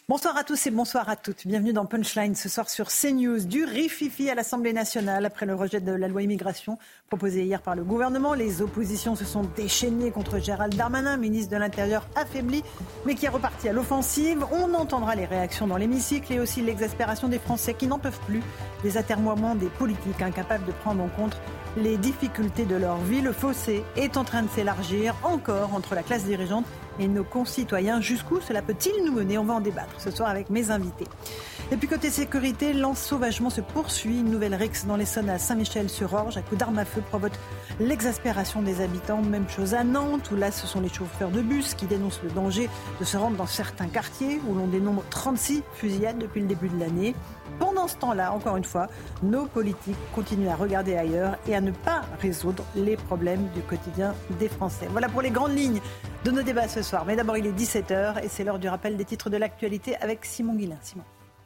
Bonsoir à tous et bonsoir à toutes. Bienvenue dans Punchline ce soir sur CNews. Du rififi à l'Assemblée nationale après le rejet de la loi immigration proposée hier par le gouvernement. Les oppositions se sont déchaînées contre Gérald Darmanin, ministre de l'Intérieur affaibli, mais qui est reparti à l'offensive. On entendra les réactions dans l'hémicycle et aussi l'exaspération des Français qui n'en peuvent plus des atermoiements des politiques incapables de prendre en compte les difficultés de leur vie. Le fossé est en train de s'élargir encore entre la classe dirigeante et nos concitoyens. Jusqu'où cela peut-il nous mener ? On va en débattre ce soir avec mes invités. Et puis côté sécurité, l'ensauvagement se poursuit. Une nouvelle rixe dans l'Essonne à Saint-Michel-sur-Orge. À coups d'armes à feu provoque l'exaspération des habitants. Même chose à Nantes, où là ce sont les chauffeurs de bus qui dénoncent le danger de se rendre dans certains quartiers, où l'on dénombre 36 fusillades depuis le début de l'année. Pendant ce temps-là, encore une fois, nos politiques continuent à regarder ailleurs et à ne pas résoudre les problèmes du quotidien des Français. Voilà pour les grandes lignes de nos débats ce soir. Mais d'abord, il est 17h et c'est l'heure du rappel des titres de l'actualité avec Simon Guillain. Simon.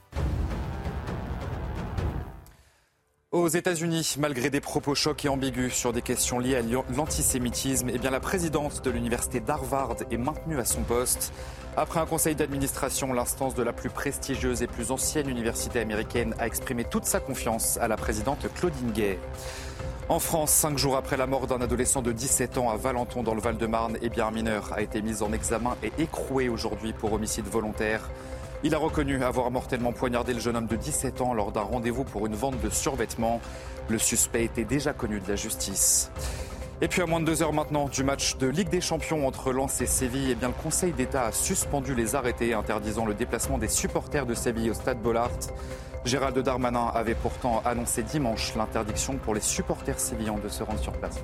Aux États-Unis, malgré des propos chocs et ambigus sur des questions liées à l'antisémitisme, la présidente de l'université d'Harvard est maintenue à son poste. Après un conseil d'administration, l'instance de la plus prestigieuse et plus ancienne université américaine a exprimé toute sa confiance à la présidente Claudine Gay. En France, 5 jours après la mort d'un adolescent de 17 ans à Valenton dans le Val-de-Marne, un mineur a été mis en examen et écroué aujourd'hui pour homicide volontaire. Il a reconnu avoir mortellement poignardé le jeune homme de 17 ans lors d'un rendez-vous pour une vente de survêtements. Le suspect était déjà connu de la justice. Et puis à moins de 2 heures maintenant du match de Ligue des Champions entre Lens et Séville, le Conseil d'État a suspendu les arrêtés interdisant le déplacement des supporters de Séville au stade Bollaert. Gérald Darmanin avait pourtant annoncé dimanche l'interdiction pour les supporters sévillans de se rendre sur place.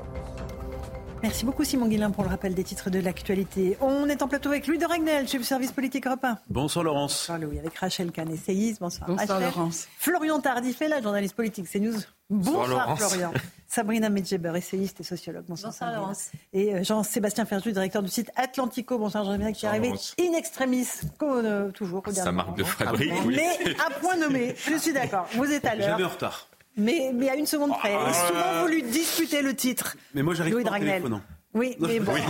Merci beaucoup Simon Guillain pour le rappel des titres de l'actualité. On est en plateau avec Louis de Ragnel, chef du service politique Europe 1. Bonsoir Laurence. Bonsoir Louis, avec Rachel Kahn, essayiste. Bonsoir Bonsoir Rachel. Laurence. Florian Tardif est là, journaliste politique CNews. Bonsoir Florian. Sabrina Medjeber, essayiste et sociologue. Bonsoir Laurence. Et Jean-Sébastien Ferjou, directeur du site Atlantico. Bonsoir Jean-Sébastien, qui est arrivé in extremis, comme toujours. Ça marque de fabrique, oui. Mais à point nommé, je suis d'accord, vous êtes à l'heure. Jamais en retard. Mais à une seconde près. Et souvent voulu disputer le titre. Mais moi j'arrive Louis pas en Dragnel. téléphonant. Oui, mais bon,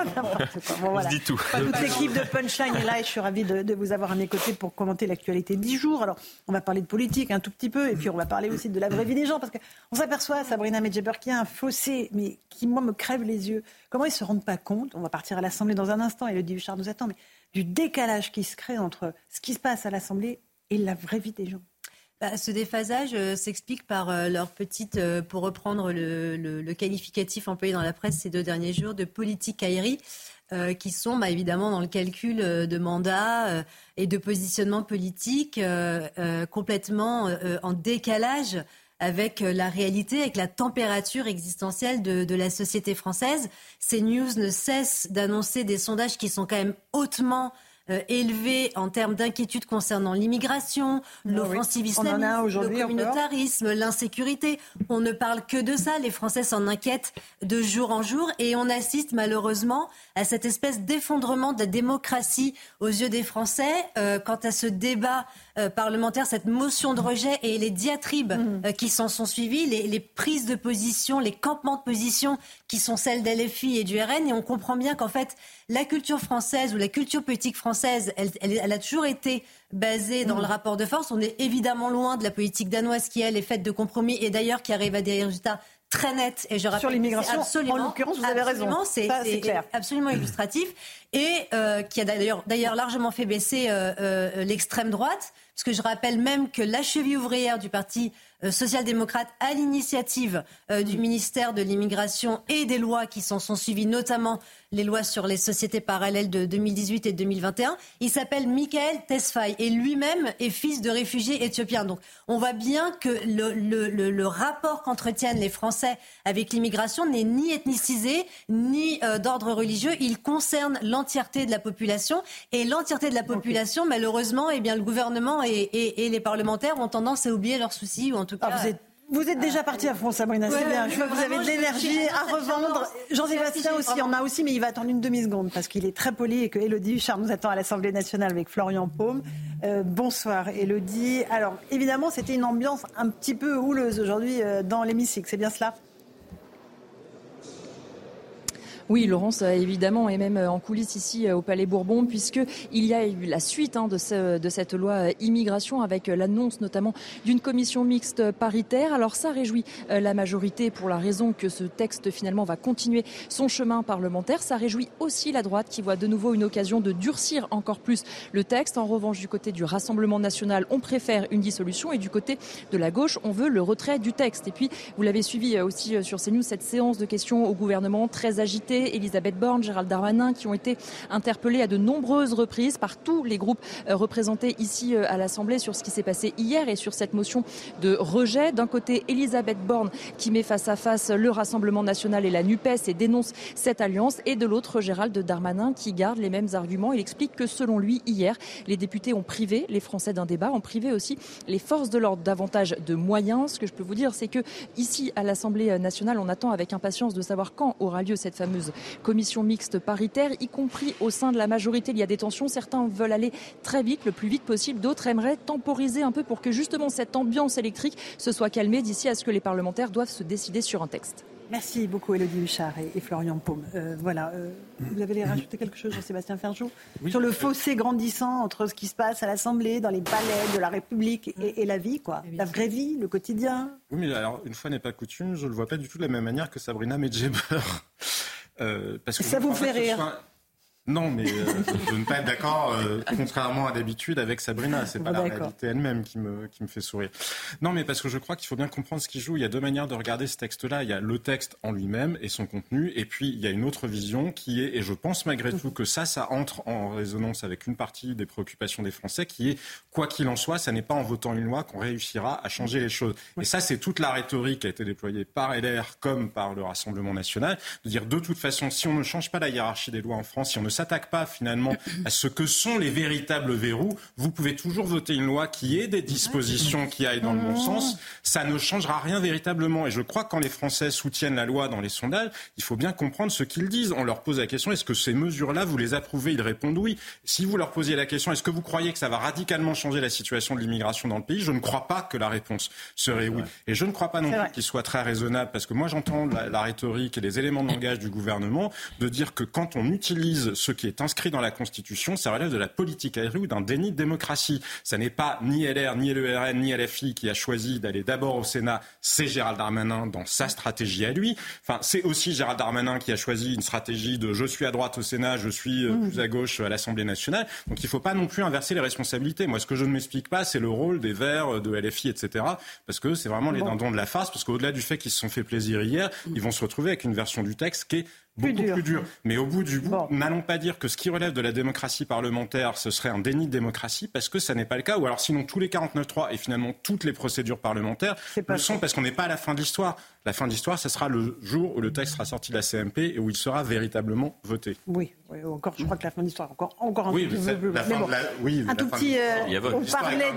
On se dit tout. Toute l'équipe de Punchline est là et je suis ravie de vous avoir à mes côtés pour commenter l'actualité 10 jours. Alors, on va parler de politique un tout petit peu et puis on va parler aussi de la vraie vie des gens parce qu'on s'aperçoit, Sabrina Medjeber, qu'il y a un fossé, mais qui, moi, me crève les yeux. Comment ils ne se rendent pas compte, on va partir à l'Assemblée dans un instant, Élodie Huchard nous attend, mais du décalage qui se crée entre ce qui se passe à l'Assemblée et la vraie vie des gens. Ce déphasage s'explique par leur petite, pour reprendre le qualificatif employé dans la presse ces 2 derniers jours, de politique aérie, qui sont évidemment dans le calcul de mandats et de positionnement politique complètement en décalage avec la réalité, avec la température existentielle de la société française. CNews ne cesse d'annoncer des sondages qui sont quand même hautement élevé en termes d'inquiétude concernant l'immigration, l'offensive islamiste, le communautarisme, l'insécurité. On ne parle que de ça. Les Français s'en inquiètent de jour en jour et on assiste malheureusement à cette espèce d'effondrement de la démocratie aux yeux des Français quant à ce débat parlementaire, cette motion de rejet et les diatribes qui s'en sont suivies, les prises de position, les campements de position qui sont celles d'LFI et du RN. Et on comprend bien qu'en fait, la culture française ou la culture politique française, elle a toujours été basée dans le rapport de force. On est évidemment loin de la politique danoise qui, elle, est faite de compromis et d'ailleurs qui arrive à des résultats très nets. Et je rappelle sur l'immigration, en l'occurrence, vous avez raison. C'est clair. Absolument illustratif et qui a d'ailleurs largement fait baisser l'extrême droite. Parce que je rappelle même que la cheville ouvrière du Parti social-démocrate, à l'initiative du ministère de l'Immigration et des lois qui s'en sont suivies, notamment les lois sur les sociétés parallèles de 2018 et 2021, il s'appelle Michael Tesfaye et lui-même est fils de réfugiés éthiopiens. Donc on voit bien que le rapport qu'entretiennent les Français avec l'immigration n'est ni ethnicisé, ni d'ordre religieux. Il concerne l'entièreté de la population. Et l'entièreté de la population, malheureusement, le gouvernement et les parlementaires ont tendance à oublier leurs soucis, ou en tout cas... Vous êtes déjà parti à fond, Sabrina, c'est bien. Je vois que vous avez de l'énergie à revendre. Jean-Sébastien aussi en a aussi, mais il va attendre une demi-seconde parce qu'il est très poli et que Élodie Huchard nous attend à l'Assemblée nationale avec Florian Paume. Bonsoir Élodie. Alors évidemment, c'était une ambiance un petit peu houleuse aujourd'hui dans l'hémicycle, c'est bien cela ? Oui, Laurence, évidemment, et même en coulisses ici au Palais Bourbon, puisqu'il y a eu la suite de cette loi immigration avec l'annonce notamment d'une commission mixte paritaire. Alors ça réjouit la majorité pour la raison que ce texte finalement va continuer son chemin parlementaire. Ça réjouit aussi la droite qui voit de nouveau une occasion de durcir encore plus le texte. En revanche, du côté du Rassemblement national, on préfère une dissolution et du côté de la gauche, on veut le retrait du texte. Et puis, vous l'avez suivi aussi sur CNews, cette séance de questions au gouvernement très agitée. Elisabeth Borne, Gérald Darmanin qui ont été interpellés à de nombreuses reprises par tous les groupes représentés ici à l'Assemblée sur ce qui s'est passé hier et sur cette motion de rejet. D'un côté, Elisabeth Borne qui met face à face le Rassemblement national et la NUPES et dénonce cette alliance. Et de l'autre, Gérald Darmanin qui garde les mêmes arguments. Il explique que selon lui, hier, les députés ont privé les Français d'un débat, ont privé aussi les forces de l'ordre davantage de moyens. Ce que je peux vous dire, c'est que ici à l'Assemblée nationale, on attend avec impatience de savoir quand aura lieu cette fameuse commission mixte paritaire, y compris au sein de la majorité. Il y a des tensions. Certains veulent aller très vite, le plus vite possible. D'autres aimeraient temporiser un peu pour que justement cette ambiance électrique se soit calmée d'ici à ce que les parlementaires doivent se décider sur un texte. Merci beaucoup Élodie Huchard et Florian Paume. Vous avez rajouté quelque chose, Jean-Sébastien Ferjou, sur le fossé grandissant entre ce qui se passe à l'Assemblée, dans les palais de la République et la vie, quoi. La vraie vie, le quotidien. Oui, mais alors, une fois n'est pas coutume, je ne le vois pas du tout de la même manière que Sabrina Medjeber. Parce que ça vous fait rire? Non, mais de ne pas être d'accord, contrairement à d'habitude, avec Sabrina. C'est pas la réalité elle-même qui me fait sourire. Non, mais parce que je crois qu'il faut bien comprendre ce qui joue. Il y a deux manières de regarder ce texte-là. Il y a le texte en lui-même et son contenu. Et puis, il y a une autre vision qui est, et je pense malgré tout que ça entre en résonance avec une partie des préoccupations des Français, qui est, quoi qu'il en soit, ça n'est pas en votant une loi qu'on réussira à changer les choses. Et ça, c'est toute la rhétorique qui a été déployée par LR comme par le Rassemblement national, de dire de toute façon, si on ne change pas la hiérarchie des lois en France, si on ne s'attaque pas finalement à ce que sont les véritables verrous, vous pouvez toujours voter une loi qui ait des dispositions qui aillent dans le bon sens, ça ne changera rien véritablement. Et je crois que quand les Français soutiennent la loi dans les sondages, il faut bien comprendre ce qu'ils disent. On leur pose la question, est-ce que ces mesures-là, vous les approuvez? Ils répondent oui. Si vous leur posiez la question, est-ce que vous croyez que ça va radicalement changer la situation de l'immigration dans le pays? Je ne crois pas que la réponse serait oui. Et je ne crois pas non plus qu'il soit très raisonnable, parce que moi j'entends la rhétorique et les éléments de langage du gouvernement de dire que quand on utilise ce qui est inscrit dans la Constitution, ça relève de la politique aérienne ou d'un déni de démocratie. Ça n'est pas ni LR, ni le RN, ni LFI qui a choisi d'aller d'abord au Sénat, c'est Gérald Darmanin dans sa stratégie à lui. Enfin, c'est aussi Gérald Darmanin qui a choisi une stratégie de je suis à droite au Sénat, je suis plus à gauche à l'Assemblée nationale. Donc il ne faut pas non plus inverser les responsabilités. Moi, ce que je ne m'explique pas, c'est le rôle des Verts, de LFI, etc. Parce que c'est vraiment les dindons de la farce. Parce qu'au-delà du fait qu'ils se sont fait plaisir hier, ils vont se retrouver avec une version du texte qui est beaucoup plus dur. Mais au bout du bout, n'allons pas dire que ce qui relève de la démocratie parlementaire, ce serait un déni de démocratie, parce que ça n'est pas le cas. Ou alors sinon, tous les 49.3 et finalement toutes les procédures parlementaires le sont, parce qu'on n'est pas à la fin de l'histoire. La fin de l'histoire, ce sera le jour où le texte sera sorti de la CMP et où il sera véritablement voté. Oui, encore, je crois que la fin de l'histoire, encore un oui, petit peu. Un tout petit. On parlait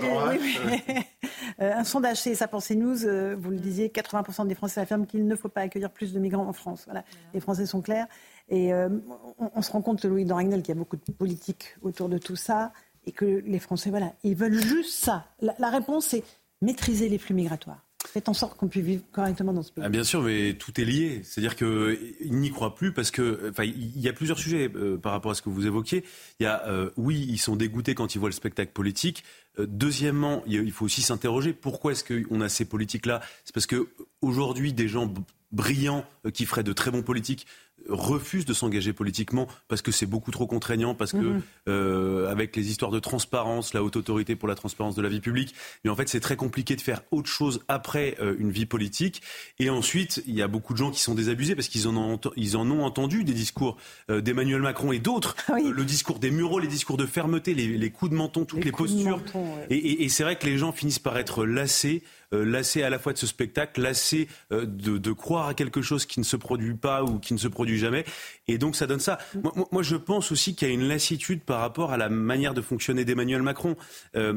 de. Un sondage CSA pour CNews, vous le disiez, 80% des Français affirment qu'il ne faut pas accueillir plus de migrants en France. Voilà. Les Français sont clairs. Et on se rend compte, Loïc de Ragnel, qu'il y a beaucoup de politique autour de tout ça et que les Français, ils veulent juste ça. La réponse, c'est maîtriser les flux migratoires. Faites en sorte qu'on puisse vivre correctement dans ce pays. Bien sûr, mais tout est lié. C'est-à-dire qu'ils n'y croient plus parce que, il y a plusieurs sujets par rapport à ce que vous évoquiez. Il y a, oui, ils sont dégoûtés quand ils voient le spectacle politique. Deuxièmement, il faut aussi s'interroger pourquoi est-ce qu'on a ces politiques-là. C'est parce que aujourd'hui, des gens brillants qui feraient de très bons politiques refusent de s'engager politiquement parce que c'est beaucoup trop contraignant, parce que avec les histoires de transparence, la haute autorité pour la transparence de la vie publique, mais en fait c'est très compliqué de faire autre chose après une vie politique. Et ensuite, il y a beaucoup de gens qui sont désabusés parce qu'ils en ont entendu des discours d'Emmanuel Macron et d'autres, le discours des Mureaux, les discours de fermeté, les coups de menton, toutes les postures. Et c'est vrai que les gens finissent par être lassés à la fois de ce spectacle, lassés de croire à quelque chose qui ne se produit pas ou qui ne se produit jamais. Et donc ça donne ça. Moi je pense aussi qu'il y a une lassitude par rapport à la manière de fonctionner d'Emmanuel Macron.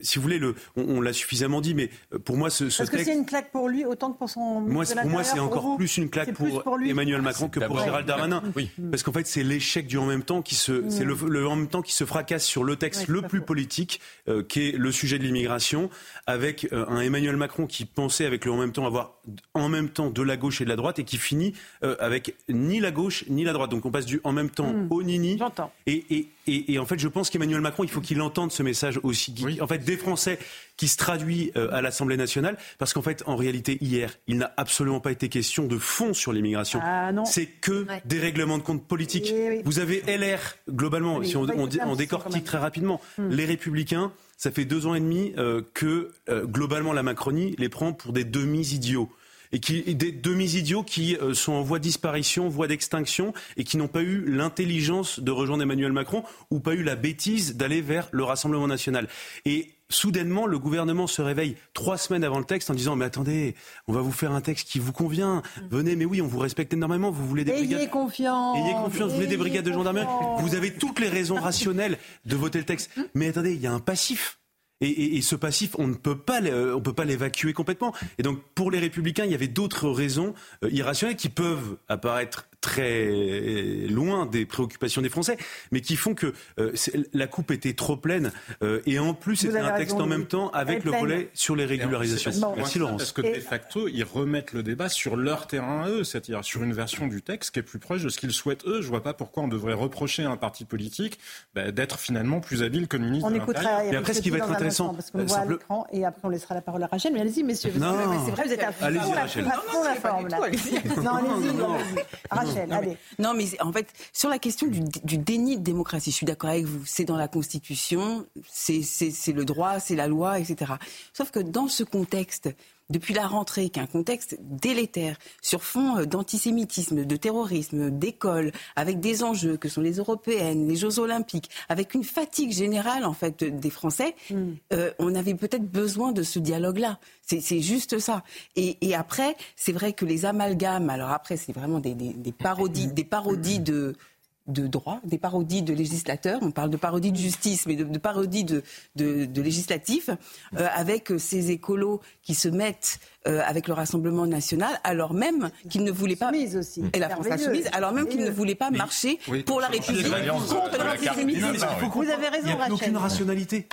si vous voulez, on l'a suffisamment dit, mais pour moi, ce Parce texte... que c'est une claque pour lui autant que pour son... Pour moi, c'est encore plus une claque pour Emmanuel Macron que pour Gérald Darmanin. Oui. Parce qu'en fait, c'est l'échec du en même temps c'est le en même temps qui se fracasse sur le texte le plus politique, qui est le sujet de l'immigration, avec un Emmanuel Macron qui pensait avec le en même temps avoir en même temps de la gauche et de la droite et qui finit avec ni la gauche ni la droite. Donc on passe du en même temps au nini. J'entends. Et en fait, je pense qu'Emmanuel Macron, il faut qu'il entende ce message aussi, en fait, des Français, qui se traduit à l'Assemblée nationale, parce qu'en fait, en réalité, hier, il n'a absolument pas été question de fond sur l'immigration. Ah, non. C'est que des règlements de compte politiques. Oui. Vous avez LR, globalement, si on décortique très rapidement, les Républicains, ça fait 2 ans et demi que, globalement, la Macronie les prend pour des demi-idiots. Et des demi-idiots qui sont en voie de disparition, voie d'extinction, et qui n'ont pas eu l'intelligence de rejoindre Emmanuel Macron, ou pas eu la bêtise d'aller vers le Rassemblement national. Et soudainement, le gouvernement se réveille 3 semaines avant le texte en disant « Mais attendez, on va vous faire un texte qui vous convient. Venez, mais oui, on vous respecte énormément. Vous voulez des brigades... Ayez confiance. Vous voulez des brigades de gendarmerie. Vous avez toutes les raisons rationnelles de voter le texte. Mais attendez, il y a un passif. Et ce passif, on ne peut pas l'évacuer complètement. Et donc, pour les Républicains, il y avait d'autres raisons irrationnelles qui peuvent apparaître très loin des préoccupations des Français, mais qui font que la coupe était trop pleine. Et en plus, c'était un texte en même temps avec le volet sur les régularisations. Merci Laurence. Parce que de facto, ils remettent le débat sur leur terrain à eux, c'est-à-dire sur une version du texte qui est plus proche de ce qu'ils souhaitent eux. Je vois pas pourquoi on devrait reprocher à un parti politique d'être finalement plus habile que le ministre de l'Intérieur. Et après, ce qui va être intéressant, parce qu'on voit à l'écran, et après on laissera la parole à Rachel. Mais allez-y, messieurs. Non. C'est vrai, vous êtes à fond la forme là. Non, allez-y. Allez. Non, mais en fait, sur la question du déni de démocratie, je suis d'accord avec vous. C'est dans la Constitution, c'est le droit, c'est la loi, etc. Sauf que dans ce contexte, depuis la rentrée, qui est un contexte délétère, sur fond d'antisémitisme, de terrorisme, d'école, avec des enjeux que sont les européennes, les Jeux olympiques, avec une fatigue générale en fait des Français, on avait peut-être besoin de ce dialogue-là. C'est juste ça. Et après, c'est vrai que les amalgames, alors après, c'est vraiment des parodies de droit, des parodies de législateurs, on parle de parodies de justice, mais de parodies de législatifs, avec ces écolos qui se mettent avec le Rassemblement national, alors même qu'ils ne voulaient pas... Aussi. Et la France insoumise, alors même qu'ils ne voulaient pas marcher pour la République contre l'antisémitisme. Vous avez raison, Rachel. Il n'y a aucune rationalité.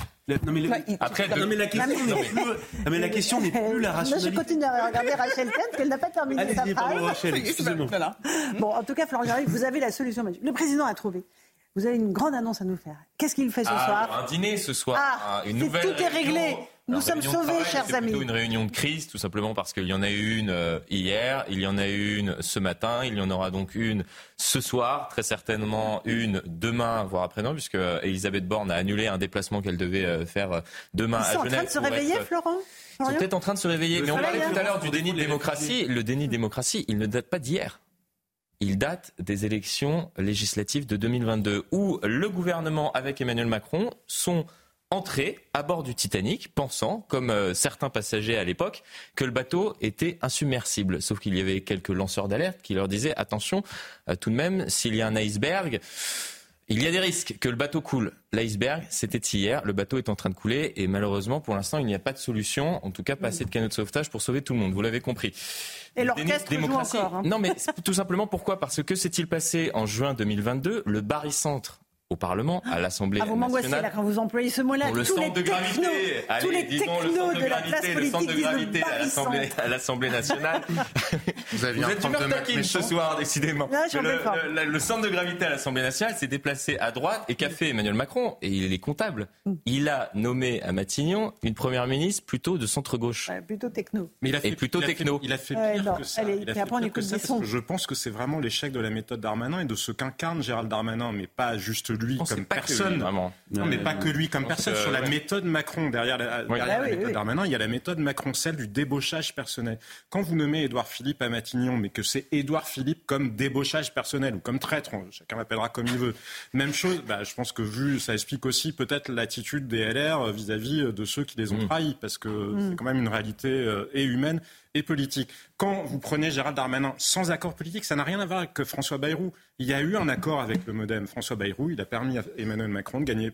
La question n'est plus la rationalité. Je continue à regarder Rachel Kahn, parce qu'elle n'a pas terminé sa phrase. Rachel, excusez-moi. Voilà. Bon, en tout cas, Florent Germain, vous avez la solution magique. Le président a trouvé. Vous avez une grande annonce à nous faire. Qu'est-ce qu'il fait ce soir ? Un dîner ce soir. Une nouvelle tout est réglé. Nous sommes sauvés, chers amis. C'est plutôt une réunion de crise, tout simplement parce qu'il y en a eu une hier, il y en a eu une ce matin, il y en aura donc une ce soir, très certainement une demain, voire après-demain, puisque Elisabeth Borne a annulé un déplacement qu'elle devait faire demain à Genève. Ils sont en train de se réveiller, Florent ? Ils sont peut-être en train de se réveiller. Mais on parlait tout à l'heure du déni de démocratie. Le déni de démocratie, il ne date pas d'hier. Il date des élections législatives de 2022, où le gouvernement, avec Emmanuel Macron, sont entrés à bord du Titanic, pensant, comme certains passagers à l'époque, que le bateau était insubmersible. Sauf qu'il y avait quelques lanceurs d'alerte qui leur disaient « Attention, tout de même, s'il y a un iceberg, il y a des risques que le bateau coule ». L'iceberg, c'était hier, le bateau est en train de couler et malheureusement, pour l'instant, il n'y a pas de solution, en tout cas pas assez de canaux de sauvetage pour sauver tout le monde, vous l'avez compris. Et l'orchestre joue encore. Non mais tout simplement pourquoi ? Parce que s'est-il passé en juin 2022 ? Le barycentre au Parlement, à l'Assemblée nationale. Vous m'angoissez là quand vous employez ce mot-là. Le centre de gravité. Tous les technos de la classe politique disent le à l'Assemblée nationale. Vous êtes humeur taquine ce soir, décidément. Le centre de gravité à l'Assemblée nationale s'est déplacé à droite et qu'a fait Emmanuel Macron ? Et il est comptable. Il a nommé à Matignon une première ministre plutôt de centre-gauche. Plutôt techno. Mais il a fait pire que ça. Parce que je pense que c'est vraiment l'échec de la méthode Darmanin et de ce qu'incarne Gérald Darmanin, mais pas juste lui comme personne. Non, mais pas que lui comme personne. Sur la méthode Macron, derrière la méthode Darmanin, il y a la méthode Macron, celle du débauchage personnel. Quand vous nommez Édouard Philippe à Matignon, mais que c'est Édouard Philippe comme débauchage personnel ou comme traître, chacun l'appellera comme il veut. Même chose, je pense que ça explique aussi peut-être l'attitude des LR vis-à-vis de ceux qui les ont trahis, parce que c'est quand même une réalité et humaine et politique. Quand vous prenez Gérald Darmanin sans accord politique, ça n'a rien à voir avec François Bayrou. Il y a eu un accord avec le MoDem. François Bayrou, il a permis à Emmanuel Macron de gagner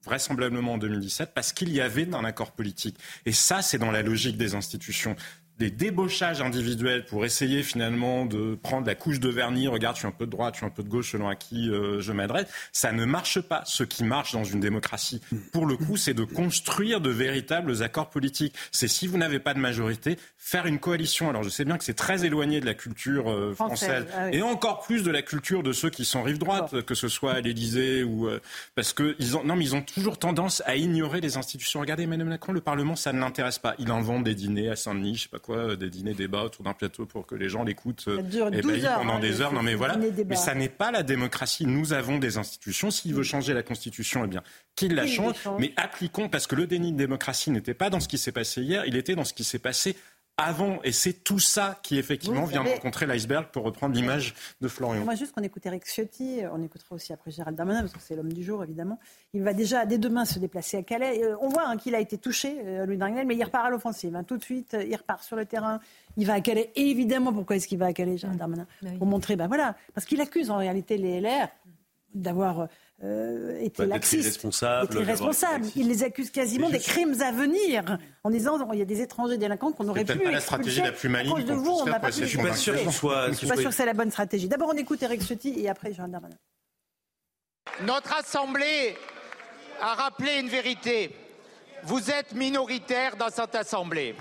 vraisemblablement en 2017, parce qu'il y avait un accord politique. Et ça, c'est dans la logique des institutions. Des débauchages individuels pour essayer finalement de prendre la couche de vernis, regarde, je suis un peu de droite, je suis un peu de gauche selon à qui je m'adresse, ça ne marche pas. Ce qui marche dans une démocratie, pour le coup, c'est de construire de véritables accords politiques. C'est si vous n'avez pas de majorité, faire une coalition. Alors je sais bien que c'est très éloigné de la culture française, et encore plus de la culture de ceux qui sont rive droite, que ce soit à l'Élysée ou... parce que ils ont toujours tendance à ignorer les institutions. Regardez Emmanuel Macron, le Parlement, ça ne l'intéresse pas. Il invente des dîners à Saint-Denis, je sais pas des dîners débats autour d'un plateau pour que les gens l'écoutent pendant des heures. Non mais voilà, mais ça n'est pas la démocratie. Nous avons des institutions. S'il veut changer la Constitution, eh bien qu'il la change. Mais appliquons, parce que le déni de démocratie n'était pas dans ce qui s'est passé hier, il était dans ce qui s'est passé avant. Et c'est tout ça qui, effectivement, vient de rencontrer l'iceberg, pour reprendre l'image de Florian. Moi, juste qu'on écoute Éric Ciotti, on écoutera aussi après Gérald Darmanin, parce que c'est l'homme du jour, évidemment. Il va déjà, dès demain, se déplacer à Calais. On voit qu'il a été touché, Louis Dragnel, mais il repart à l'offensive. Tout de suite, il repart sur le terrain. Il va à Calais. Et évidemment, pourquoi est-ce qu'il va à Calais, Gérald Darmanin ? Pour montrer, parce qu'il accuse en réalité les LR d'avoir... était laxiste, d'être irresponsable. Il les accuse quasiment des crimes à venir, en disant il y a des étrangers délinquants qu'on aurait pu expulser. C'est peut-être pas la stratégie la plus maligne. Je suis pas sûr que c'est la bonne stratégie. D'abord, on écoute Éric Ciotti et après Gérald Darmanin. Notre Assemblée a rappelé une vérité. Vous êtes minoritaire dans cette Assemblée.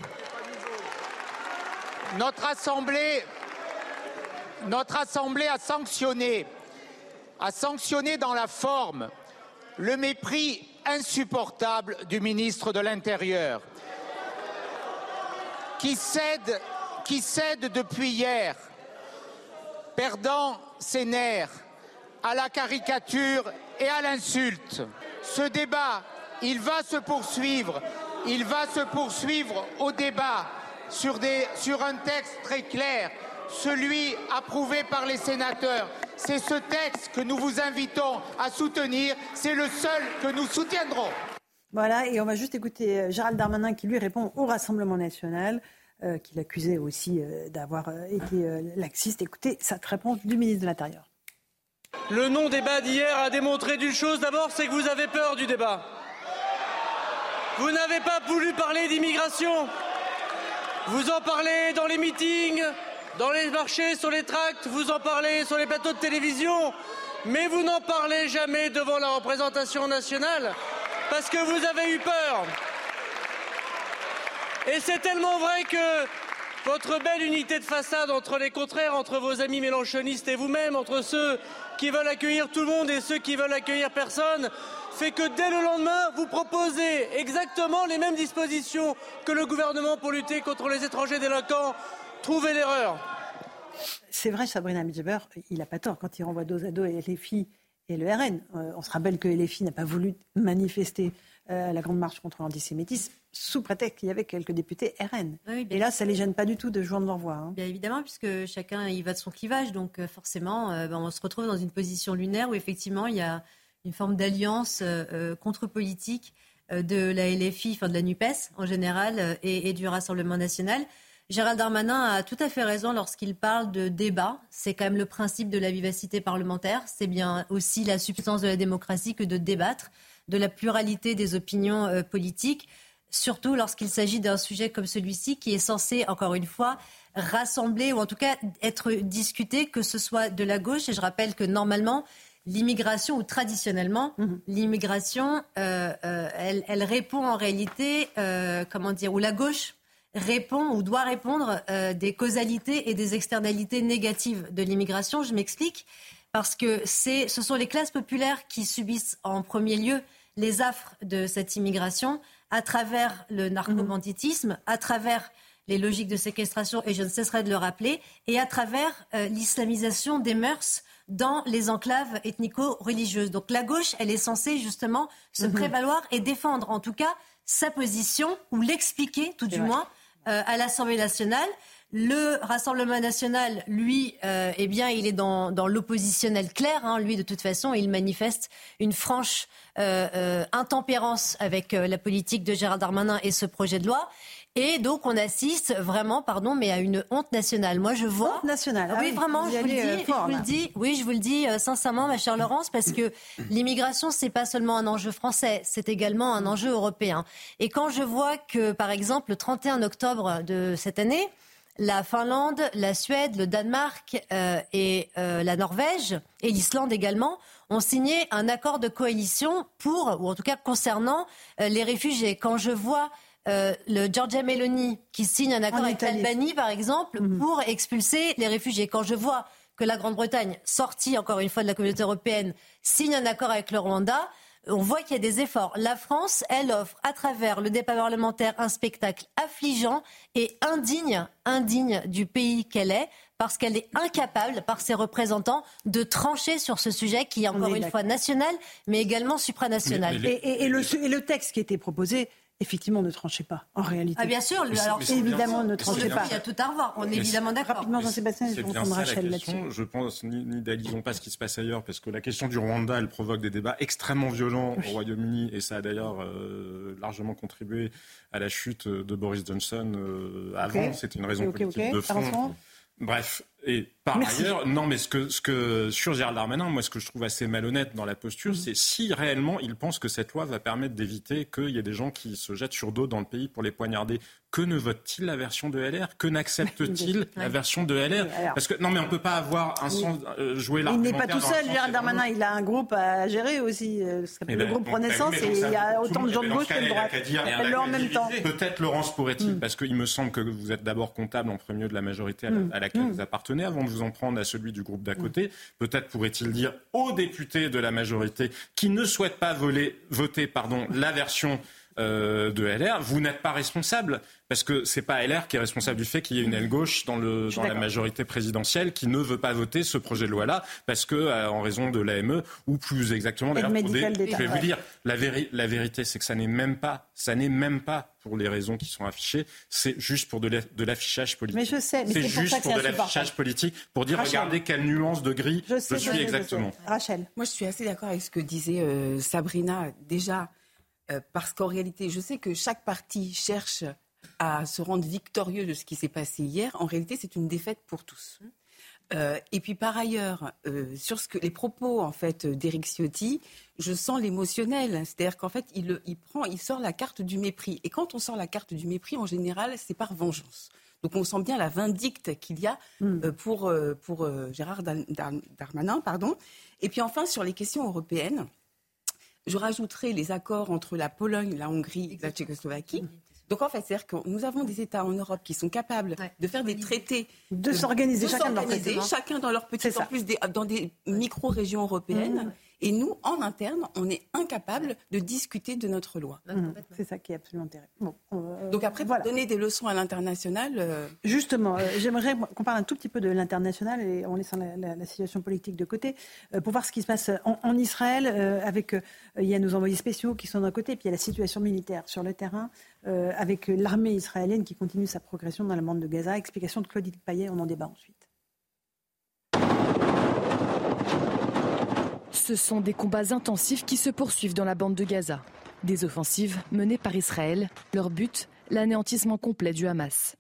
Notre Assemblée a sanctionné dans la forme le mépris insupportable du ministre de l'Intérieur, qui cède depuis hier, perdant ses nerfs à la caricature et à l'insulte. Ce débat, il va se poursuivre au débat sur un texte très clair, celui approuvé par les sénateurs. C'est ce texte que nous vous invitons à soutenir. C'est le seul que nous soutiendrons. Voilà, et on va juste écouter Gérald Darmanin qui lui répond au Rassemblement national, qu'il accusait aussi d'avoir été laxiste. Écoutez cette réponse du ministre de l'Intérieur. Le non-débat d'hier a démontré d'une chose. D'abord, c'est que vous avez peur du débat. Vous n'avez pas voulu parler d'immigration. Vous en parlez dans les meetings, dans les marchés, sur les tracts, vous en parlez sur les plateaux de télévision, mais vous n'en parlez jamais devant la représentation nationale, parce que vous avez eu peur. Et c'est tellement vrai que votre belle unité de façade entre les contraires, entre vos amis mélenchonistes et vous-même, entre ceux qui veulent accueillir tout le monde et ceux qui veulent accueillir personne, fait que dès le lendemain, vous proposez exactement les mêmes dispositions que le gouvernement pour lutter contre les étrangers délinquants. Trouvez l'erreur. C'est vrai, Sabrina Medjeber, il n'a pas tort quand il renvoie dos à dos LFI et le RN. On se rappelle que LFI n'a pas voulu manifester la grande marche contre l'antisémitisme sous prétexte qu'il y avait quelques députés RN. Oui, et là, ça ne les gêne pas du tout de joindre leur voix. Bien évidemment, puisque chacun y va de son clivage. Donc forcément, on se retrouve dans une position lunaire où effectivement, il y a une forme d'alliance contre-politique de la LFI, enfin de la NUPES en général, et du Rassemblement national. Gérald Darmanin a tout à fait raison lorsqu'il parle de débat. C'est quand même le principe de la vivacité parlementaire. C'est bien aussi la substance de la démocratie que de débattre de la pluralité des opinions politiques, surtout lorsqu'il s'agit d'un sujet comme celui-ci qui est censé, encore une fois, rassembler ou en tout cas être discuté, que ce soit de la gauche. Et je rappelle que normalement, l'immigration, ou traditionnellement, l'immigration, elle répond en réalité, ou la gauche répond ou doit répondre des causalités et des externalités négatives de l'immigration. Je m'explique. Parce que ce sont les classes populaires qui subissent en premier lieu les affres de cette immigration à travers le narcobanditisme, à travers les logiques de séquestration, et je ne cesserai de le rappeler, et à travers l'islamisation des mœurs dans les enclaves ethnico-religieuses. Donc la gauche, elle est censée justement se prévaloir et défendre en tout cas sa position, ou l'expliquer tout du moins à l'Assemblée nationale. Le Rassemblement national, lui, eh bien, il est dans l'oppositionnel clair. Hein. Lui, de toute façon, il manifeste une franche intempérance avec la politique de Gérald Darmanin et ce projet de loi. Et donc, on assiste vraiment, mais à une honte nationale. Moi, je vois... Honte nationale. Oui, vraiment, je vous le dis sincèrement, ma chère Laurence, parce que l'immigration, c'est pas seulement un enjeu français, c'est également un enjeu européen. Et quand je vois que, par exemple, le 31 octobre de cette année, la Finlande, la Suède, le Danemark et la Norvège, et l'Islande également, ont signé un accord de coalition pour, ou en tout cas concernant, les réfugiés. Quand je vois le Giorgia Meloni qui signe un accord avec l'Albanie, par exemple, pour expulser les réfugiés. Quand je vois que la Grande-Bretagne, sortie encore une fois de la communauté européenne, signe un accord avec le Rwanda, on voit qu'il y a des efforts. La France, elle offre à travers le débat parlementaire un spectacle affligeant et indigne du pays qu'elle est, parce qu'elle est incapable, par ses représentants, de trancher sur ce sujet qui est encore une fois national, mais également supranational. Et le texte qui était proposé, effectivement, ne tranchez pas, en réalité. Ah bien sûr, alors évidemment, ne tranchez pas. Il y a tout à revoir, on est évidemment d'accord. Rapidement, Jean-Sébastien, c'est bien ça Rachel, la question. Je pense, n'idéalisons pas ce qui se passe ailleurs, parce que la question du Rwanda, elle provoque des débats extrêmement violents au Royaume-Uni, et ça a d'ailleurs largement contribué à la chute de Boris Johnson avant. C'était une raison politique de fond. Bref, et par ailleurs, non, mais ce que sur Gérald Darmanin, moi, ce que je trouve assez malhonnête dans la posture, c'est si réellement il pense que cette loi va permettre d'éviter qu'il y ait des gens qui se jettent sur dos dans le pays pour les poignarder. Que ne vote-t-il la version de LR ? Que n'accepte-t-il la version de LR ? Parce que non, mais on peut pas avoir un sens jouer l'argumentaire. Il n'est pas tout seul, Gérald Darmanin. Il a un groupe à gérer aussi. Le groupe Renaissance, et il y a autant de gens de gauche que de droite. Elle en même temps. Peut-être, Laurence, pourrait-il, parce qu'il me semble que vous êtes d'abord comptable en premier lieu de la majorité à laquelle vous appartenez, avant de vous en prendre à celui du groupe d'à côté. Peut-être pourrait-il dire aux députés de la majorité qui ne souhaitent pas voter la version de LR, vous n'êtes pas responsable, parce que c'est pas LR qui est responsable du fait qu'il y ait une aile gauche dans la majorité présidentielle qui ne veut pas voter ce projet de loi-là, parce que en raison de l'AME, ou plus exactement d'ailleurs je vais vous dire, la vérité c'est que ça n'est même pas pour les raisons qui sont affichées, c'est juste pour de l'affichage politique. Mais je sais, mais c'est juste pour de l'affichage politique, pour dire Rachel, regardez quelle nuance de gris je suis exactement. Rachel. Moi je suis assez d'accord avec ce que disait Sabrina déjà. Parce qu'en réalité, je sais que chaque parti cherche à se rendre victorieux de ce qui s'est passé hier. En réalité, c'est une défaite pour tous. Et puis par ailleurs, sur les propos en fait d'Éric Ciotti, je sens l'émotionnel. C'est-à-dire qu'en fait, il sort la carte du mépris. Et quand on sort la carte du mépris, en général, c'est par vengeance. Donc on sent bien la vindicte qu'il y a pour Gérald Darmanin, pardon. Et puis enfin, sur les questions européennes. Je rajouterai les accords entre la Pologne, la Hongrie et la Tchécoslovaquie. Donc en fait, c'est-à-dire que nous avons des États en Europe qui sont capables de faire des traités, de s'organiser chacun dans leur petite, en plus dans des micro-régions européennes. Et nous, en interne, on est incapables de discuter de notre loi. C'est ça qui est absolument terrible. Donc après, pour donner des leçons à l'international... Justement, j'aimerais qu'on parle un tout petit peu de l'international, et en laissant la situation politique de côté, pour voir ce qui se passe en Israël, avec il y a nos envoyés spéciaux qui sont d'un côté, puis il y a la situation militaire sur le terrain, avec l'armée israélienne qui continue sa progression dans la bande de Gaza. Explication de Claudine Payet, on en débat ensuite. Ce sont des combats intensifs qui se poursuivent dans la bande de Gaza. Des offensives menées par Israël. Leur but, l'anéantissement complet du Hamas.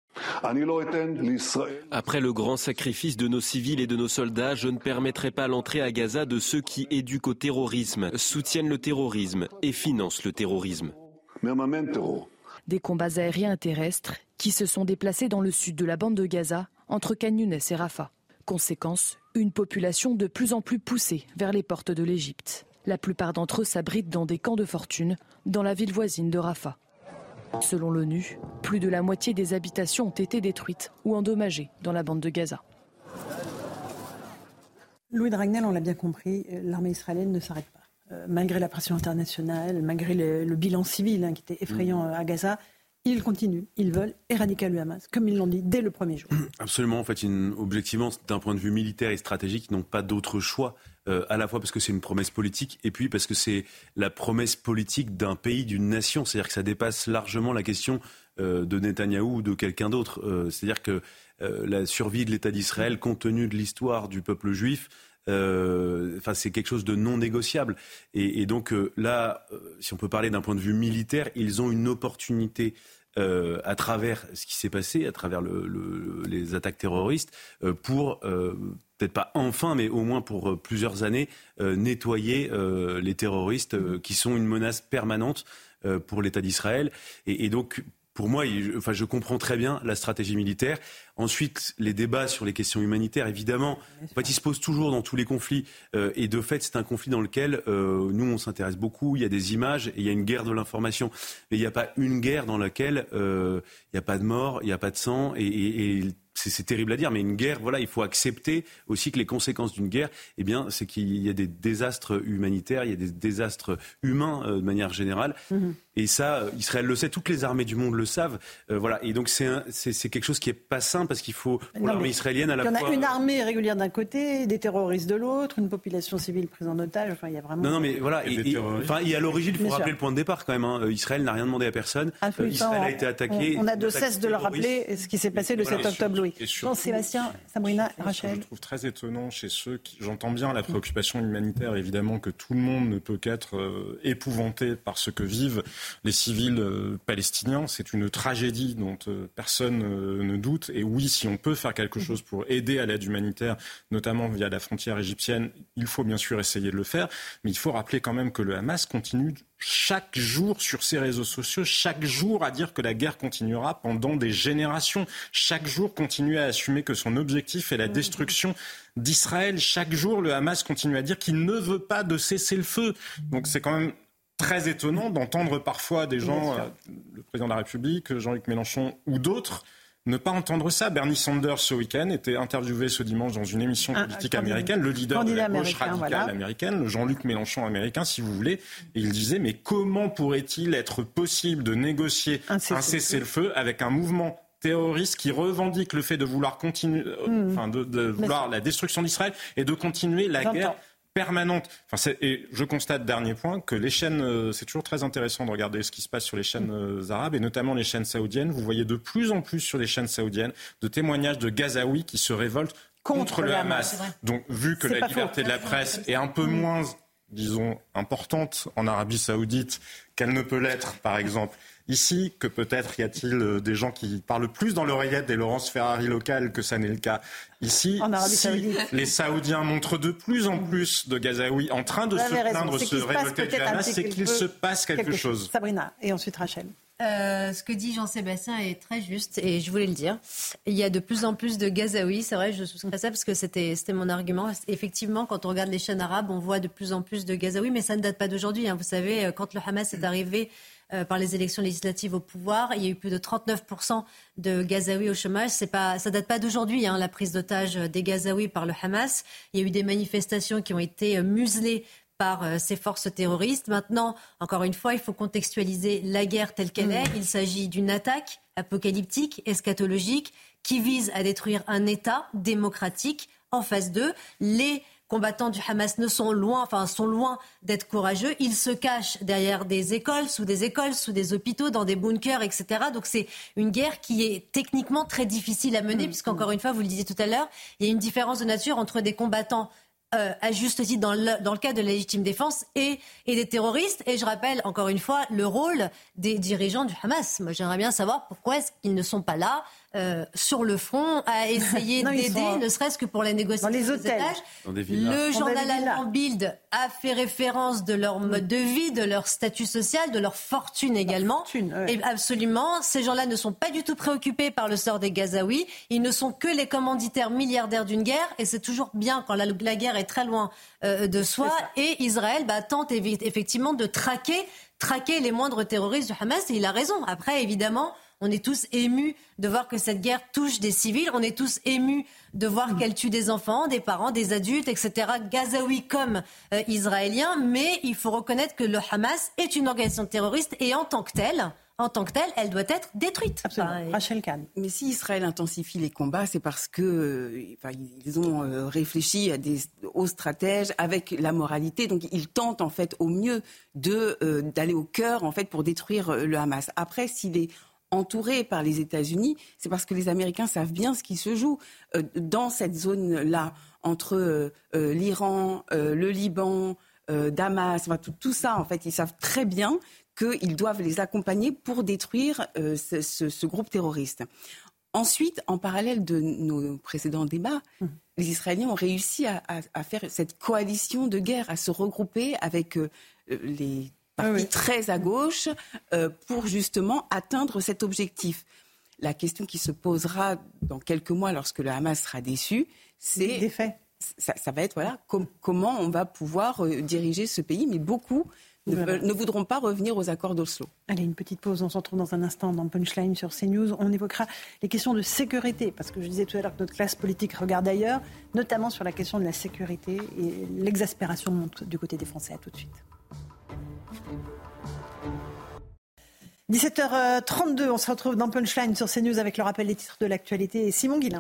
Après le grand sacrifice de nos civils et de nos soldats, je ne permettrai pas l'entrée à Gaza de ceux qui éduquent au terrorisme, soutiennent le terrorisme et financent le terrorisme. Des combats aériens et terrestres qui se sont déplacés dans le sud de la bande de Gaza, entre Khan Younes et Rafah. Conséquence, une population de plus en plus poussée vers les portes de l'Égypte. La plupart d'entre eux s'abritent dans des camps de fortune dans la ville voisine de Rafah. Selon l'ONU, plus de la moitié des habitations ont été détruites ou endommagées dans la bande de Gaza. Louis Dragnel, on l'a bien compris, l'armée israélienne ne s'arrête pas. Malgré la pression internationale, malgré le bilan civil qui était effrayant à Gaza, ils continuent, ils veulent éradiquer le Hamas, comme ils l'ont dit dès le premier jour. Absolument, en fait, objectivement, d'un point de vue militaire et stratégique, ils n'ont pas d'autre choix, à la fois parce que c'est une promesse politique, et puis parce que c'est la promesse politique d'un pays, d'une nation, c'est-à-dire que ça dépasse largement la question de Netanyahou ou de quelqu'un d'autre. C'est-à-dire que la survie de l'État d'Israël, compte tenu de l'histoire du peuple juif, c'est quelque chose de non négociable. Et donc là, si on peut parler d'un point de vue militaire, ils ont une opportunité à travers ce qui s'est passé, à travers les attaques terroristes, pour peut-être pas enfin, mais au moins pour plusieurs années, nettoyer les terroristes qui sont une menace permanente pour l'État d'Israël. Et donc, pour moi, je comprends très bien la stratégie militaire. Ensuite, les débats sur les questions humanitaires, évidemment, ils se posent toujours dans tous les conflits. Et de fait, c'est un conflit dans lequel nous, on s'intéresse beaucoup. Il y a des images et il y a une guerre de l'information. Mais il n'y a pas une guerre dans laquelle il n'y a pas de mort, il n'y a pas de sang. Et c'est terrible à dire, mais une guerre, il faut accepter aussi que les conséquences d'une guerre, c'est qu'il y a des désastres humanitaires, il y a des désastres humains de manière générale. Et ça, Israël le sait, toutes les armées du monde le savent. Et donc c'est quelque chose qui est pas sain parce qu'il faut, pour l'armée israélienne à la fois... Il y en a une armée régulière d'un côté, des terroristes de l'autre, une population civile prise en otage. Il y a vraiment... Non, mais voilà. Et à l'origine, il faut rappeler le point de départ quand même. Israël n'a rien demandé à personne. Israël a été attaqué. On a de cesse de le rappeler, ce qui s'est passé le 7 octobre, Louis. Jean-Sébastien, Sabrina, Rachel. Je trouve très étonnant chez ceux qui... J'entends bien la préoccupation humanitaire, évidemment, que tout le monde ne peut qu'être épouvanté par ce que vivent les civils palestiniens. C'est une tragédie dont personne ne doute. Et oui, si on peut faire quelque chose pour aider à l'aide humanitaire, notamment via la frontière égyptienne, il faut bien sûr essayer de le faire. Mais il faut rappeler quand même que le Hamas continue chaque jour sur ses réseaux sociaux, chaque jour à dire que la guerre continuera pendant des générations. Chaque jour continue à assumer que son objectif est la destruction d'Israël. Chaque jour, le Hamas continue à dire qu'il ne veut pas de cessez-le-feu. Donc c'est quand même très étonnant d'entendre parfois des gens, le président de la République, Jean-Luc Mélenchon ou d'autres, ne pas entendre ça. Bernie Sanders, ce week-end, était interviewé ce dimanche dans une émission politique américaine, le leader de la gauche radicale américaine, le Jean-Luc Mélenchon américain, si vous voulez. Et il disait, mais comment pourrait-il être possible de négocier un cessez-le-feu avec un mouvement terroriste qui revendique le fait de vouloir continuer, de vouloir la destruction d'Israël et de continuer la guerre permanente. Et je constate, dernier point, que les chaînes, c'est toujours très intéressant de regarder ce qui se passe sur les chaînes arabes, et notamment les chaînes saoudiennes. Vous voyez de plus en plus sur les chaînes saoudiennes de témoignages de Gazaouis qui se révoltent contre le Hamas. Donc, vu que la liberté de la presse est un peu moins, disons, importante en Arabie saoudite qu'elle ne peut l'être, par exemple, ici, que peut-être y a-t-il des gens qui parlent plus dans l'oreillette des Laurence Ferrari locales que ça n'est le cas ici. Les Saoudiens montrent de plus en plus de Gazaouis en train de se plaindre, se révolter du Hamas, c'est qu'il se passe quelque chose. Sabrina, et ensuite Rachel. Ce que dit Jean-Sébastien est très juste et je voulais le dire. Il y a de plus en plus de Gazaouis, c'est vrai, je souscris à ça parce que c'était mon argument. Effectivement, quand on regarde les chaînes arabes, on voit de plus en plus de Gazaouis, mais ça ne date pas d'aujourd'hui. Vous savez, quand le Hamas est arrivé par les élections législatives au pouvoir, il y a eu plus de 39% de Gazaouis au chômage. Ça date pas d'aujourd'hui, la prise d'otage des Gazaouis par le Hamas. Il y a eu des manifestations qui ont été muselées par ces forces terroristes. Maintenant, encore une fois, il faut contextualiser la guerre telle qu'elle est. Il s'agit d'une attaque apocalyptique, eschatologique, qui vise à détruire un État démocratique en phase 2. Les combattants du Hamas sont loin d'être courageux. Ils se cachent derrière des écoles, sous des hôpitaux, dans des bunkers, etc. Donc c'est une guerre qui est techniquement très difficile à mener, puisqu'encore une fois, vous le disiez tout à l'heure, il y a une différence de nature entre des combattants à juste titre dans le cas de la légitime défense et des terroristes. Et je rappelle encore une fois le rôle des dirigeants du Hamas. Moi, j'aimerais bien savoir pourquoi est-ce qu'ils ne sont pas là sur le front à essayer d'aider, ne serait-ce que pour la négociation des étages. Le journal allemand Bild a fait référence de leur mode de vie, de leur statut social, de leur fortune également. Et absolument, ces gens-là ne sont pas du tout préoccupés par le sort des Gazaouis. Ils ne sont que les commanditaires milliardaires d'une guerre. Et c'est toujours bien quand la guerre est très loin de soi. Et Israël tente effectivement de traquer les moindres terroristes du Hamas. Et il a raison. Après, évidemment, on est tous émus de voir que cette guerre touche des civils. On est tous émus de voir qu'elle tue des enfants, des parents, des adultes, etc. Gazaouis comme israéliens. Mais il faut reconnaître que le Hamas est une organisation terroriste et en tant que telle, elle doit être détruite. Absolument. Rachel Kahn. Mais si Israël intensifie les combats, c'est parce que ils ont réfléchi à des hauts stratèges avec la moralité. Donc ils tentent en fait au mieux d'aller au cœur en fait pour détruire le Hamas. Après, s'il est entourés par les États-Unis, c'est parce que les Américains savent bien ce qui se joue dans cette zone-là, entre l'Iran, le Liban, Damas, tout ça, en fait, ils savent très bien qu'ils doivent les accompagner pour détruire ce groupe terroriste. Ensuite, en parallèle de nos précédents débats, les Israéliens ont réussi à faire cette coalition de guerre, à se regrouper avec les partis très à gauche pour justement atteindre cet objectif. La question qui se posera dans quelques mois lorsque le Hamas sera déçu, c'est... Des faits. Ça va être comment on va pouvoir diriger ce pays, mais beaucoup ne voudront pas revenir aux accords d'Oslo. Allez, une petite pause, on se retrouve dans un instant dans Punchline sur CNews. On évoquera les questions de sécurité, parce que je disais tout à l'heure que notre classe politique regarde ailleurs, notamment sur la question de la sécurité et l'exaspération monte du côté des Français. À tout de suite. 17h32, on se retrouve dans Punchline sur CNews avec le rappel des titres de l'actualité et Simon Guillain.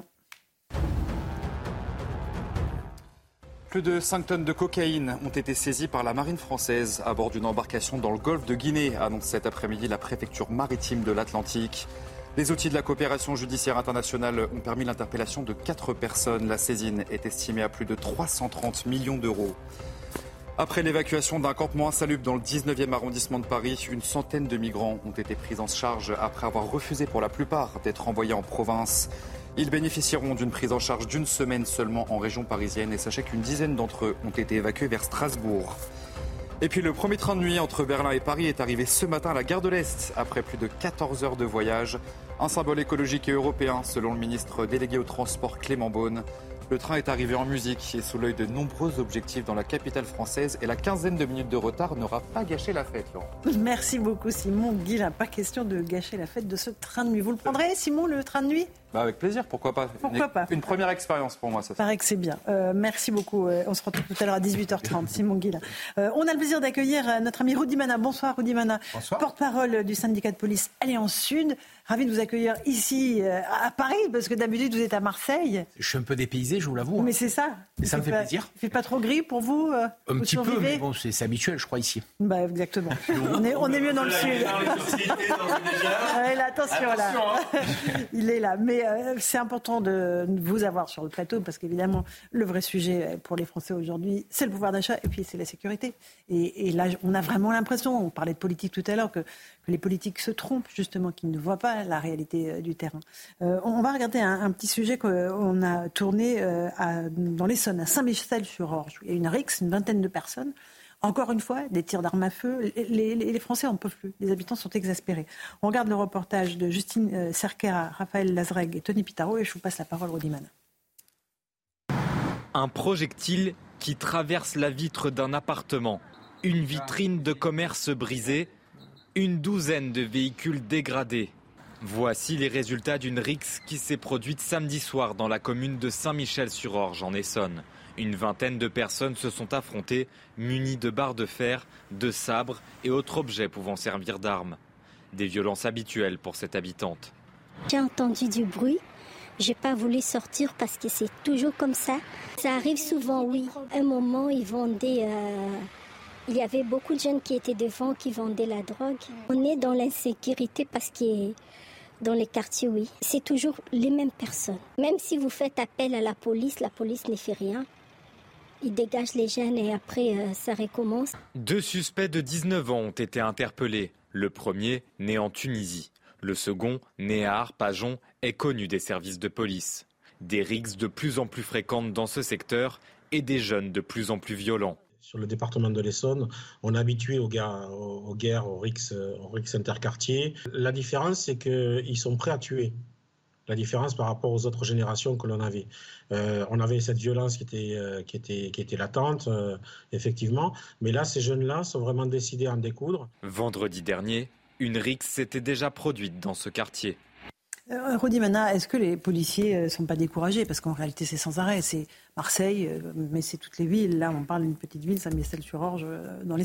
Plus de 5 tonnes de cocaïne ont été saisies par la marine française à bord d'une embarcation dans le golfe de Guinée, annonce cet après-midi la préfecture maritime de l'Atlantique. Les outils de la coopération judiciaire internationale ont permis l'interpellation de 4 personnes. La saisine est estimée à plus de 330 millions d'euros. Après l'évacuation d'un campement insalubre dans le 19e arrondissement de Paris, une centaine de migrants ont été pris en charge après avoir refusé pour la plupart d'être envoyés en province. Ils bénéficieront d'une prise en charge d'une semaine seulement en région parisienne et sachez qu'une dizaine d'entre eux ont été évacués vers Strasbourg. Et puis le premier train de nuit entre Berlin et Paris est arrivé ce matin à la gare de l'Est après plus de 14 heures de voyage. Un symbole écologique et européen selon le ministre délégué au transport Clément Beaune. Le train est arrivé en musique et sous l'œil de nombreux objectifs dans la capitale française et la quinzaine de minutes de retard n'aura pas gâché la fête, Laurent. Merci beaucoup Simon Guillain. Pas question de gâcher la fête de ce train de nuit. Vous le prendrez Simon, le train de nuit ? Avec plaisir, pourquoi pas. Une première expérience pour moi, ça. Paraît que c'est bien. Merci beaucoup. On se retrouve tout à l'heure à 18h30. Simon Guillain. On a le plaisir d'accueillir notre ami Rudy Mana. Bonsoir Rudy Mana. Bonsoir. Porte-parole du syndicat de police Alliance Sud. Ravi de vous accueillir ici à Paris, parce que d'habitude vous êtes à Marseille. Je suis un peu dépaysé, je vous l'avoue. Mais c'est ça. Mais ça me fait plaisir. Il ne fait pas trop gris pour vous Un petit peu, mais bon, c'est habituel, je crois, ici. Exactement. on est mieux dans le sud. Attention là. Il est là. Mais c'est important de vous avoir sur le plateau, parce qu'évidemment, le vrai sujet pour les Français aujourd'hui, c'est le pouvoir d'achat et puis c'est la sécurité. Et là, on a vraiment l'impression, on parlait de politique tout à l'heure, que les politiques se trompent, justement, qu'ils ne voient pas la réalité du terrain. On va regarder un petit sujet qu'on a tourné dans l'Essonne, à Saint-Michel-sur-Orge. Il y a une rixe, une vingtaine de personnes. Encore une fois, des tirs d'armes à feu. Les Français n'en peuvent plus. Les habitants sont exaspérés. On regarde le reportage de Justine Cerquera, Raphaël Lazreg et Tony Pitaro et je vous passe la parole, Rudy Mana. Un projectile qui traverse la vitre d'un appartement. Une vitrine de commerce brisée. Une douzaine de véhicules dégradés. Voici les résultats d'une rixe qui s'est produite samedi soir dans la commune de Saint-Michel-sur-Orge en Essonne. Une vingtaine de personnes se sont affrontées, munies de barres de fer, de sabres et autres objets pouvant servir d'armes. Des violences habituelles pour cette habitante. J'ai entendu du bruit. J'ai pas voulu sortir parce que c'est toujours comme ça. Ça arrive souvent, oui. À un moment, ils vendaient... Il y avait beaucoup de jeunes qui étaient devant, qui vendaient la drogue. On est dans l'insécurité parce que dans les quartiers, oui. C'est toujours les mêmes personnes. Même si vous faites appel à la police ne fait rien. Ils dégagent les jeunes et après, ça recommence. 2 suspects de 19 ans ont été interpellés. Le premier, né en Tunisie. Le second, né à Arpajon, est connu des services de police. Des rixes de plus en plus fréquentes dans ce secteur et des jeunes de plus en plus violents. Sur le département de l'Essonne, on est habitué aux guerres, aux rixes interquartiers. La différence, c'est qu'ils sont prêts à tuer. La différence par rapport aux autres générations que l'on avait. On avait cette violence qui était latente, effectivement. Mais là, ces jeunes-là sont vraiment décidés à en découdre. Vendredi dernier, une rixe s'était déjà produite dans ce quartier. Rudy Mana, est-ce que les policiers ne sont pas découragés ? Parce qu'en réalité, c'est sans arrêt. C'est Marseille, mais c'est toutes les villes. Là, on parle d'une petite ville, Saint-Michel-sur-Orge, dans l'Essonne.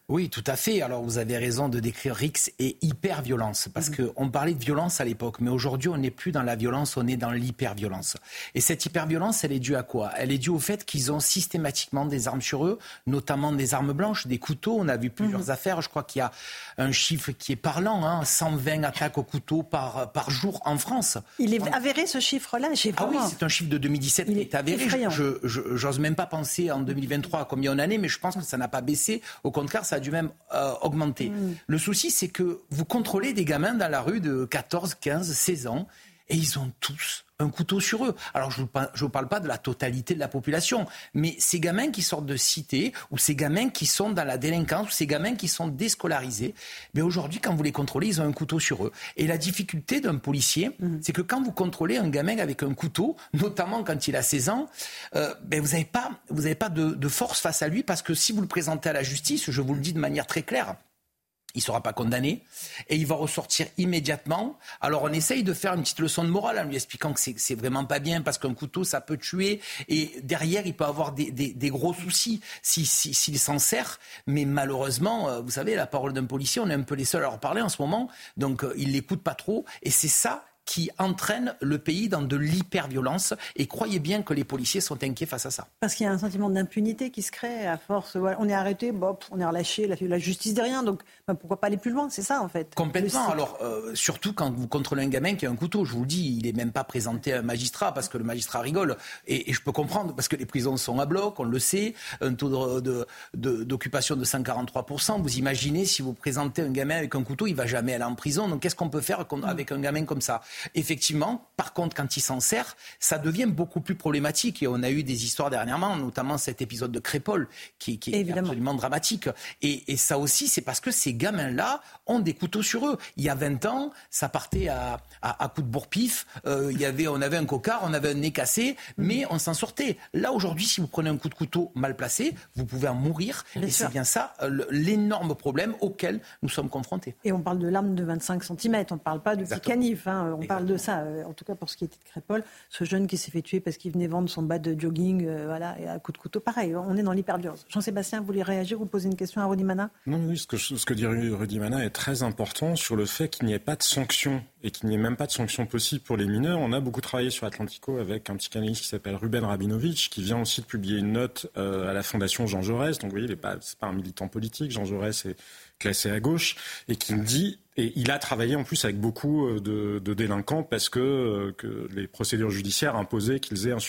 Oui, tout à fait. Alors, vous avez raison de décrire Rix et hyper-violence, parce qu'on parlait de violence à l'époque, mais aujourd'hui, on n'est plus dans la violence, on est dans l'hyper-violence. Et cette hyper-violence, elle est due à quoi ? Elle est due au fait qu'ils ont systématiquement des armes sur eux, notamment des armes blanches, des couteaux. On a vu plusieurs affaires. Je crois qu'il y a un chiffre qui est parlant, 120 attaques au couteau par jour en France. Il est avéré, ce chiffre-là ? Ah oui, c'est un chiffre de 2017 qui est avéré. J'ose même pas penser en 2023 à combien on en est, mais je pense que ça n'a pas baissé. Au contraire, ça a dû même augmenter. Le souci, c'est que vous contrôlez des gamins dans la rue de 14, 15, 16 ans et ils ont tous un couteau sur eux. Alors, je ne vous parle pas de la totalité de la population, mais ces gamins qui sortent de cité ou ces gamins qui sont dans la délinquance ou ces gamins qui sont déscolarisés, mais aujourd'hui, quand vous les contrôlez, ils ont un couteau sur eux. Et la difficulté d'un policier, c'est que quand vous contrôlez un gamin avec un couteau, notamment quand il a 16 ans, vous n'avez pas de force face à lui, parce que si vous le présentez à la justice, je vous le dis de manière très claire, il ne sera pas condamné et il va ressortir immédiatement. Alors on essaye de faire une petite leçon de morale en lui expliquant que c'est vraiment pas bien, parce qu'un couteau ça peut tuer et derrière il peut avoir des gros soucis s'il s'en sert. Mais malheureusement, vous savez, la parole d'un policier, on est un peu les seuls à leur parler en ce moment, donc il l'écoute pas trop et c'est ça qui entraîne le pays dans de l'hyper-violence. Et croyez bien que les policiers sont inquiets face à ça. Parce qu'il y a un sentiment d'impunité qui se crée à force. On est arrêté, on est relâché, la justice dit rien. Donc pourquoi pas aller plus loin ? C'est ça en fait. Complètement. Alors surtout quand vous contrôlez un gamin qui a un couteau, je vous le dis, il n'est même pas présenté à un magistrat parce que le magistrat rigole. Et je peux comprendre parce que les prisons sont à bloc, on le sait. Un taux d'occupation de 143%. Vous imaginez si vous présentez un gamin avec un couteau, il ne va jamais aller en prison. Donc qu'est-ce qu'on peut faire avec un gamin comme ça ? Effectivement, par contre, quand il s'en sert, ça devient beaucoup plus problématique. Et on a eu des histoires dernièrement, notamment cet épisode de Crépol, qui est absolument dramatique. Et ça aussi, c'est parce que ces gamins-là ont des couteaux sur eux. Il y a 20 ans, ça partait à coups de bourre-pif. On avait un cocard, on avait un nez cassé, mais on s'en sortait. Là, aujourd'hui, si vous prenez un coup de couteau mal placé, vous pouvez en mourir. Et c'est bien ça, l'énorme problème auquel nous sommes confrontés. Et on parle de l'arme de 25 cm, on ne parle pas de petit canif. On parle de ça, en tout cas pour ce qui était de Crépol, ce jeune qui s'est fait tuer parce qu'il venait vendre son bas de jogging, et à coup de couteau. Pareil, on est dans l'hyperviolence. Jean-Sébastien, vous voulez réagir ou poser une question à Rudy Mana ? Non, oui, ce que dit Rudy Mana est très important sur le fait qu'il n'y ait pas de sanctions et qu'il n'y ait même pas de sanctions possibles pour les mineurs. On a beaucoup travaillé sur Atlantico avec un psychanalyste qui s'appelle Ruben Rabinovitch, qui vient aussi de publier une note à la Fondation Jean Jaurès. Donc vous voyez, c'est pas un militant politique. Jean Jaurès est classé à gauche et qui me dit, et il a travaillé en plus avec beaucoup de délinquants parce que les procédures judiciaires imposaient qu'ils aient un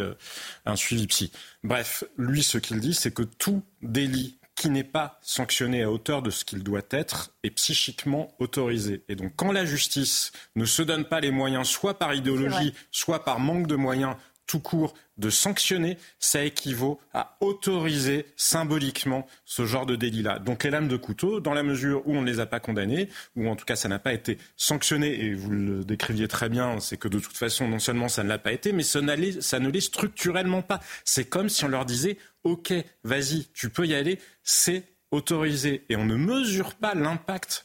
suivi psy. Bref, lui, ce qu'il dit, c'est que tout délit qui n'est pas sanctionné à hauteur de ce qu'il doit être est psychiquement autorisé. Et donc, quand la justice ne se donne pas les moyens, soit par idéologie, soit par manque de moyens tout court, de sanctionner, ça équivaut à autoriser symboliquement ce genre de délit-là. Donc les lames de couteau, dans la mesure où on ne les a pas condamnées, ou en tout cas ça n'a pas été sanctionné, et vous le décriviez très bien, c'est que de toute façon, non seulement ça ne l'a pas été, mais ça ne l'est structurellement pas. C'est comme si on leur disait « Ok, vas-y, tu peux y aller, c'est autorisé ». Et on ne mesure pas l'impact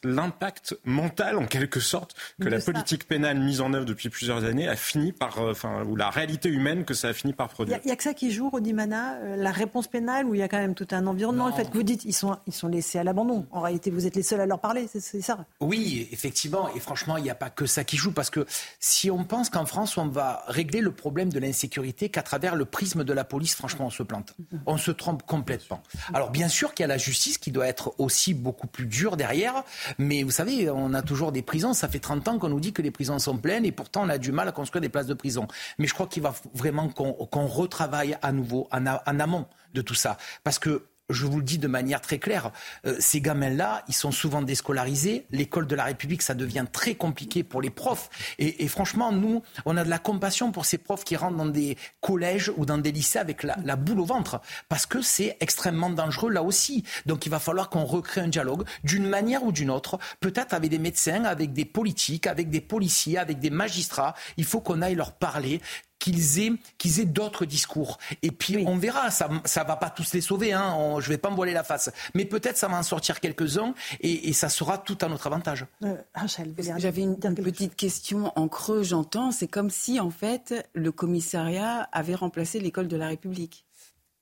mental, en quelque sorte, que la politique pénale mise en œuvre depuis plusieurs années a fini par, ou la réalité humaine que ça a fini par produire. Il n'y a que ça qui joue, Rudy Mana, la réponse pénale, où il y a quand même tout un environnement. Non. Le fait que vous dites ils sont laissés à l'abandon. En réalité, vous êtes les seuls à leur parler, c'est ça ? Oui, effectivement. Et franchement, il n'y a pas que ça qui joue. Parce que si on pense qu'en France, on va régler le problème de l'insécurité qu'à travers le prisme de la police, franchement, on se plante. On se trompe complètement. Alors, bien sûr qu'il y a la justice qui doit être aussi beaucoup plus dure derrière. Mais vous savez, on a toujours des prisons. Ça fait 30 ans qu'on nous dit que les prisons sont pleines et pourtant on a du mal à construire des places de prison. Mais je crois qu'il va vraiment qu'on retravaille à nouveau en amont de tout ça. Parce que je vous le dis de manière très claire, ces gamins-là, ils sont souvent déscolarisés. L'école de la République, ça devient très compliqué pour les profs. Et franchement, nous, on a de la compassion pour ces profs qui rentrent dans des collèges ou dans des lycées avec la boule au ventre. Parce que c'est extrêmement dangereux là aussi. Donc il va falloir qu'on recrée un dialogue d'une manière ou d'une autre, peut-être avec des médecins, avec des politiques, avec des policiers, avec des magistrats. Il faut qu'on aille leur parler, qu'ils aient d'autres discours. Et puis on verra, ça va pas tous les sauver, je vais pas me voiler la face. Mais peut-être ça va en sortir quelques-uns et ça sera tout à notre avantage. Rachel, j'avais une petite question en creux, j'entends. C'est comme si en fait le commissariat avait remplacé l'école de la République.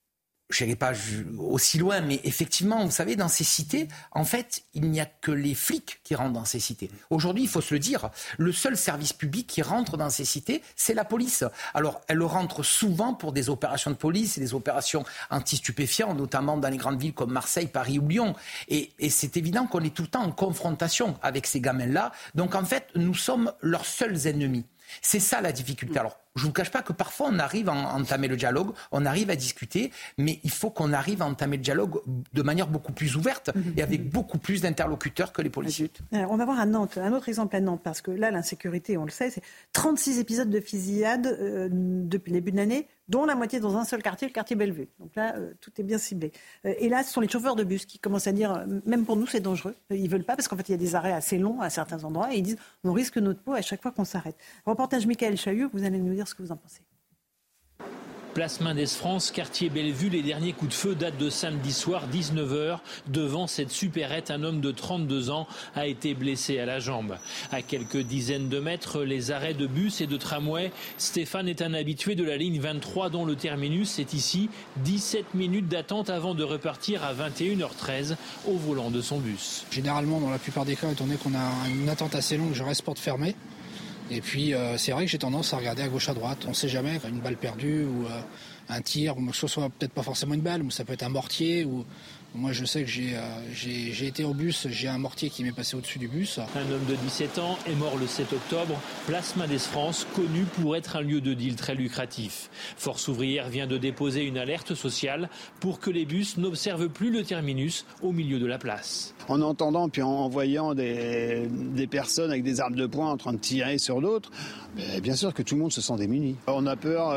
je n'irai pas aussi loin, mais effectivement, vous savez, dans ces cités, en fait, il n'y a que les flics qui rentrent dans ces cités. Aujourd'hui, il faut se le dire, le seul service public qui rentre dans ces cités, c'est la police. Alors, elle rentre souvent pour des opérations de police et des opérations anti-stupéfiants, notamment dans les grandes villes comme Marseille, Paris ou Lyon. Et c'est évident qu'on est tout le temps en confrontation avec ces gamins-là. Donc, en fait, nous sommes leurs seuls ennemis. C'est ça la difficulté. Alors, je ne vous cache pas que parfois on arrive à entamer le dialogue, on arrive à discuter, mais il faut qu'on arrive à entamer le dialogue de manière beaucoup plus ouverte et avec beaucoup plus d'interlocuteurs que les policiers. Alors, on va voir à Nantes, un autre exemple à Nantes, parce que là, l'insécurité, on le sait, c'est 36 épisodes de fusillade depuis le début de l'année, dont la moitié dans un seul quartier, le quartier Bellevue. Donc là, tout est bien ciblé. Et là, ce sont les chauffeurs de bus qui commencent à dire, même pour nous, c'est dangereux. Ils ne veulent pas, parce qu'en fait, il y a des arrêts assez longs à certains endroits, et ils disent, on risque notre peau à chaque fois qu'on s'arrête. Reportage Michael Chailloux, vous allez nous dire ce que vous en pensez. Place Mendes France, quartier Bellevue, les derniers coups de feu datent de samedi soir, 19h. Devant cette supérette, un homme de 32 ans a été blessé à la jambe. À quelques dizaines de mètres, les arrêts de bus et de tramway. Stéphane est un habitué de la ligne 23 dont le terminus est ici. 17 minutes d'attente avant de repartir à 21h13 au volant de son bus. Généralement, dans la plupart des cas, étant donné qu'on a une attente assez longue, je reste porte fermée. Et puis, c'est vrai que j'ai tendance à regarder à gauche, à droite. On ne sait jamais, une balle perdue ou un tir, ou que ce soit peut-être pas forcément une balle, mais ça peut être un mortier. Ou moi, je sais que j'ai été au bus, j'ai un mortier qui m'est passé au-dessus du bus. Un homme de 17 ans est mort le 7 octobre. Place Mendes France, connu pour être un lieu de deal très lucratif. Force ouvrière vient de déposer une alerte sociale pour que les bus n'observent plus le terminus au milieu de la place. En entendant puis en voyant des personnes avec des armes de poing en train de tirer sur d'autres, bien sûr que tout le monde se sent démuni. On a peur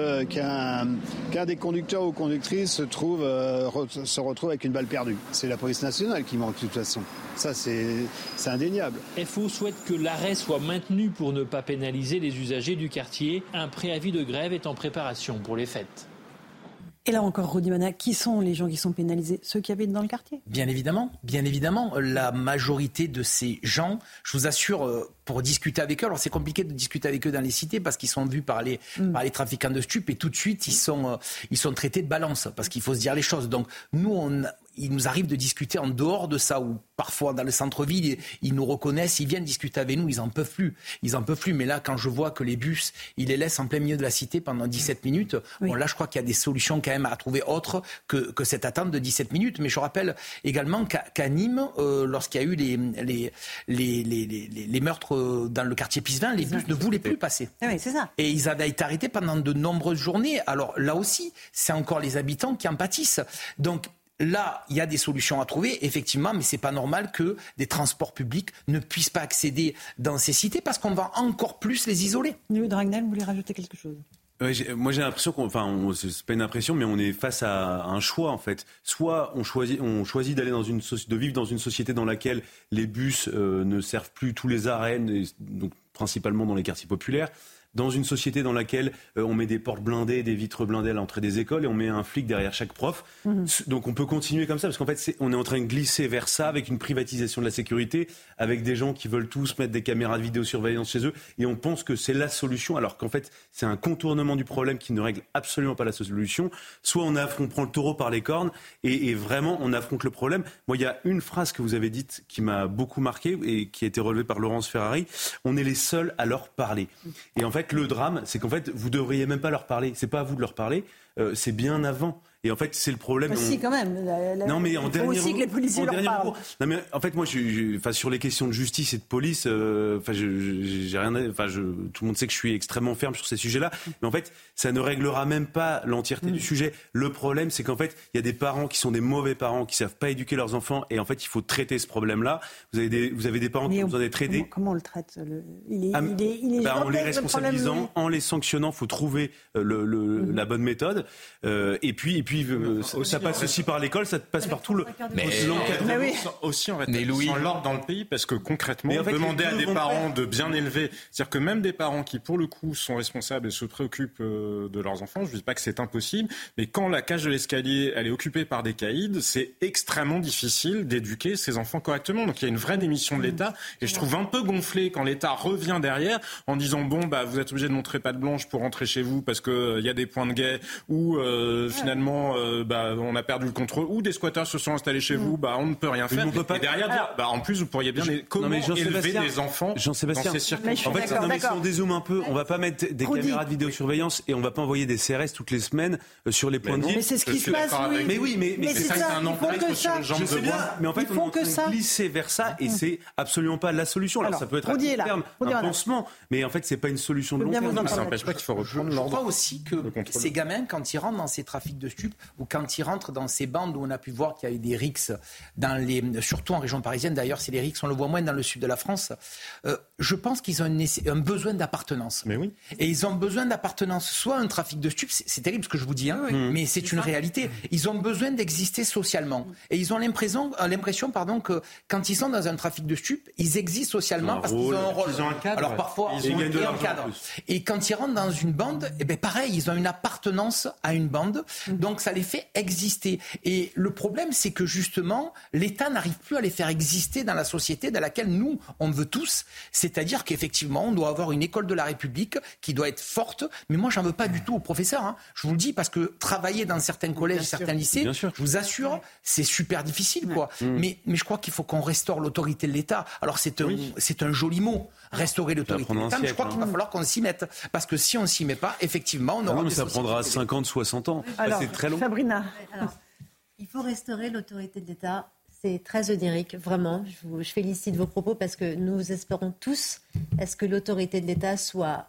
qu'un des conducteurs ou conductrices se retrouve avec une balle perdue. C'est la police nationale qui manque de toute façon. Ça, c'est indéniable. FO souhaite que l'arrêt soit maintenu pour ne pas pénaliser les usagers du quartier. Un préavis de grève est en préparation pour les fêtes. Et là encore, Rudy Mana, qui sont les gens qui sont pénalisés? Ceux qui habitent dans le quartier? Bien évidemment. La majorité de ces gens, je vous assure, pour discuter avec eux, alors c'est compliqué de discuter avec eux dans les cités parce qu'ils sont vus par les trafiquants de stupes et tout de suite ils sont traités de balance parce qu'il faut se dire les choses. Donc nous, il nous arrive de discuter en dehors de ça ou parfois dans le centre-ville, ils nous reconnaissent, ils viennent discuter avec nous, ils en peuvent plus. Mais là, quand je vois que les bus, ils les laissent en plein milieu de la cité pendant 17 minutes, bon là je crois qu'il y a des solutions quand même à trouver autres que cette attente de 17 minutes. Mais je rappelle également qu'à Nîmes, lorsqu'il y a eu les meurtres dans le quartier Pisevin, les bus ne voulaient plus passer. Oui, c'est ça. Et ils avaient été arrêtés pendant de nombreuses journées. Alors là aussi, c'est encore les habitants qui en pâtissent. Donc là, il y a des solutions à trouver, effectivement, mais c'est pas normal que des transports publics ne puissent pas accéder dans ces cités parce qu'on va encore plus les isoler. Louis Dragnel, vous voulez rajouter quelque chose? Moi j'ai l'impression c'est pas une impression, mais on est face à un choix en fait. Soit on choisit d'aller de vivre dans une société dans laquelle les bus ne servent plus tous les arrêts, donc principalement dans les quartiers populaires. Dans une société dans laquelle on met des portes blindées, des vitres blindées à l'entrée des écoles et on met un flic derrière chaque prof. Donc on peut continuer comme ça parce qu'en fait on est en train de glisser vers ça avec une privatisation de la sécurité, avec des gens qui veulent tous mettre des caméras de vidéosurveillance chez eux et on pense que c'est la solution alors qu'en fait c'est un contournement du problème qui ne règle absolument pas la solution. Soit on prend le taureau par les cornes et vraiment on affronte le problème. Moi il y a une phrase que vous avez dite qui m'a beaucoup marqué et qui a été relevée par Laurence Ferrari. On est les seuls à leur parler. Et en fait le drame, c'est qu'en fait, vous devriez même pas leur parler. C'est pas à vous de leur parler. C'est bien avant. Et en fait, c'est le problème. Si, quand même. Non, mais en dernier aussi que les policiers leur parlent. Non, mais en fait, moi, sur les questions de justice et de police, j'ai rien. Tout le monde sait que je suis extrêmement ferme sur ces sujets-là. Mais en fait, ça ne réglera même pas l'entièreté du sujet. Le problème, c'est qu'en fait, il y a des parents qui sont des mauvais parents, qui savent pas éduquer leurs enfants. Et en fait, il faut traiter ce problème-là. Vous avez des parents qui ont besoin d'être aidés. Comment on le traite en les responsabilisant, en les sanctionnant, faut trouver la bonne méthode. Et puis ça passe aussi par l'école, ça passe par tout l'encadrement aussi en rétablissant l'ordre dans le pays, parce que concrètement, demander à des parents de bien élever, c'est-à-dire que même des parents qui pour le coup sont responsables et se préoccupent de leurs enfants, je ne dis pas que c'est impossible, mais quand la cage de l'escalier elle est occupée par des caïds, c'est extrêmement difficile d'éduquer ses enfants correctement. Donc il y a une vraie démission de l'État et je trouve un peu gonflé quand l'État revient derrière en disant vous êtes obligé de montrer patte blanche pour rentrer chez vous parce que il y a des points de guet où finalement on a perdu le contrôle, ou des squatteurs se sont installés chez vous, on ne peut rien faire. Et derrière dire, en plus vous pourriez bien comment élever des enfants dans ces circonstances. En fait, si on dézoome un peu, on va pas mettre des caméras de vidéosurveillance et on va pas envoyer des CRS toutes les semaines sur les points de deal. Mais c'est ce qui se passe, oui. Mais oui, mais c'est ça, un enclaistre sur les jambes de bois. Mais en fait, on est en train de glisser vers ça et c'est absolument pas la solution. Alors ça peut être à court terme, un pansement, mais en fait, c'est pas une solution de long terme. Ça n'empêche pas qu'il faut reprendre l'ordre. Je crois aussi que ces gamins, quand ils rentrent dans ces trafics de stupes ou quand ils rentrent dans ces bandes où on a pu voir qu'il y a eu des rixes, surtout en région parisienne, d'ailleurs, c'est les rixes, on le voit moins dans le sud de la France, je pense qu'ils ont un besoin d'appartenance. Mais oui. Et ils ont besoin d'appartenance, soit un trafic de stupes, c'est terrible ce que je vous dis, mais c'est une réalité. Ils ont besoin d'exister socialement. Et ils ont l'impression que quand ils sont dans un trafic de stupes, ils existent socialement parce qu'ils ont un rôle. Ils ont un cadre. Alors parfois, ils ont un cadre. Et quand ils rentrent dans une bande, pareil, ils ont une appartenance à une bande, donc ça les fait exister. Et le problème, c'est que justement, l'État n'arrive plus à les faire exister dans la société dans laquelle nous, on veut tous. C'est-à-dire qu'effectivement, on doit avoir une école de la République qui doit être forte. Mais moi, j'en veux pas du tout aux professeurs. Je vous le dis parce que travailler dans certains collèges, certains lycées, je vous assure, c'est super difficile, quoi. Mais je crois qu'il faut qu'on restaure l'autorité de l'État. Alors c'est un joli mot, restaurer l'autorité de l'État, mais je crois qu'il va falloir qu'on s'y mette. Parce que si on s'y met pas, effectivement, on aura... mais ça prendra 50, 60 ans. Alors, c'est très long. Sabrina. Alors, il faut restaurer l'autorité de l'État. C'est très onirique, vraiment. Je félicite vos propos parce que nous espérons tous que l'autorité de l'État soit,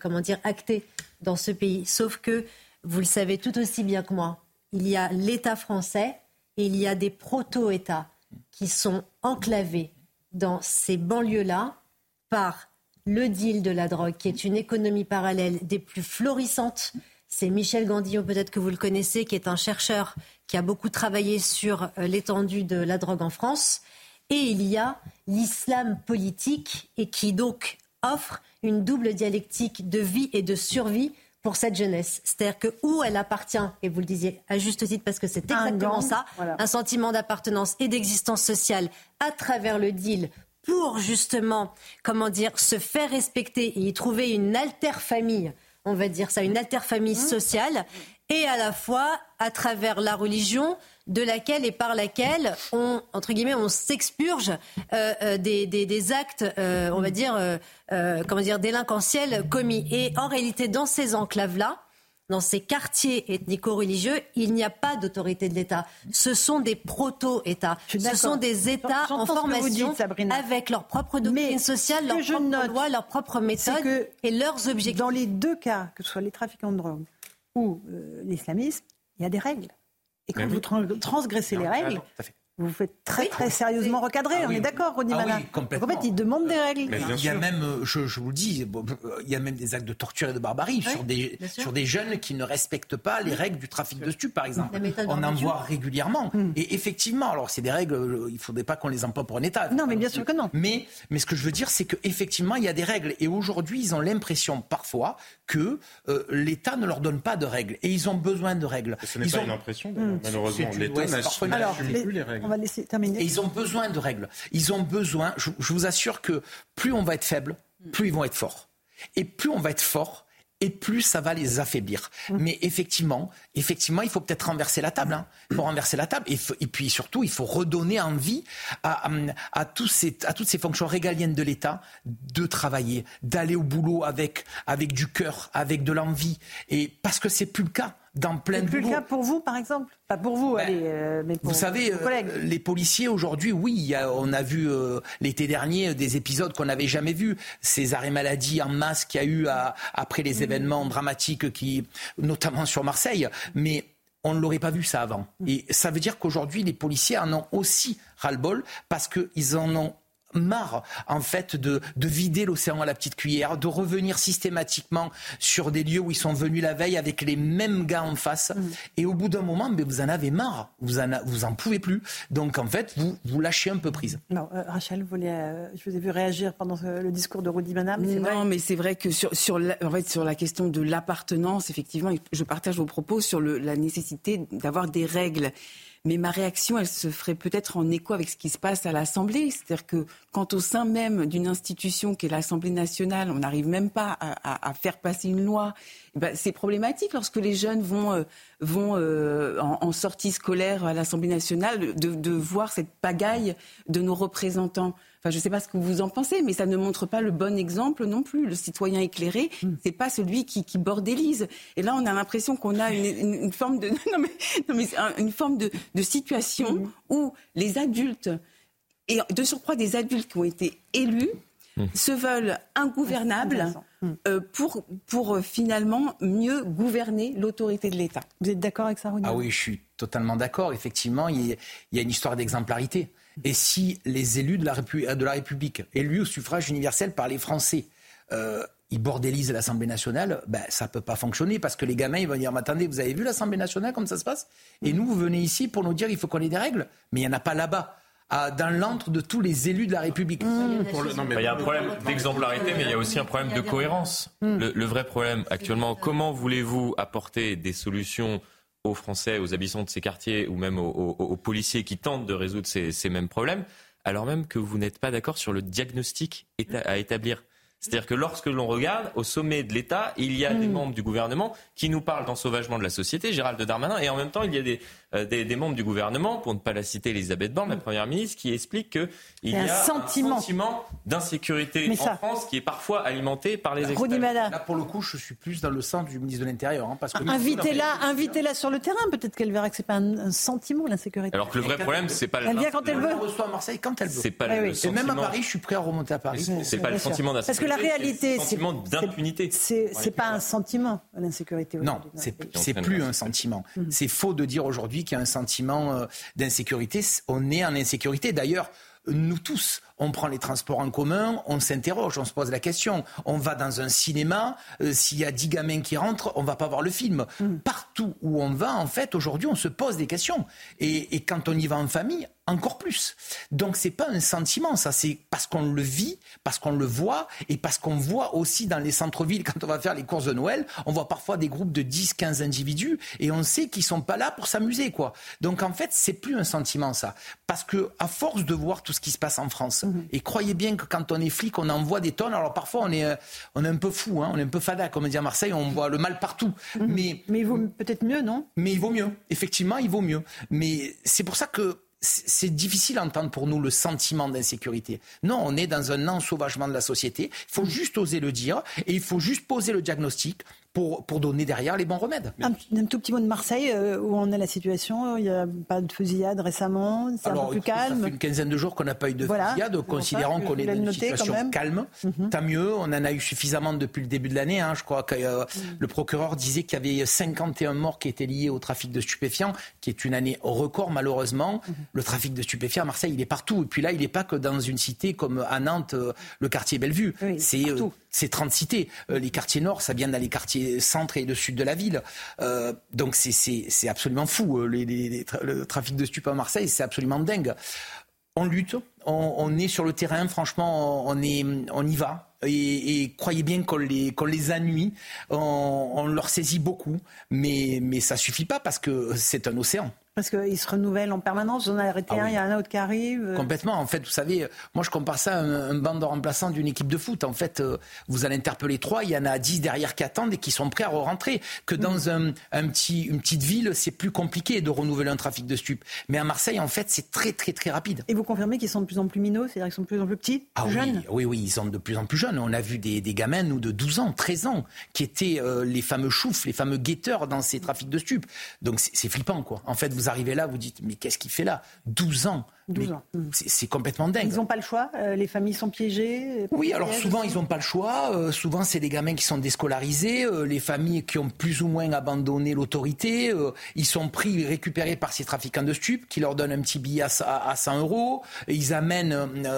actée dans ce pays. Sauf que, vous le savez tout aussi bien que moi, il y a l'État français et il y a des proto-États qui sont enclavés dans ces banlieues-là par le deal de la drogue, qui est une économie parallèle des plus florissantes. C'est Michel Gandillon, peut-être que vous le connaissez, qui est un chercheur qui a beaucoup travaillé sur l'étendue de la drogue en France. Et il y a l'islam politique et qui donc offre une double dialectique de vie et de survie pour cette jeunesse. C'est-à-dire que où elle appartient, et vous le disiez à juste titre parce que c'est exactement ça, un sentiment d'appartenance et d'existence sociale à travers le deal pour justement, se faire respecter et y trouver une alter-famille, on va dire ça, une alter-famille sociale, et à la fois à travers la religion de laquelle et par laquelle on s'expurge des actes, délinquentiels commis. Et en réalité, dans ces enclaves-là, dans ces quartiers ethnico-religieux, il n'y a pas d'autorité de l'État. Ce sont des proto-États. Ce sont des États en formation avec leur propre doctrine sociale, leurs propres lois, leurs propres méthodes et leurs objectifs. Dans les deux cas, que ce soit les trafiquants de drogue ou l'islamisme, il y a des règles. Et quand vous transgressez les règles, vous vous faites très sérieusement recadrer. On est d'accord, Rodi Mana. Donc en fait, ils demandent des règles. Il y a même, je vous le dis, il y a même des actes de torture et de barbarie sur des jeunes qui ne respectent pas les règles du trafic de stupes, par exemple. On en voit régulièrement. Et effectivement, alors c'est des règles, il ne faudrait pas qu'on les emploie pour un État. Non, mais bien sûr que non. Mais ce que je veux dire, c'est qu'effectivement, il y a des règles. Et aujourd'hui, ils ont l'impression parfois que l'État ne leur donne pas de règles. Et ils ont besoin de règles. Ce n'est pas une impression, malheureusement. L'État n'assume plus les règles. On va laisser terminer. Et ils ont besoin de règles. Ils ont besoin, je vous assure que plus on va être faible, plus ils vont être forts. Et plus on va être fort, et plus ça va les affaiblir. Mais effectivement, il faut peut-être renverser la table. Il faut renverser la table. Et puis surtout, il faut redonner envie à toutes ces fonctions régaliennes de l'État de travailler, d'aller au boulot avec du cœur, avec de l'envie. Et parce que c'est plus le cas. Dans plein de plus le cas pour vous, par exemple? Pas pour vous, mais pour vous savez, vos collègues. Les policiers aujourd'hui, oui, on a vu l'été dernier des épisodes qu'on n'avait jamais vus. Ces arrêts maladie en masse qu'il y a eu après les événements dramatiques, notamment sur Marseille. Mais on ne l'aurait pas vu ça avant. Et ça veut dire qu'aujourd'hui, les policiers en ont aussi ras-le-bol parce qu'ils en ont marre en fait de vider l'océan à la petite cuillère, de revenir systématiquement sur des lieux où ils sont venus la veille avec les mêmes gars en face. Et au bout d'un moment, vous en avez marre, vous en pouvez plus. Donc en fait, vous lâchez un peu prise. Non, Rachel, je vous ai vu réagir pendant le discours de Rodi Mana. Mais c'est vrai que sur la question de l'appartenance, effectivement, je partage vos propos sur la nécessité d'avoir des règles. Mais ma réaction, elle se ferait peut-être en écho avec ce qui se passe à l'Assemblée. C'est-à-dire que quand au sein même d'une institution qui est l'Assemblée nationale, on n'arrive même pas à faire passer une loi, c'est problématique lorsque les jeunes vont en sortie scolaire à l'Assemblée nationale de voir cette pagaille de nos représentants. Enfin, je ne sais pas ce que vous en pensez, mais ça ne montre pas le bon exemple non plus. Le citoyen éclairé, c'est pas celui qui bordélise. Et là, on a l'impression qu'on a une forme de une forme de situation où les adultes, et de surcroît des adultes qui ont été élus, se veulent ingouvernables pour finalement mieux gouverner l'autorité de l'État. Vous êtes d'accord avec ça, Rudy ? Ah oui, je suis totalement d'accord. Effectivement, il y a une histoire d'exemplarité. Et si les élus de la République, élus au suffrage universel par les Français, ils bordélisent l'Assemblée nationale, ça ne peut pas fonctionner parce que les gamins ils vont dire « Mais attendez, vous avez vu l'Assemblée nationale, comme ça se passe ?» Et nous, vous venez ici pour nous dire qu'il faut qu'on ait des règles, mais il n'y en a pas là-bas. Dans l'antre de tous les élus de la République. Il y a un problème d'exemplarité, mais il y a aussi un problème de cohérence. Le vrai problème actuellement, comment voulez-vous apporter des solutions aux Français, aux habitants de ces quartiers ou même aux policiers qui tentent de résoudre ces mêmes problèmes, alors même que vous n'êtes pas d'accord sur le diagnostic à établir. C'est-à-dire que lorsque l'on regarde, au sommet de l'État, il y a des membres du gouvernement qui nous parlent d'ensauvagement de la société, Gérald Darmanin, et en même temps, il y a des membres du gouvernement, pour ne pas la citer, Elisabeth Borne, la Première ministre, qui explique qu'il y a un sentiment d'insécurité en France qui est parfois alimenté par les extrêmes. Là, pour le coup, je suis plus dans le sens du ministre de l'Intérieur. Parce que invitez-la sur le terrain, peut-être qu'elle verra que ce n'est pas un sentiment, l'insécurité. Alors que le vrai problème, c'est pas... Elle vient quand elle veut. Elle reçoit à Marseille quand elle veut. C'est pas le sentiment... Et même à Paris, je suis prêt à remonter à Paris. C'est pas le sentiment d'insécurité. Parce que la réalité, c'est le sentiment d'impunité. C'est pas un sentiment, l'insécurité. Non, c'est plus un sentiment. C'est faux de dire aujourd'hui qu'il y a un sentiment d'insécurité. On est en insécurité. D'ailleurs, nous tous, on prend les transports en commun, on s'interroge, on se pose la question. On va dans un cinéma, s'il y a 10 gamins qui rentrent, on va pas voir le film. Partout où on va, en fait, aujourd'hui, on se pose des questions. Et quand on y va en famille, encore plus. Donc c'est pas un sentiment, ça, c'est parce qu'on le vit, parce qu'on le voit, et parce qu'on voit aussi dans les centres-villes, quand on va faire les courses de Noël, on voit parfois des groupes de 10, 15 individus, et on sait qu'ils sont pas là pour s'amuser, quoi. Donc en fait, c'est plus un sentiment, ça. Parce que, à force de voir tout ce qui se passe en France, et croyez bien que quand on est flic, on en voit des tonnes, alors parfois on est un peu fou, on est un peu fada, comme on dit à Marseille, on voit le mal partout. Mais il vaut peut-être mieux, non ? Mais il vaut mieux, effectivement, il vaut mieux. Mais c'est pour ça que c'est difficile à entendre pour nous le sentiment d'insécurité. Non, on est dans un ensauvagement de la société. Il faut juste oser le dire et il faut juste poser le diagnostic pour donner derrière les bons remèdes. Un tout petit mot de Marseille, où on est la situation. Il n'y a pas de fusillade récemment, c'est un peu plus calme. Ça fait une quinzaine de jours qu'on n'a pas eu de fusillade, considérant qu'on est dans une situation calme. Tant mieux, on en a eu suffisamment depuis le début de l'année. Je crois que le procureur disait qu'il y avait 51 morts qui étaient liés au trafic de stupéfiants, qui est une année record malheureusement. Le trafic de stupéfiants à Marseille, il est partout. Et puis là, il n'est pas que dans une cité comme à Nantes, le quartier Bellevue. Oui, c'est 30 cités. Les quartiers nord, ça vient dans les quartiers centre et le sud de la ville. Donc c'est absolument fou. Le trafic de stupéfiants à Marseille, c'est absolument dingue. On lutte, on est sur le terrain, franchement, on y va. Et croyez bien qu'on les ennuie, on leur saisit beaucoup, mais ça suffit pas parce que c'est un océan. Parce qu'ils se renouvellent en permanence. J'en ai arrêté un, il y a un autre qui arrive. Complètement. En fait, vous savez, moi je compare ça à un banc de remplaçants d'une équipe de foot. En fait, vous allez interpeller 3, il y en a 10 derrière qui attendent et qui sont prêts à rentrer. Que dans une petite ville, c'est plus compliqué de renouveler un trafic de stupes. Mais à Marseille, en fait, c'est très très très rapide. Et vous confirmez qu'ils sont de plus en plus minots, c'est-à-dire qu'ils sont de plus en plus petits, jeunes ? Oui, ils sont de plus en plus jeunes. On a vu des gamins, nous, de 12 ans, 13 ans, qui étaient les fameux choufs, les fameux guetteurs dans ces trafics de stupes. Donc c'est flippant, quoi. En fait, vous arrivez là, vous dites, mais qu'est-ce qu'il fait là ? 12 ans. C'est complètement dingue. Ils n'ont pas le choix. Les familles sont piégées. Oui, alors souvent ils n'ont pas le choix. Souvent c'est des gamins qui sont déscolarisés. Les familles qui ont plus ou moins abandonné l'autorité. Ils sont pris, récupérés par ces trafiquants de stupes qui leur donnent un petit billet à 100 euros. Ils amènent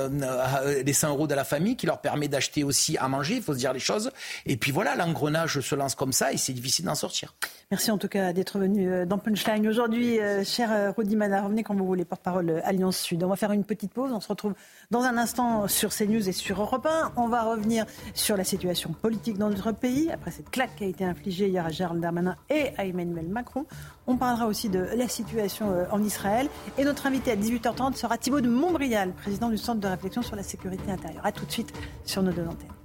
les 100 euros de la famille qui leur permet d'acheter aussi à manger. Il faut se dire les choses. Et puis voilà, l'engrenage se lance comme ça et c'est difficile d'en sortir. Merci en tout cas d'être venu dans Punchline aujourd'hui, cher Rudy Mana. Revenez quand vous voulez, porte-parole Alliance Sud. On va faire une petite pause. On se retrouve dans un instant sur CNews et sur Europe 1. On va revenir sur la situation politique dans notre pays, après cette claque qui a été infligée hier à Gérald Darmanin et à Emmanuel Macron. On parlera aussi de la situation en Israël. Et notre invité à 18h30 sera Thibaut de Montbrial, président du Centre de réflexion sur la sécurité intérieure. A tout de suite sur nos deux antennes.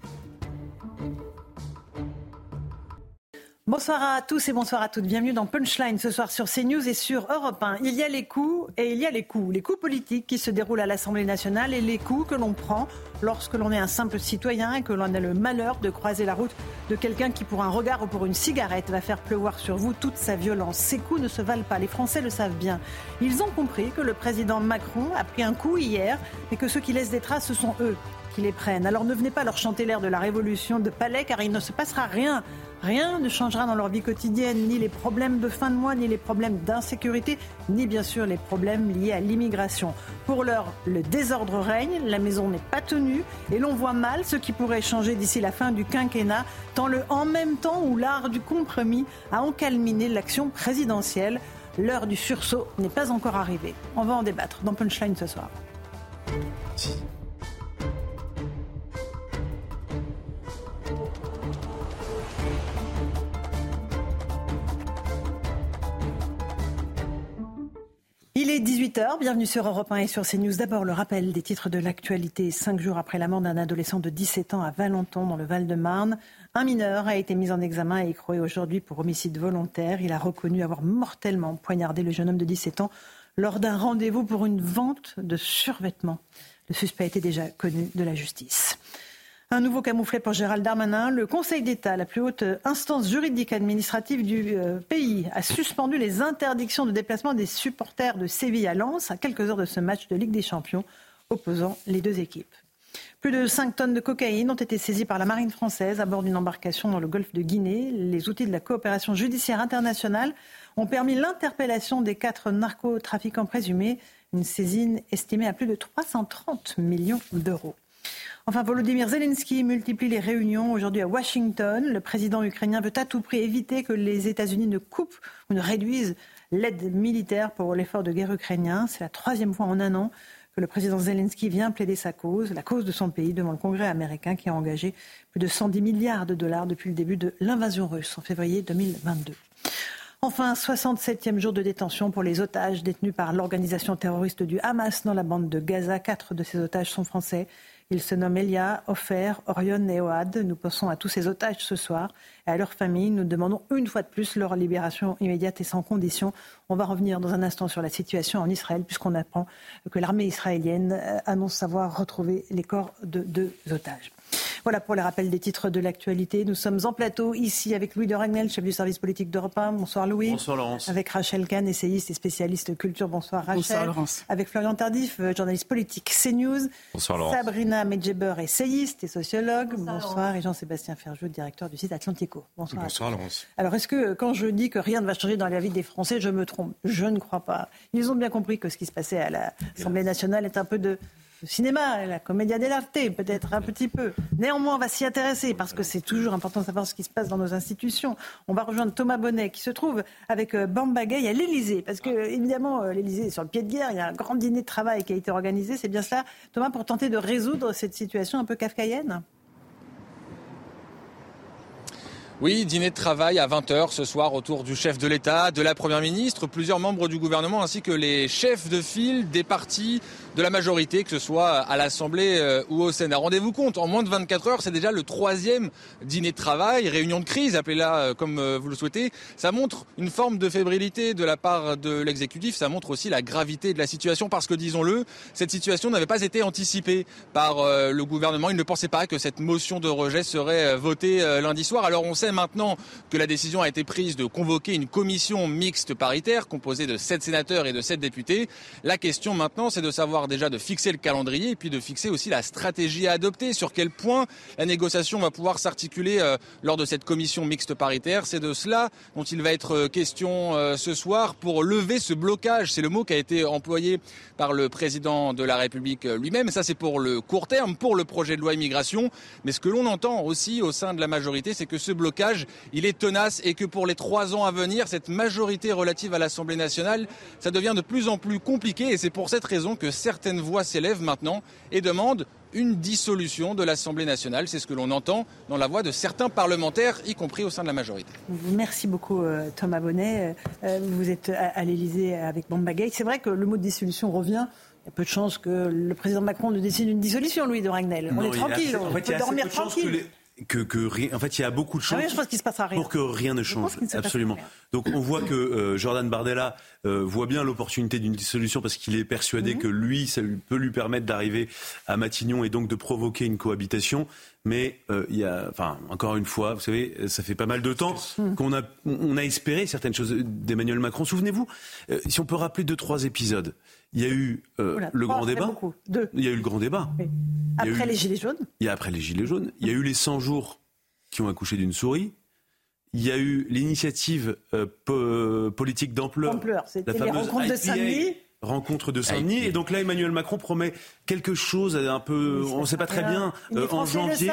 Bonsoir à tous et bonsoir à toutes. Bienvenue dans Punchline ce soir sur CNews et sur Europe 1. Il y a les coups et il y a les coups. Les coups politiques qui se déroulent à l'Assemblée nationale et les coups que l'on prend lorsque l'on est un simple citoyen et que l'on a le malheur de croiser la route de quelqu'un qui, pour un regard ou pour une cigarette, va faire pleuvoir sur vous toute sa violence. Ces coups ne se valent pas. Les Français le savent bien. Ils ont compris que le président Macron a pris un coup hier et que ceux qui laissent des traces, ce sont eux qui les prennent. Alors ne venez pas leur chanter l'air de la révolution de Palais car il ne se passera rien. Rien ne changera dans leur vie quotidienne, ni les problèmes de fin de mois, ni les problèmes d'insécurité, ni bien sûr les problèmes liés à l'immigration. Pour l'heure, le désordre règne, la maison n'est pas tenue et l'on voit mal ce qui pourrait changer d'ici la fin du quinquennat, tant le en même temps ou l'art du compromis a encalminé l'action présidentielle. L'heure du sursaut n'est pas encore arrivée. On va en débattre dans Punchline ce soir. Il est 18h, bienvenue sur Europe 1 et sur CNews. D'abord, le rappel des titres de l'actualité. 5 jours après la mort d'un adolescent de 17 ans à Valenton, dans le Val-de-Marne, un mineur a été mis en examen et écroué aujourd'hui pour homicide volontaire. Il a reconnu avoir mortellement poignardé le jeune homme de 17 ans lors d'un rendez-vous pour une vente de survêtements. Le suspect était déjà connu de la justice. Un nouveau camouflet pour Gérald Darmanin. Le Conseil d'État, la plus haute instance juridique administrative du pays, a suspendu les interdictions de déplacement des supporters de Séville à Lens à quelques heures de ce match de Ligue des Champions opposant les deux équipes. Plus de 5 tonnes de cocaïne ont été saisies par la marine française à bord d'une embarcation dans le golfe de Guinée. Les outils de la coopération judiciaire internationale ont permis l'interpellation des 4 narcotrafiquants présumés. Une saisine estimée à plus de 330 millions d'euros. Enfin, Volodymyr Zelensky multiplie les réunions aujourd'hui à Washington. Le président ukrainien veut à tout prix éviter que les États-Unis ne coupent ou ne réduisent l'aide militaire pour l'effort de guerre ukrainien. C'est la 3e fois en un an que le président Zelensky vient plaider sa cause, la cause de son pays, devant le Congrès américain qui a engagé plus de 110 milliards de dollars depuis le début de l'invasion russe en février 2022. Enfin, 67e jour de détention pour les otages détenus par l'organisation terroriste du Hamas dans la bande de Gaza. 4 de ces otages sont français. Ils se nomment Elia, Ofer, Orion et Ohad. Nous pensons à tous ces otages ce soir et à leurs familles. Nous demandons une fois de plus leur libération immédiate et sans condition. On va revenir dans un instant sur la situation en Israël puisqu'on apprend que l'armée israélienne annonce savoir retrouver les corps de 2 otages. Voilà pour les rappels des titres de l'actualité. Nous sommes en plateau ici avec Louis de Ragnel, chef du service politique d'Europe 1. Bonsoir Louis. Bonsoir Laurence. Avec Rachel Kahn, essayiste et spécialiste culture. Bonsoir Rachel. Bonsoir Laurence. Avec Florian Tardif, journaliste politique CNews. Bonsoir Laurence. Sabrina Medjeber, essayiste et sociologue. Bonsoir. Et Jean-Sébastien Ferjou, directeur du site Atlantico. Bonsoir. Bonsoir Laurence. Alors est-ce que quand je dis que rien ne va changer dans la vie des Français, je me trompe? Je ne crois pas. Ils ont bien compris que ce qui se passait à l'Assemblée nationale est un peu de cinéma, la commedia dell'arte, peut-être un petit peu. Néanmoins, on va s'y intéresser parce que c'est toujours important de savoir ce qui se passe dans nos institutions. On va rejoindre Thomas Bonnet qui se trouve avec Bamba Gay à l'Élysée. Parce que, évidemment, l'Élysée est sur le pied de guerre. Il y a un grand dîner de travail qui a été organisé. C'est bien cela, Thomas, pour tenter de résoudre cette situation un peu kafkaïenne? Oui, dîner de travail à 20h ce soir autour du chef de l'État, de la Première ministre, plusieurs membres du gouvernement ainsi que les chefs de file des partis de la majorité, que ce soit à l'Assemblée ou au Sénat. Rendez-vous compte, en moins de 24 heures, c'est déjà le 3e dîner de travail, réunion de crise, appelez-la comme vous le souhaitez. Ça montre une forme de fébrilité de la part de l'exécutif, ça montre aussi la gravité de la situation parce que, disons-le, cette situation n'avait pas été anticipée par le gouvernement. Il ne pensait pas que cette motion de rejet serait votée lundi soir. Alors on sait maintenant que la décision a été prise de convoquer une commission mixte paritaire composée de 7 sénateurs et de 7 députés. La question maintenant, c'est de savoir déjà de fixer le calendrier et puis de fixer aussi la stratégie à adopter. Sur quel point la négociation va pouvoir s'articuler lors de cette commission mixte paritaire. C'est de cela dont il va être question ce soir pour lever ce blocage. C'est le mot qui a été employé par le président de la République lui-même. Ça, c'est pour le court terme, pour le projet de loi immigration. Mais ce que l'on entend aussi au sein de la majorité, c'est que ce blocage, il est tenace et que pour les 3 ans à venir, cette majorité relative à l'Assemblée nationale, ça devient de plus en plus compliqué. Et c'est pour cette raison que certaines voix s'élèvent maintenant et demandent une dissolution de l'Assemblée nationale. C'est ce que l'on entend dans la voix de certains parlementaires, y compris au sein de la majorité. Merci beaucoup Thomas Bonnet. Vous êtes à l'Élysée avec Bamba Gate. C'est vrai que le mot de dissolution revient. Il y a peu de chances que le président Macron ne décide une dissolution, Louis de Ragnel. On est tranquille, on peut dormir tranquille. En fait, il y a beaucoup de chances pour que rien ne change. Absolument. Donc, on voit que Jordan Bardella voit bien l'opportunité d'une dissolution parce qu'il est persuadé que lui, ça peut lui permettre d'arriver à Matignon et donc de provoquer une cohabitation. Mais encore une fois, vous savez, ça fait pas mal de temps qu'on a espéré certaines choses d'Emmanuel Macron. Souvenez-vous, si on peut rappeler 2-3 épisodes. Il y a eu le grand débat. Il y a eu le grand débat. Oui. Après les Gilets jaunes. Après les Gilets jaunes. Il y a eu les 100 jours qui ont accouché d'une souris. Il y a eu l'initiative politique d'ampleur. C'était les rencontres de Saint-Denis. Rencontre de Saint-Denis. Et donc là, Emmanuel Macron promet quelque chose un peu, on ne sait pas très bien, en janvier.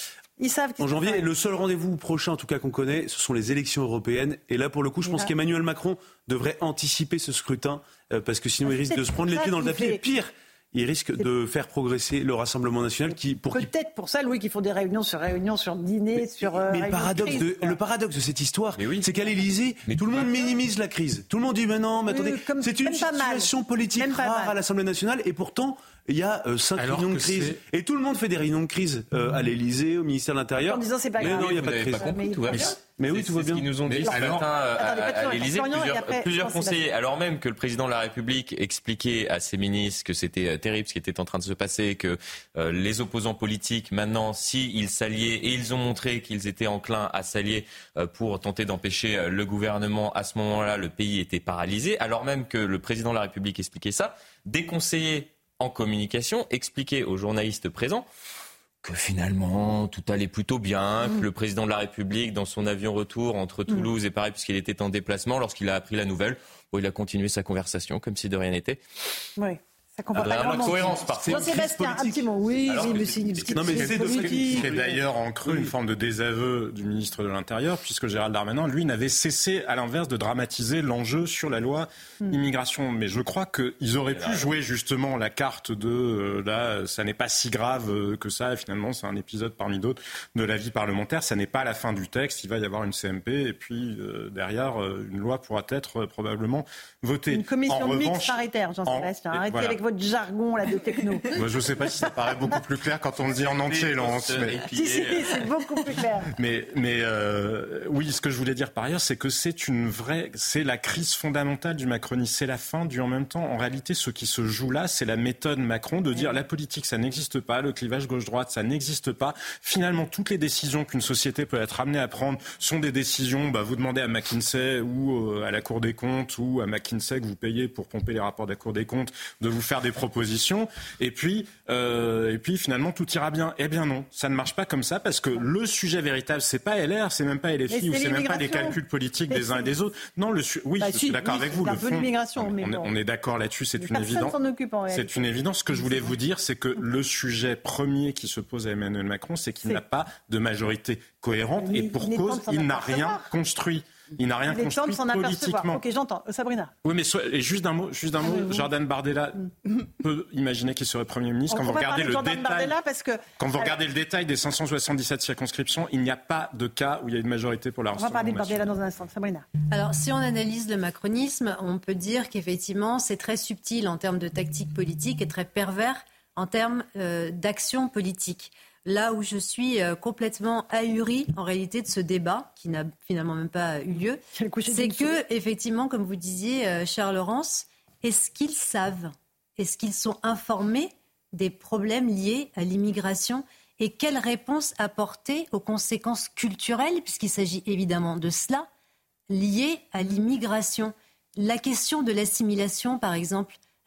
En janvier, le seul rendez-vous prochain, en tout cas qu'on connaît, ce sont les élections européennes. Et là, pour le coup, je pense qu'Emmanuel Macron devrait anticiper ce scrutin, parce que sinon, il risque de se prendre les pieds dans le tapis. Et pire, il risque de faire progresser le Rassemblement national Peut-être pour ça, Louis, qu'ils font des réunions sur dîner, mais le paradoxe de cette histoire, c'est qu'à l'Élysée, tout le monde minimise la crise. Tout le monde dit, mais non, mais attendez, c'est une situation politique rare à l'Assemblée nationale, et pourtant, il y a 5 réunions de crise. Et tout le monde fait des réunions de crise à l'Élysée, au ministère de l'Intérieur. En disant c'est pas grave. Mais non, il n'y a pas de crise. Mais oui, tout va bien. C'est ce qu'ils nous ont dit ce matin à l'Élysée, plusieurs conseillers. Alors même que le président de la République expliquait à ses ministres que c'était terrible ce qui était en train de se passer, que les opposants politiques, maintenant, s'ils s'alliaient, et ils ont montré qu'ils étaient enclins à s'allier pour tenter d'empêcher le gouvernement, à ce moment-là, le pays était paralysé. Alors même que le président de la République expliquait ça, des conseillers en communication expliquaient aux journalistes présents que finalement tout allait plutôt bien, que le président de la République, dans son avion retour entre Toulouse et Paris, puisqu'il était en déplacement, lorsqu'il a appris la nouvelle, il a continué sa conversation comme si de rien n'était. Oui. Ça comprend pas la cohérence, par contre. Jean-Sébastien, un petit mot. Oui, mais c'est une petite crise politique. C'est d'ailleurs en creux une forme de désaveu du ministre de l'Intérieur, puisque Gérald Darmanin, lui, n'avait cessé, à l'inverse, de dramatiser l'enjeu sur la loi immigration. Mais je crois qu'ils auraient pu jouer justement la carte de là, ça n'est pas si grave que ça. Finalement, c'est un épisode parmi d'autres de la vie parlementaire. Ça n'est pas la fin du texte. Il va y avoir une CMP et puis derrière, une loi pourra être probablement votée. Une commission mixte paritaire, Jean-Sébastien. Arrêtez avec votre jargon là de techno. Moi, je ne sais pas si ça paraît beaucoup plus clair quand on le dit en entier, Laurence. Si, c'est beaucoup plus clair. Mais oui, ce que je voulais dire par ailleurs, c'est que c'est la crise fondamentale du macronisme. C'est la fin du en même temps. En réalité, ce qui se joue là, c'est la méthode Macron de dire la politique, ça n'existe pas, le clivage gauche-droite, ça n'existe pas. Finalement, toutes les décisions qu'une société peut être amenée à prendre sont des décisions. Vous demandez à McKinsey ou à la Cour des comptes ou à McKinsey que vous payez pour pomper les rapports de la Cour des comptes de vous faire des propositions et puis finalement tout ira bien. Eh bien non, ça ne marche pas comme ça parce que le sujet véritable c'est pas LR, c'est même pas LFI ou c'est même pas les calculs politiques des uns et des autres. Non, je suis d'accord avec vous. Le fond, on est d'accord là-dessus, c'est une évidence. C'est une évidence. Ce que je voulais vous dire, c'est que le sujet premier qui se pose à Emmanuel Macron, c'est qu'il n'a pas de majorité cohérente et pour cause, il n'a rien construit. Il n'a rien construit politiquement. Ok, j'entends. Sabrina. Oui, mais juste d'un mot. Jordan Bardella peut imaginer qu'il serait Premier ministre. Quand vous regardez le détail des 577 circonscriptions, il n'y a pas de cas où il y a une majorité pour la Rassemblement national. On va parler de Bardella dans un instant. Sabrina. Alors, si on analyse le macronisme, on peut dire qu'effectivement, c'est très subtil en termes de tactique politique et très pervers en termes d'action politique. Là où je suis complètement ahurie en réalité de ce débat, qui n'a finalement même pas eu lieu, c'est que, effectivement, comme vous disiez, cher Laurence, est-ce qu'ils savent, est-ce qu'ils sont informés des problèmes liés à l'immigration et quelles réponses apporter aux conséquences culturelles, puisqu'il s'agit évidemment de cela, liées à l'immigration. La question de l'assimilation, par exemple,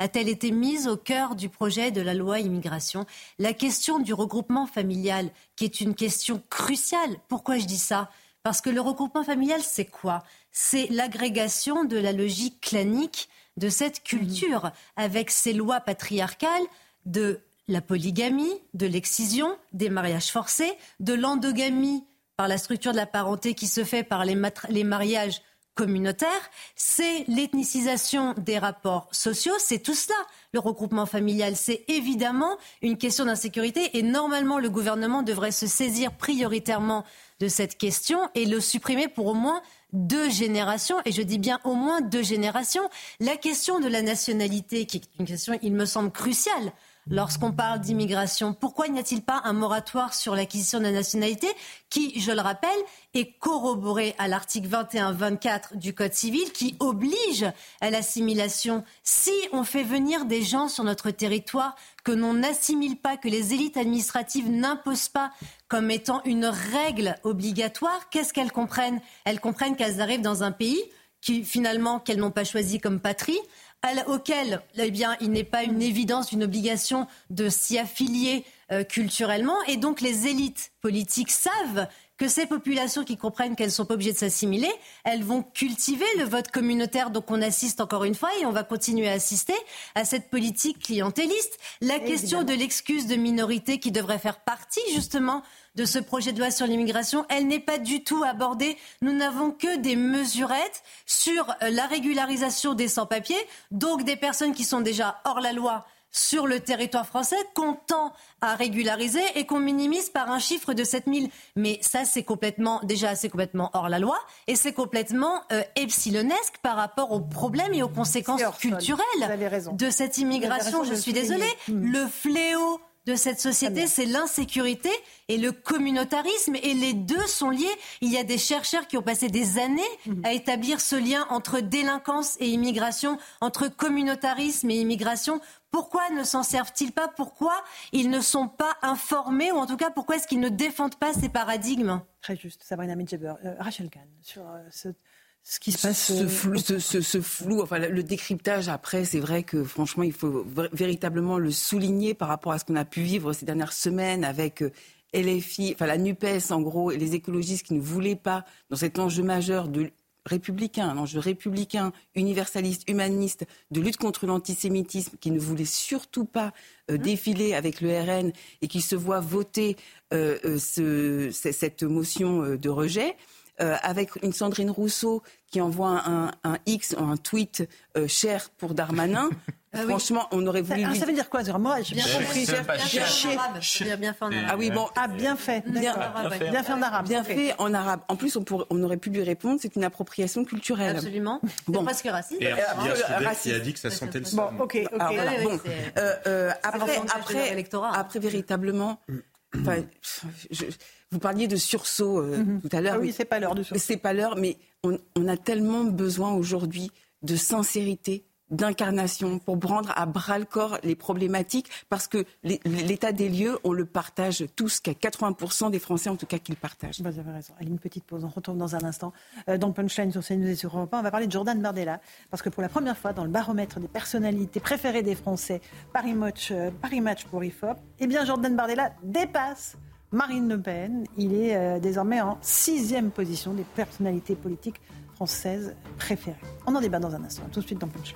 a-t-elle été mise au cœur du projet de la loi immigration ? La question du regroupement familial, qui est une question cruciale. Pourquoi je dis ça ? Parce que le regroupement familial, c'est quoi ? C'est l'agrégation de la logique clanique de cette culture, avec ses lois patriarcales de la polygamie, de l'excision, des mariages forcés, de l'endogamie par la structure de la parenté qui se fait par les mariages communautaires. C'est l'ethnicisation des rapports sociaux, c'est tout cela. Le regroupement familial, c'est évidemment une question d'insécurité et normalement le gouvernement devrait se saisir prioritairement de cette question et le supprimer pour au moins 2 générations, et je dis bien au moins 2 générations. La question de la nationalité, qui est une question, il me semble, cruciale lorsqu'on parle d'immigration. Pourquoi n'y a-t-il pas un moratoire sur l'acquisition de la nationalité qui, je le rappelle, est corroboré à l'article 21-24 du Code civil qui oblige à l'assimilation. Si on fait venir des gens sur notre territoire que l'on n'assimile pas, que les élites administratives n'imposent pas comme étant une règle obligatoire, qu'est-ce qu'elles comprennent ? Elles comprennent qu'elles arrivent dans un pays qui, finalement, qu'elles n'ont pas choisi comme patrie, auquel il n'est pas une évidence, une obligation de s'y affilier culturellement. Et donc les élites politiques savent que ces populations qui comprennent qu'elles ne sont pas obligées de s'assimiler, elles vont cultiver le vote communautaire. Donc on assiste encore une fois et on va continuer à assister à cette politique clientéliste. La question de l'excuse de minorité qui devrait faire partie justement de ce projet de loi sur l'immigration, elle n'est pas du tout abordée. Nous n'avons que des mesurettes sur la régularisation des sans-papiers, donc des personnes qui sont déjà hors la loi sur le territoire français, qu'on tend à régulariser et qu'on minimise par un chiffre de 7000. Mais ça, c'est complètement hors la loi et c'est complètement epsilonesque par rapport aux problèmes et aux conséquences culturelles de cette immigration. Je suis désolée. Le fléau de cette société, c'est l'insécurité et le communautarisme, et les deux sont liés. Il y a des chercheurs qui ont passé des années à établir ce lien entre délinquance et immigration, entre communautarisme et immigration. Pourquoi ne s'en servent-ils pas ? Pourquoi ils ne sont pas informés, ou en tout cas pourquoi est-ce qu'ils ne défendent pas ces paradigmes ? Très juste, Sabrina Medjeber. Rachel Kahn, sur ce qui se passe. Ce flou, enfin le décryptage après, c'est vrai que franchement, il faut véritablement le souligner par rapport à ce qu'on a pu vivre ces dernières semaines avec LFI, enfin la NUPES en gros, et les écologistes qui ne voulaient pas, dans cet enjeu majeur de républicain, un enjeu républicain, universaliste, humaniste, de lutte contre l'antisémitisme, qui ne voulait surtout pas défiler avec le RN et qui se voit voter cette motion de rejet. Avec une Sandrine Rousseau qui envoie un tweet cher pour Darmanin. Franchement, on aurait voulu. Ça veut dire quoi ? Moi, j'ai bien compris. Bien fait en arabe. Ah oui, bon. Ah, bien fait. Bien fait en arabe. Bien fait en arabe. En plus, on aurait pu lui répondre, c'est une appropriation culturelle. Absolument. C'est presque raciste. Et qui a dit que ça sentait le sang. Bon, ok. Alors, voilà. Bon. Après, véritablement. Enfin, vous parliez de sursaut tout à l'heure. Oui, c'est pas l'heure du sursaut. C'est pas l'heure, mais on a tellement besoin aujourd'hui de sincérité, d'incarnation pour prendre à bras-le-corps les problématiques, parce que l'état des lieux, on le partage tous, qu'à 80% des Français en tout cas qui le partagent. Vous avez raison. Allez, une petite pause, on retrouve dans un instant dans le Punchline sur CNews et sur Europe 1. On va parler de Jordan Bardella, parce que pour la première fois dans le baromètre des personnalités préférées des Français, Paris Match pour IFOP, eh bien Jordan Bardella dépasse Marine Le Pen. Il est désormais en 6e position des personnalités politiques françaises préférées. On en débat dans un instant. Tout de suite dans Punchline.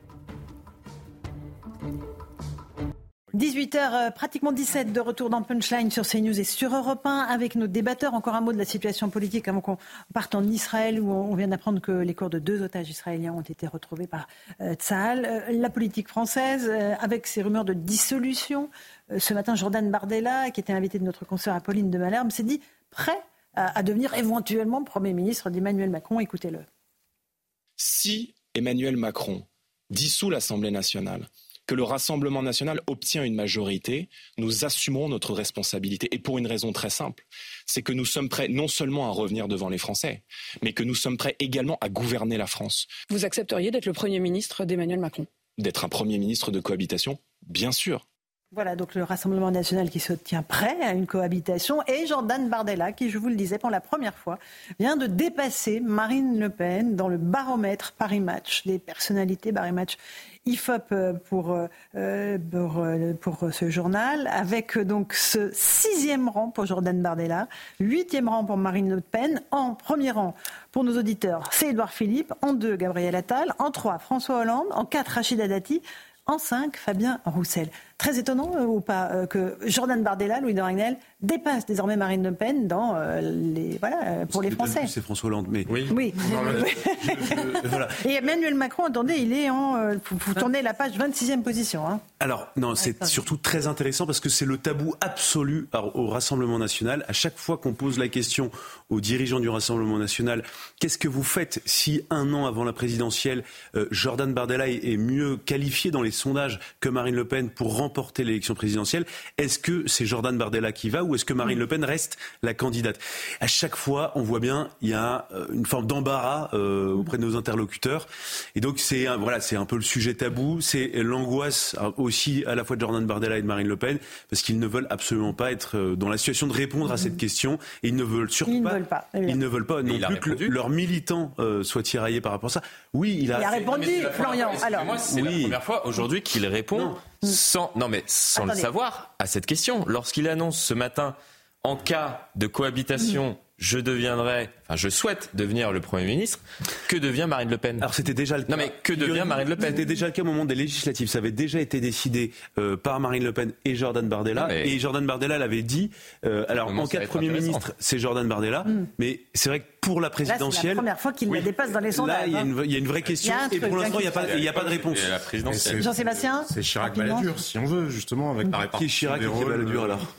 18h, pratiquement 17, de retour dans Punchline sur CNews et sur Europe 1 avec nos débatteurs. Encore un mot de la situation politique avant qu'on parte en Israël, où on vient d'apprendre que les corps de 2 otages israéliens ont été retrouvés par Tsahal. La politique française, avec ces rumeurs de dissolution. Ce matin, Jordan Bardella, qui était invité de notre consoeur Apolline de Malherbe, s'est dit prêt à devenir éventuellement Premier ministre d'Emmanuel Macron. Écoutez-le. Si Emmanuel Macron dissout l'Assemblée nationale, que le Rassemblement national obtient une majorité, nous assumerons notre responsabilité. Et pour une raison très simple, c'est que nous sommes prêts non seulement à revenir devant les Français, mais que nous sommes prêts également à gouverner la France. Vous accepteriez d'être le Premier ministre d'Emmanuel Macron ? D'être un Premier ministre de cohabitation ? Bien sûr. Voilà, donc le Rassemblement national qui se tient prêt à une cohabitation et Jordan Bardella qui, je vous le disais, pour la première fois, vient de dépasser Marine Le Pen dans le baromètre Paris Match, des personnalités Paris Match IFOP pour ce journal, avec donc ce 6e rang pour Jordan Bardella, 8e rang pour Marine Le Pen, en premier rang pour nos auditeurs, c'est Édouard Philippe, en 2, Gabriel Attal, en 3, François Hollande, en 4, Rachida Dati, en 5, Fabien Roussel. Très étonnant ou pas que Jordan Bardella, Louis de Ragnel, dépasse désormais Marine Le Pen dans pour les Français. C'est François Hollande, mais oui. Voilà. Et Emmanuel Macron, attendez, il est vous tournez la page 26e position. Hein. Alors non, c'est surtout très intéressant parce que c'est le tabou absolu au Rassemblement national. À chaque fois qu'on pose la question aux dirigeants du Rassemblement national, qu'est-ce que vous faites si 1 an avant la présidentielle, Jordan Bardella est mieux qualifié dans les sondages que Marine Le Pen pour remporter l'élection présidentielle? Est-ce que c'est Jordan Bardella qui va ou est-ce que Marine Le Pen reste la candidate? À chaque fois, on voit bien, il y a une forme d'embarras auprès de nos interlocuteurs. Et donc, c'est un peu le sujet tabou. C'est l'angoisse aussi à la fois de Jordan Bardella et de Marine Le Pen, parce qu'ils ne veulent absolument pas être dans la situation de répondre à cette question. Et ils ne veulent surtout Ils ne veulent pas non plus que leurs militants soient tiraillés par rapport à ça. Oui, il a répondu, Florian. Alors, moi, c'est la première fois aujourd'hui qu'il répond sans le savoir à cette question. Lorsqu'il annonce ce matin, en cas de cohabitation, je souhaite devenir le Premier ministre. Que devient Marine Le Pen? Alors c'était déjà le cas. Non mais que devient Marine Le Pen? C'était déjà le cas au moment des législatives. Ça avait déjà été décidé par Marine Le Pen et Jordan Bardella. Et Jordan Bardella l'avait dit. En cas de Premier ministre, c'est Jordan Bardella. Mais c'est vrai que pour la présidentielle, là, c'est la première fois qu'il la dépasse dans les sondages. Là, il y a une vraie question. Et pour l'instant, il n'y a pas de réponse. Jean-Sébastien, c'est Chirac-Balladur, si on veut, justement, avec la répartition des rôles. Qui est Chirac et qui est Balladur alors?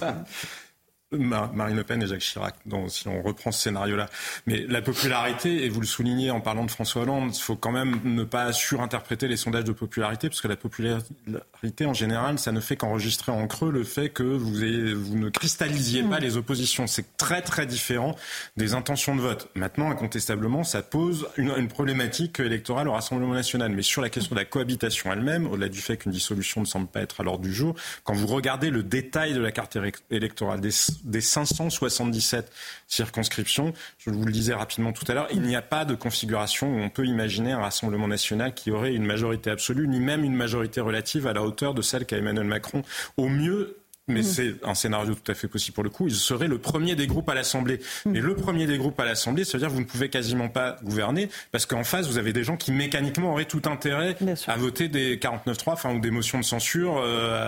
Marine Le Pen et Jacques Chirac, si on reprend ce scénario-là. Mais la popularité, et vous le soulignez en parlant de François Hollande, il faut quand même ne pas surinterpréter les sondages de popularité, parce que la popularité, en général, ça ne fait qu'enregistrer en creux le fait que vous ne cristallisiez pas les oppositions. C'est très, très différent des intentions de vote. Maintenant, incontestablement, ça pose une problématique électorale au Rassemblement national. Mais sur la question de la cohabitation elle-même, au-delà du fait qu'une dissolution ne semble pas être à l'ordre du jour, quand vous regardez le détail de la carte électorale, des 577 circonscriptions, je vous le disais rapidement tout à l'heure, il n'y a pas de configuration où on peut imaginer un Rassemblement national qui aurait une majorité absolue, ni même une majorité relative à la hauteur de celle qu'a Emmanuel Macron. Au mieux, mais c'est un scénario tout à fait possible pour le coup, il serait le premier des groupes à l'Assemblée. Mais le premier des groupes à l'Assemblée, ça veut dire que vous ne pouvez quasiment pas gouverner, parce qu'en face, vous avez des gens qui mécaniquement auraient tout intérêt à voter des 49.3, ou des motions de censure.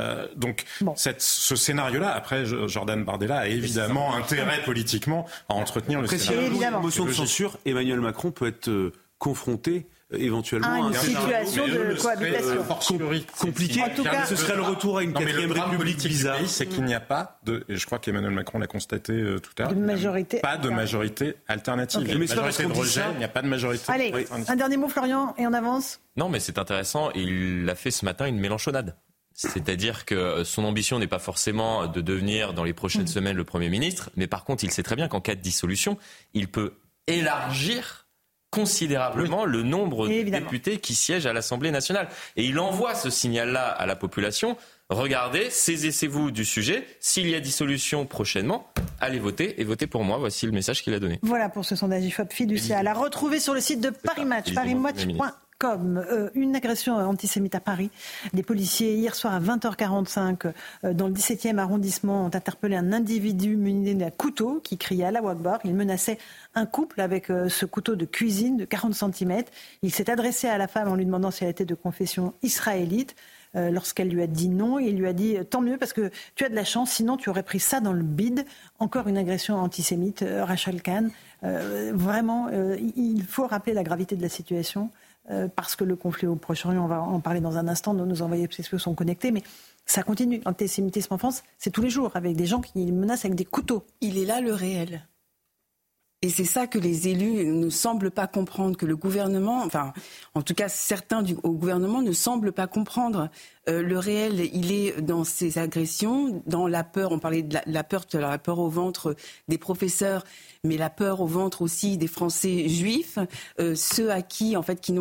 Ce scénario-là, après, Jordan Bardella a évidemment intérêt politiquement à entretenir le scénario. Si une motion de censure, Emmanuel Macron peut être confronté éventuellement une situation de cohabitation compliquée. En tout cas, ce serait le retour à une 4e République bizarre. C'est qu'il n'y a pas et je crois qu'Emmanuel Macron l'a constaté tout à l'heure, pas de majorité alternative. Okay. Il y a une majorité de rejet, il n'y a pas de majorité. Allez, un dernier mot, Florian, et on avance. Non, mais c'est intéressant. Il a fait ce matin une mélenchonade. C'est-à-dire que son ambition n'est pas forcément de devenir dans les prochaines semaines le Premier ministre, mais par contre, il sait très bien qu'en cas de dissolution, il peut élargir considérablement le nombre de députés qui siègent à l'Assemblée nationale. Et il envoie ce signal-là à la population. Regardez, saisissez-vous du sujet. S'il y a dissolution prochainement, allez voter et votez pour moi. Voici le message qu'il a donné. Voilà pour ce sondage IFOP fiducial à retrouver sur le site de Paris Match, parismatch.com. Une agression antisémite à Paris. Des policiers, hier soir à 20h45, dans le 17e arrondissement, ont interpellé un individu muni d'un couteau qui criait Allahu Akbar. Il menaçait un couple avec ce couteau de cuisine de 40 cm. Il s'est adressé à la femme en lui demandant si elle était de confession israélite. Lorsqu'elle lui a dit non, il lui a dit « Tant mieux parce que tu as de la chance, sinon tu aurais pris ça dans le bide ». Encore une agression antisémite, Rachel Kahn. Vraiment, il faut rappeler la gravité de la situation parce que le conflit au Proche-Orient, on va en parler dans un instant, nos envoyés spéciaux sont connectés, mais ça continue. L'antisémitisme en France, c'est tous les jours, avec des gens qui menacent avec des couteaux. Il est là le réel. Et c'est ça que les élus ne semblent pas comprendre, que le gouvernement, enfin, en tout cas certains au gouvernement ne semblent pas comprendre. Le réel, il est dans ces agressions, dans la peur. On parlait de la peur au ventre des professeurs, mais la peur au ventre aussi des Français juifs, ceux à qui, en fait, qui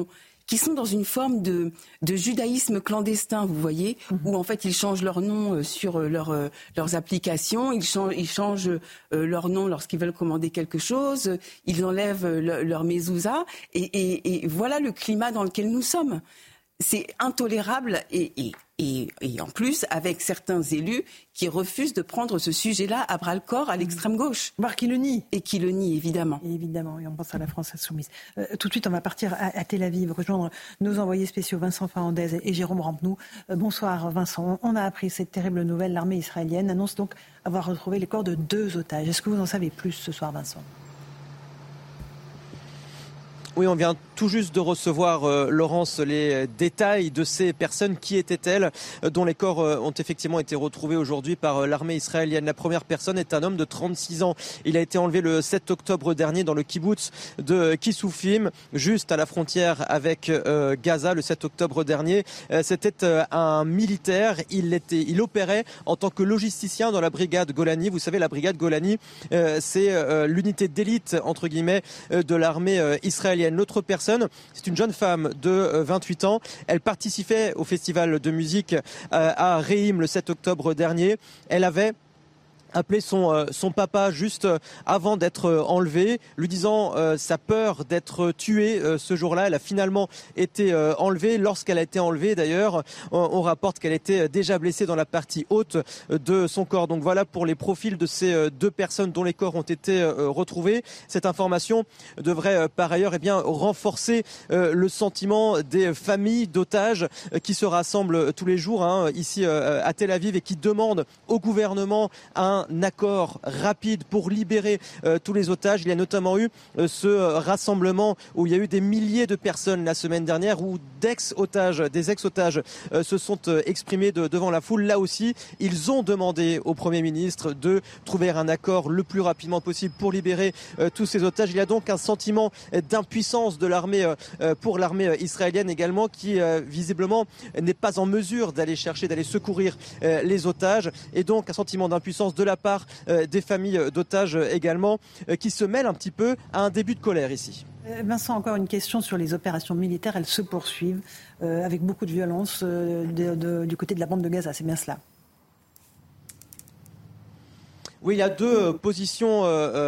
qui sont dans une forme de judaïsme clandestin, vous voyez, où en fait ils changent leur nom sur leurs applications, ils changent leur nom lorsqu'ils veulent commander quelque chose, ils enlèvent leur mezouza, et voilà le climat dans lequel nous sommes. C'est intolérable et en plus avec certains élus qui refusent de prendre ce sujet-là à bras-le-corps à l'extrême gauche. Voire qui le nie. Et qui le nie, évidemment. Et évidemment, et on pense à la France insoumise. Tout de suite, on va partir à Tel Aviv, rejoindre nos envoyés spéciaux Vincent Fernandez et Jérôme Rampenou. Bonsoir Vincent, on a appris cette terrible nouvelle. L'armée israélienne annonce donc avoir retrouvé les corps de 2 otages. Est-ce que vous en savez plus ce soir, Vincent ? Oui, on vient tout juste de recevoir, Laurence, les détails de ces personnes. Qui étaient-elles, dont les corps ont effectivement été retrouvés aujourd'hui par l'armée israélienne. La première personne est un homme de 36 ans. Il a été enlevé le 7 octobre dernier dans le kibboutz de Kisufim, juste à la frontière avec Gaza, le 7 octobre dernier. C'était un militaire. Il opérait en tant que logisticien dans la brigade Golani. Vous savez, la brigade Golani, c'est l'unité d'élite, entre guillemets, de l'armée israélienne. L'autre personne, c'est une jeune femme de 28 ans. Elle participait au festival de musique à Reim le 7 octobre dernier. Elle avait appelé son papa juste avant d'être enlevée, lui disant sa peur d'être tuée ce jour-là. Elle a finalement été enlevée. Lorsqu'elle a été enlevée, d'ailleurs, on rapporte qu'elle était déjà blessée dans la partie haute de son corps. Donc voilà pour les profils de ces 2 personnes dont les corps ont été retrouvés. Cette information devrait par ailleurs renforcer le sentiment des familles d'otages qui se rassemblent tous les jours ici à Tel Aviv et qui demandent au gouvernement un accord rapide pour libérer tous les otages. Il y a notamment eu ce rassemblement où il y a eu des milliers de personnes la semaine dernière, où des ex-otages se sont exprimés devant la foule. Là aussi, ils ont demandé au Premier ministre de trouver un accord le plus rapidement possible pour libérer tous ces otages. Il y a donc un sentiment d'impuissance de l'armée pour l'armée israélienne également, qui visiblement n'est pas en mesure d'aller secourir les otages, et donc un sentiment d'impuissance de la part des familles d'otages également, qui se mêlent un petit peu à un début de colère ici. Vincent, encore une question sur les opérations militaires. Elles se poursuivent avec beaucoup de violence du côté de la bande de Gaza, c'est bien cela ? Oui, il y a 2 positions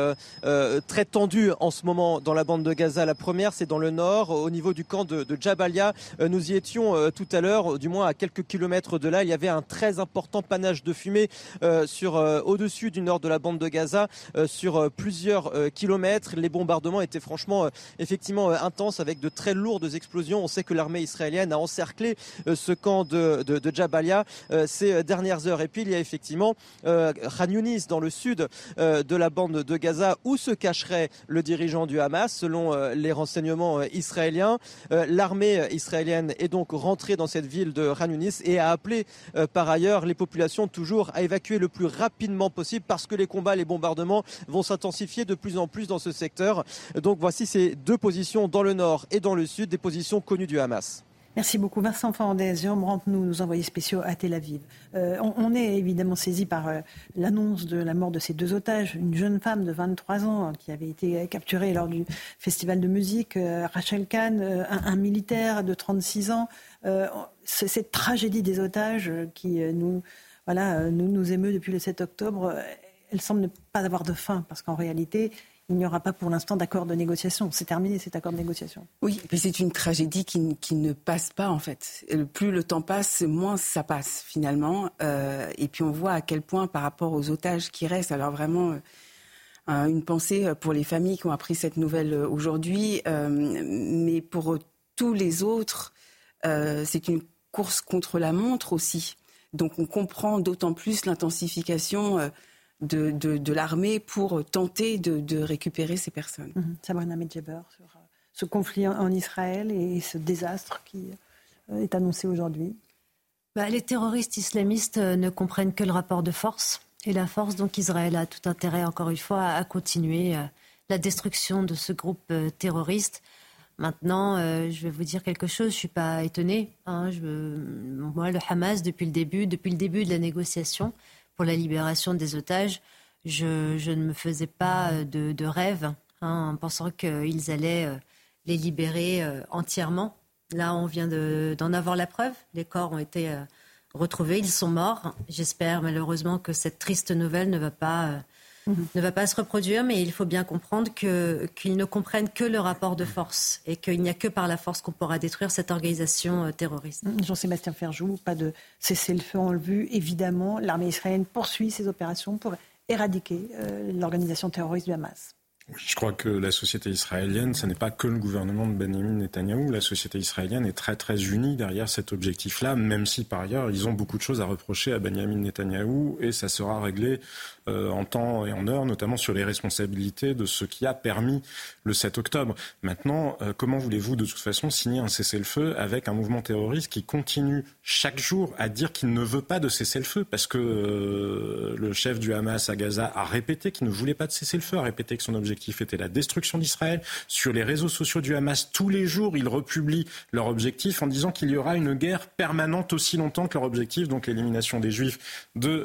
très tendues en ce moment dans la bande de Gaza. La première, c'est dans le nord, au niveau du camp de Jabalia. Nous y étions tout à l'heure, du moins à quelques kilomètres de là. Il y avait un très important panache de fumée au-dessus du nord de la bande de Gaza, sur plusieurs kilomètres. Les bombardements étaient franchement, effectivement intenses, avec de très lourdes explosions. On sait que l'armée israélienne a encerclé ce camp de Jabalia ces dernières heures. Et puis, il y a effectivement Khan Younis, dans le sud de la bande de Gaza, où se cacherait le dirigeant du Hamas, selon les renseignements israéliens. L'armée israélienne est donc rentrée dans cette ville de Khan Younis et a appelé par ailleurs les populations toujours à évacuer le plus rapidement possible, parce que les combats, les bombardements vont s'intensifier de plus en plus dans ce secteur. Donc voici ces 2 positions dans le nord et dans le sud, des positions connues du Hamas. Merci beaucoup Vincent Fernandez, Jérôme Rampenou, nos envoyés spéciaux à Tel Aviv. On est évidemment saisi par l'annonce de la mort de ces 2 otages. Une jeune femme de 23 ans qui avait été capturée lors du festival de musique, Rachel Kahn, un militaire de 36 ans. Cette tragédie des otages qui nous émeut depuis le 7 octobre, elle semble ne pas avoir de fin, parce qu'en réalité, il n'y aura pas pour l'instant d'accord de négociation. C'est terminé cet accord de négociation. Oui, mais c'est une tragédie qui ne passe pas en fait. Plus le temps passe, moins ça passe finalement. Et puis on voit à quel point par rapport aux otages qui restent, alors vraiment une pensée pour les familles qui ont appris cette nouvelle aujourd'hui, mais pour tous les autres, c'est une course contre la montre aussi. Donc on comprend d'autant plus l'intensification de l'armée pour tenter de récupérer ces personnes. Sabrina Medjeber, sur ce conflit en Israël et ce désastre qui est annoncé aujourd'hui. Les terroristes islamistes ne comprennent que le rapport de force. Et la force, donc Israël a tout intérêt, encore une fois, à continuer la destruction de ce groupe terroriste. Maintenant, je vais vous dire quelque chose, je ne suis pas étonnée. Moi, le Hamas, depuis le début de la négociation, pour la libération des otages, je ne me faisais pas de rêve en pensant qu'ils allaient les libérer entièrement. Là, on vient d'en avoir la preuve. Les corps ont été retrouvés, ils sont morts. J'espère malheureusement que cette triste nouvelle ne va pas se reproduire, mais il faut bien comprendre qu'ils ne comprennent que le rapport de force et qu'il n'y a que par la force qu'on pourra détruire cette organisation terroriste. Jean-Sébastien Ferjou, pas de cessez-le-feu en vue, évidemment. L'armée israélienne poursuit ses opérations pour éradiquer l'organisation terroriste du Hamas. Je crois que la société israélienne, ce n'est pas que le gouvernement de Benjamin Netanyahou. La société israélienne est très très unie derrière cet objectif-là, même si par ailleurs ils ont beaucoup de choses à reprocher à Benjamin Netanyahou et ça sera réglé en temps et en heure, notamment sur les responsabilités de ce qui a permis le 7 octobre. Maintenant, comment voulez-vous de toute façon signer un cessez-le-feu avec un mouvement terroriste qui continue chaque jour à dire qu'il ne veut pas de cessez-le-feu parce que le chef du Hamas à Gaza a répété qu'il ne voulait pas de cessez-le-feu, a répété que son objectif était la destruction d'Israël. Sur les réseaux sociaux du Hamas, tous les jours, ils republient leur objectif en disant qu'il y aura une guerre permanente aussi longtemps que leur objectif, donc l'élimination des Juifs du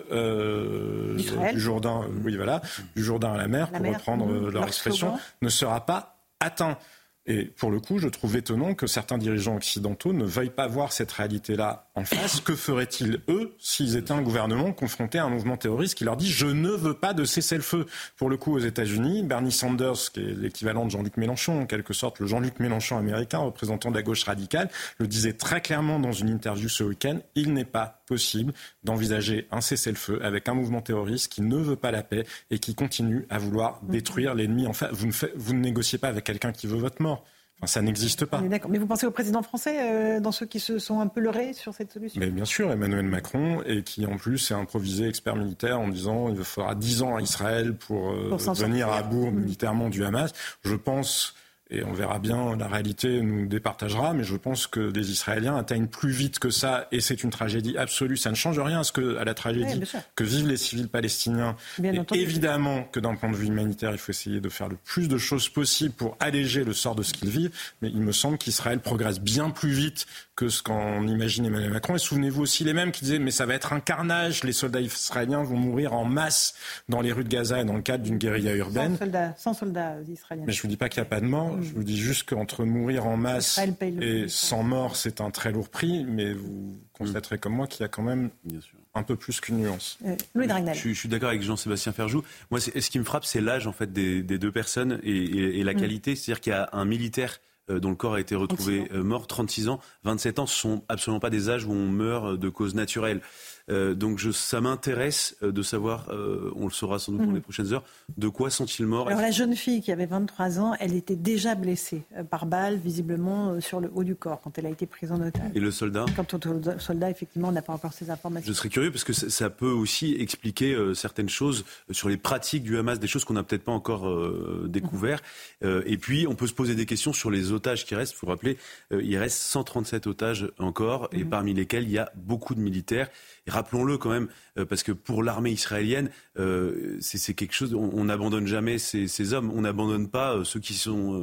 Jourdain, du Jourdain à la mer, pour reprendre leur expression, ne sera pas atteint. Et pour le coup, je trouve étonnant que certains dirigeants occidentaux ne veuillent pas voir cette réalité-là en face. Que feraient-ils, eux, s'ils étaient un gouvernement confronté à un mouvement terroriste qui leur dit « je ne veux pas de cessez-le-feu ». Pour le coup, aux États-Unis, Bernie Sanders, qui est l'équivalent de Jean-Luc Mélenchon, en quelque sorte le Jean-Luc Mélenchon américain, représentant de la gauche radicale, le disait très clairement dans une interview ce week-end, il n'est pas possible d'envisager un cessez-le-feu avec un mouvement terroriste qui ne veut pas la paix et qui continue à vouloir détruire l'ennemi. Enfin, vous ne négociez pas avec quelqu'un qui veut votre mort. Enfin, ça n'existe pas. D'accord. Mais vous pensez au président français dans ceux qui se sont un peu leurrés sur cette solution ? Mais bien sûr, Emmanuel Macron, et qui en plus s'est improvisé expert militaire en disant il faudra 10 ans à Israël pour venir à bout militairement du Hamas. Je pense... Et on verra bien, la réalité nous départagera, mais je pense que les Israéliens atteignent plus vite que ça, et c'est une tragédie absolue. Ça ne change rien à la tragédie que vivent les civils palestiniens. Et évidemment que d'un point de vue humanitaire, il faut essayer de faire le plus de choses possible pour alléger le sort de ce qu'ils vivent, mais il me semble qu'Israël progresse bien plus vite que ce qu'en imagine Emmanuel Macron. Et souvenez-vous aussi les mêmes qui disaient mais ça va être un carnage, les soldats israéliens vont mourir en masse dans les rues de Gaza et dans le cadre d'une guérilla urbaine. 100 soldats israéliens. Mais je ne vous dis pas qu'il n'y a pas de morts. Je vous dis juste qu'entre mourir en masse et sans mort, c'est un très lourd prix, mais vous constaterez comme moi qu'il y a quand même un peu plus qu'une nuance. Louis Dragnel. Je suis d'accord avec Jean-Sébastien Ferjou. Moi, ce qui me frappe, c'est l'âge en fait des deux personnes et la qualité. C'est-à-dire qu'il y a un militaire dont le corps a été retrouvé mort, 36 ans, 27 ans, ce sont absolument pas des âges où on meurt de cause naturelle. Donc ça m'intéresse de savoir, on le saura sans doute dans les prochaines heures, de quoi sont-ils morts. Alors la jeune fille qui avait 23 ans, elle était déjà blessée par balle, visiblement sur le haut du corps, quand elle a été prise en otage. Et le soldat ? Quant au soldat, effectivement, on n'a pas encore ces informations. Je serais curieux parce que ça peut aussi expliquer certaines choses sur les pratiques du Hamas, des choses qu'on n'a peut-être pas encore découvert. Et puis on peut se poser des questions sur les otages qui restent. Il faut rappeler, il reste 137 otages encore, et parmi lesquels il y a beaucoup de militaires. Et rappelons-le quand même, parce que pour l'armée israélienne, c'est quelque chose. On n'abandonne jamais ces hommes. On n'abandonne pas ceux qui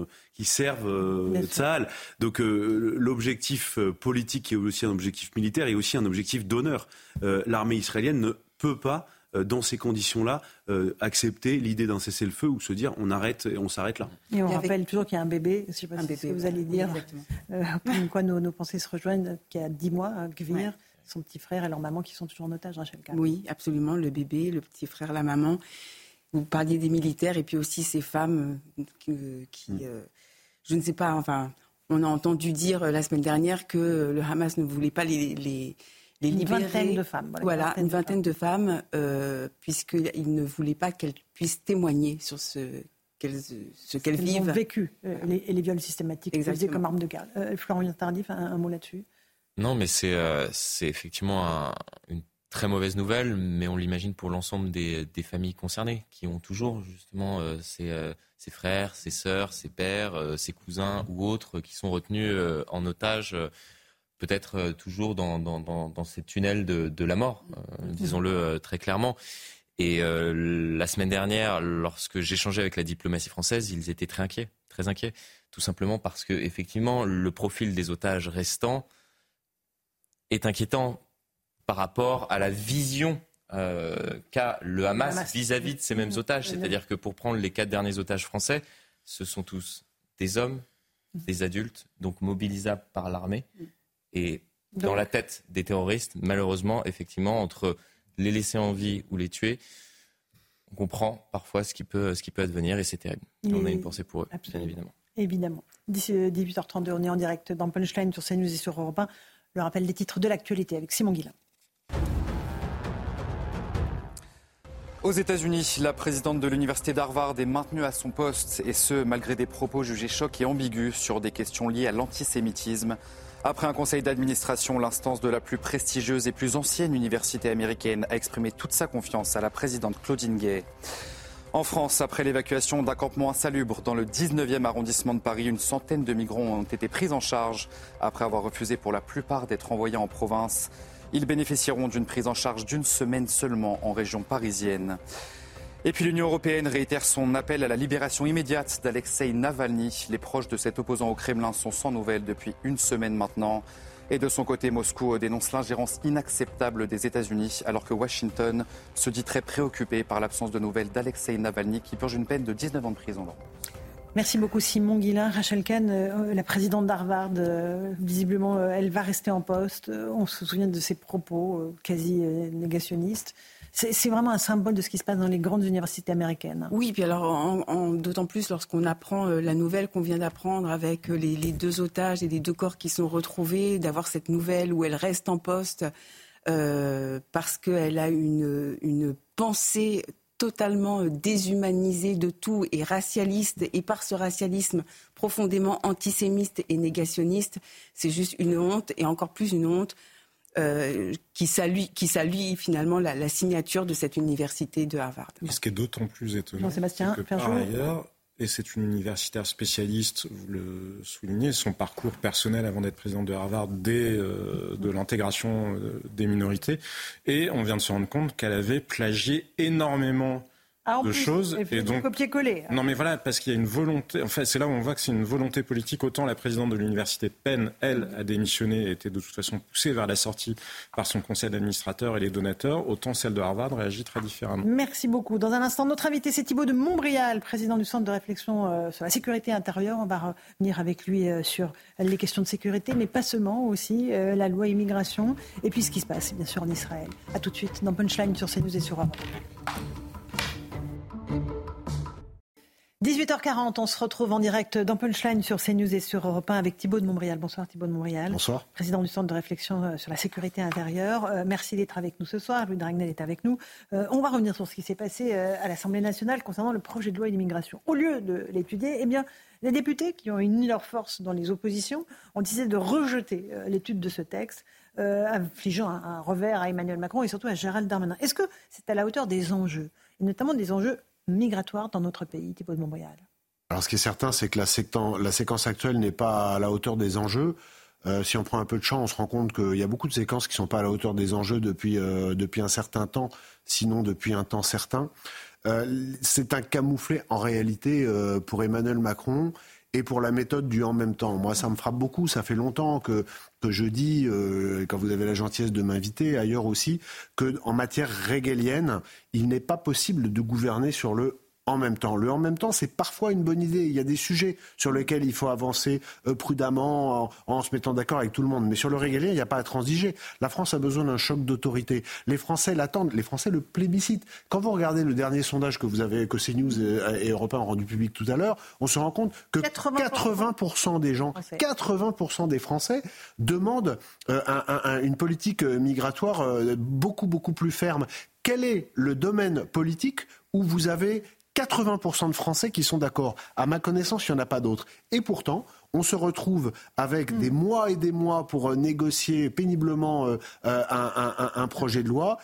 servent Tsahal. Donc l'objectif politique est aussi un objectif militaire et aussi un objectif d'honneur. L'armée israélienne ne peut pas, dans ces conditions-là, accepter l'idée d'un cessez-le-feu ou se dire on arrête et on s'arrête là. Et on rappelle toujours qu'il y a un bébé, je ne sais pas ce que vous allez dire, comme quoi nos pensées se rejoignent, qui a 10 mois, Gvir. Son petit frère et leur maman qui sont toujours en otage, Rachel Kahn. Oui, absolument, le bébé, le petit frère, la maman. Vous parliez des militaires et puis aussi ces femmes qui je ne sais pas, enfin, on a entendu dire la semaine dernière que le Hamas ne voulait pas les libérer. Une vingtaine de femmes. Voilà, une vingtaine de femmes, puisqu'ils ne voulaient pas qu'elles puissent témoigner sur ce qu'elles vivent. Ont vécu, les viols systématiques utilisés comme arme de guerre. Florian Tardif, un mot là-dessus ? Non, mais c'est effectivement une très mauvaise nouvelle, mais on l'imagine pour l'ensemble des familles concernées, qui ont toujours justement ses frères, ses sœurs, ses pères, ses cousins ou autres qui sont retenus en otage, peut-être toujours dans ces tunnels de la mort, disons-le très clairement. Et la semaine dernière, lorsque j'échangeais avec la diplomatie française, ils étaient très inquiets, tout simplement parce que effectivement le profil des otages restants est inquiétant par rapport à la vision qu'a le Hamas vis-à-vis de ces mêmes otages. C'est-à-dire que pour prendre les 4 derniers otages français, ce sont tous des hommes des adultes, donc mobilisables par l'armée. Et dans la tête des terroristes, malheureusement, effectivement, entre les laisser en vie ou les tuer, on comprend parfois ce qui peut advenir et c'est terrible. Et on a une pensée pour eux, bien évidemment. Évidemment. D'ici 18h32, on est en direct dans Punchline sur CNews et sur Europe 1. Le rappel des titres de l'actualité avec Simon Guillain. Aux États-Unis, la présidente de l'université d'Harvard est maintenue à son poste, et ce, malgré des propos jugés chocs et ambigus sur des questions liées à l'antisémitisme. Après un conseil d'administration, l'instance de la plus prestigieuse et plus ancienne université américaine a exprimé toute sa confiance à la présidente Claudine Gay. En France, après l'évacuation d'un campement insalubre dans le 19e arrondissement de Paris, une centaine de migrants ont été pris en charge après avoir refusé pour la plupart d'être envoyés en province. Ils bénéficieront d'une prise en charge d'une semaine seulement en région parisienne. Et puis l'Union européenne réitère son appel à la libération immédiate d'Alexeï Navalny. Les proches de cet opposant au Kremlin sont sans nouvelles depuis une semaine maintenant. Et de son côté, Moscou dénonce l'ingérence inacceptable des États-Unis, alors que Washington se dit très préoccupé par l'absence de nouvelles d'Alexeï Navalny, qui purge une peine de 19 ans de prison. Merci beaucoup Simon Guillain. Rachel Kahn, la présidente d'Harvard, visiblement elle va rester en poste. On se souvient de ses propos quasi négationnistes. C'est vraiment un symbole de ce qui se passe dans les grandes universités américaines. Oui, puis alors d'autant plus lorsqu'on apprend la nouvelle qu'on vient d'apprendre avec les 2 otages et les 2 corps qui sont retrouvés, d'avoir cette nouvelle où elle reste en poste parce qu'elle a une pensée totalement déshumanisée de tout et racialiste, et par ce racialisme profondément antisémite et négationniste, c'est juste une honte, et encore plus une honte qui salue finalement la signature de cette université de Harvard. Et ce qui est d'autant plus étonnant, Jean-Sébastien, c'est que par ailleurs, et c'est une universitaire spécialiste, vous le soulignez, son parcours personnel avant d'être présidente de Harvard, de l'intégration des minorités, et on vient de se rendre compte qu'elle avait plagié énormément de choses. Et donc copier-coller. Non mais voilà, parce qu'il y a une volonté, enfin c'est là où on voit que c'est une volonté politique. Autant la présidente de l'université Penn, elle, a démissionné et était de toute façon poussée vers la sortie par son conseil d'administrateurs et les donateurs, autant celle de Harvard réagit très différemment. Merci beaucoup. Dans un instant, notre invité c'est Thibault de Montbrial, président du Centre de réflexion sur la sécurité intérieure. On va revenir avec lui sur les questions de sécurité, mais pas seulement, aussi la loi immigration et puis ce qui se passe bien sûr en Israël. A tout de suite dans Punchline sur CNews et sur Europe. 18h40, on se retrouve en direct dans Punchline sur CNews et sur Europe 1 avec Thibault de Montbrial. Bonsoir Thibault de Montbrial. Bonsoir. Président du Centre de réflexion sur la sécurité intérieure. Merci d'être avec nous ce soir. Louis Dragnel est avec nous. On va revenir sur ce qui s'est passé à l'Assemblée nationale concernant le projet de loi immigration. Au lieu de l'étudier, eh bien, les députés qui ont uni leurs forces dans les oppositions ont décidé de rejeter l'étude de ce texte, infligeant un revers à Emmanuel Macron et surtout à Gérald Darmanin. Est-ce que c'est à la hauteur des enjeux, et notamment des enjeux migratoire dans notre pays, Thibault de Montbrial? Alors ce qui est certain, c'est que la séquence actuelle n'est pas à la hauteur des enjeux. Si on prend un peu de champ, on se rend compte qu'il y a beaucoup de séquences qui ne sont pas à la hauteur des enjeux depuis un certain temps, sinon depuis un temps certain. C'est un camouflet en réalité pour Emmanuel Macron et pour la méthode du « en même temps ». Moi, ça me frappe beaucoup. Ça fait longtemps que je dis, quand vous avez la gentillesse de m'inviter, ailleurs aussi, qu'en matière régalienne, il n'est pas possible de gouverner sur le en même temps. Le en même temps, c'est parfois une bonne idée. Il y a des sujets sur lesquels il faut avancer prudemment en se mettant d'accord avec tout le monde. Mais sur le régalien, il n'y a pas à transiger. La France a besoin d'un choc d'autorité. Les Français l'attendent. Les Français le plébiscitent. Quand vous regardez le dernier sondage que CNews et Europe 1 ont rendu public tout à l'heure, on se rend compte que 80% des gens, 80% des Français demandent une politique migratoire beaucoup, beaucoup plus ferme. Quel est le domaine politique où vous avez 80% de Français qui sont d'accord? À ma connaissance, il n'y en a pas d'autres. Et pourtant, on se retrouve avec des mois et des mois pour négocier péniblement un projet de loi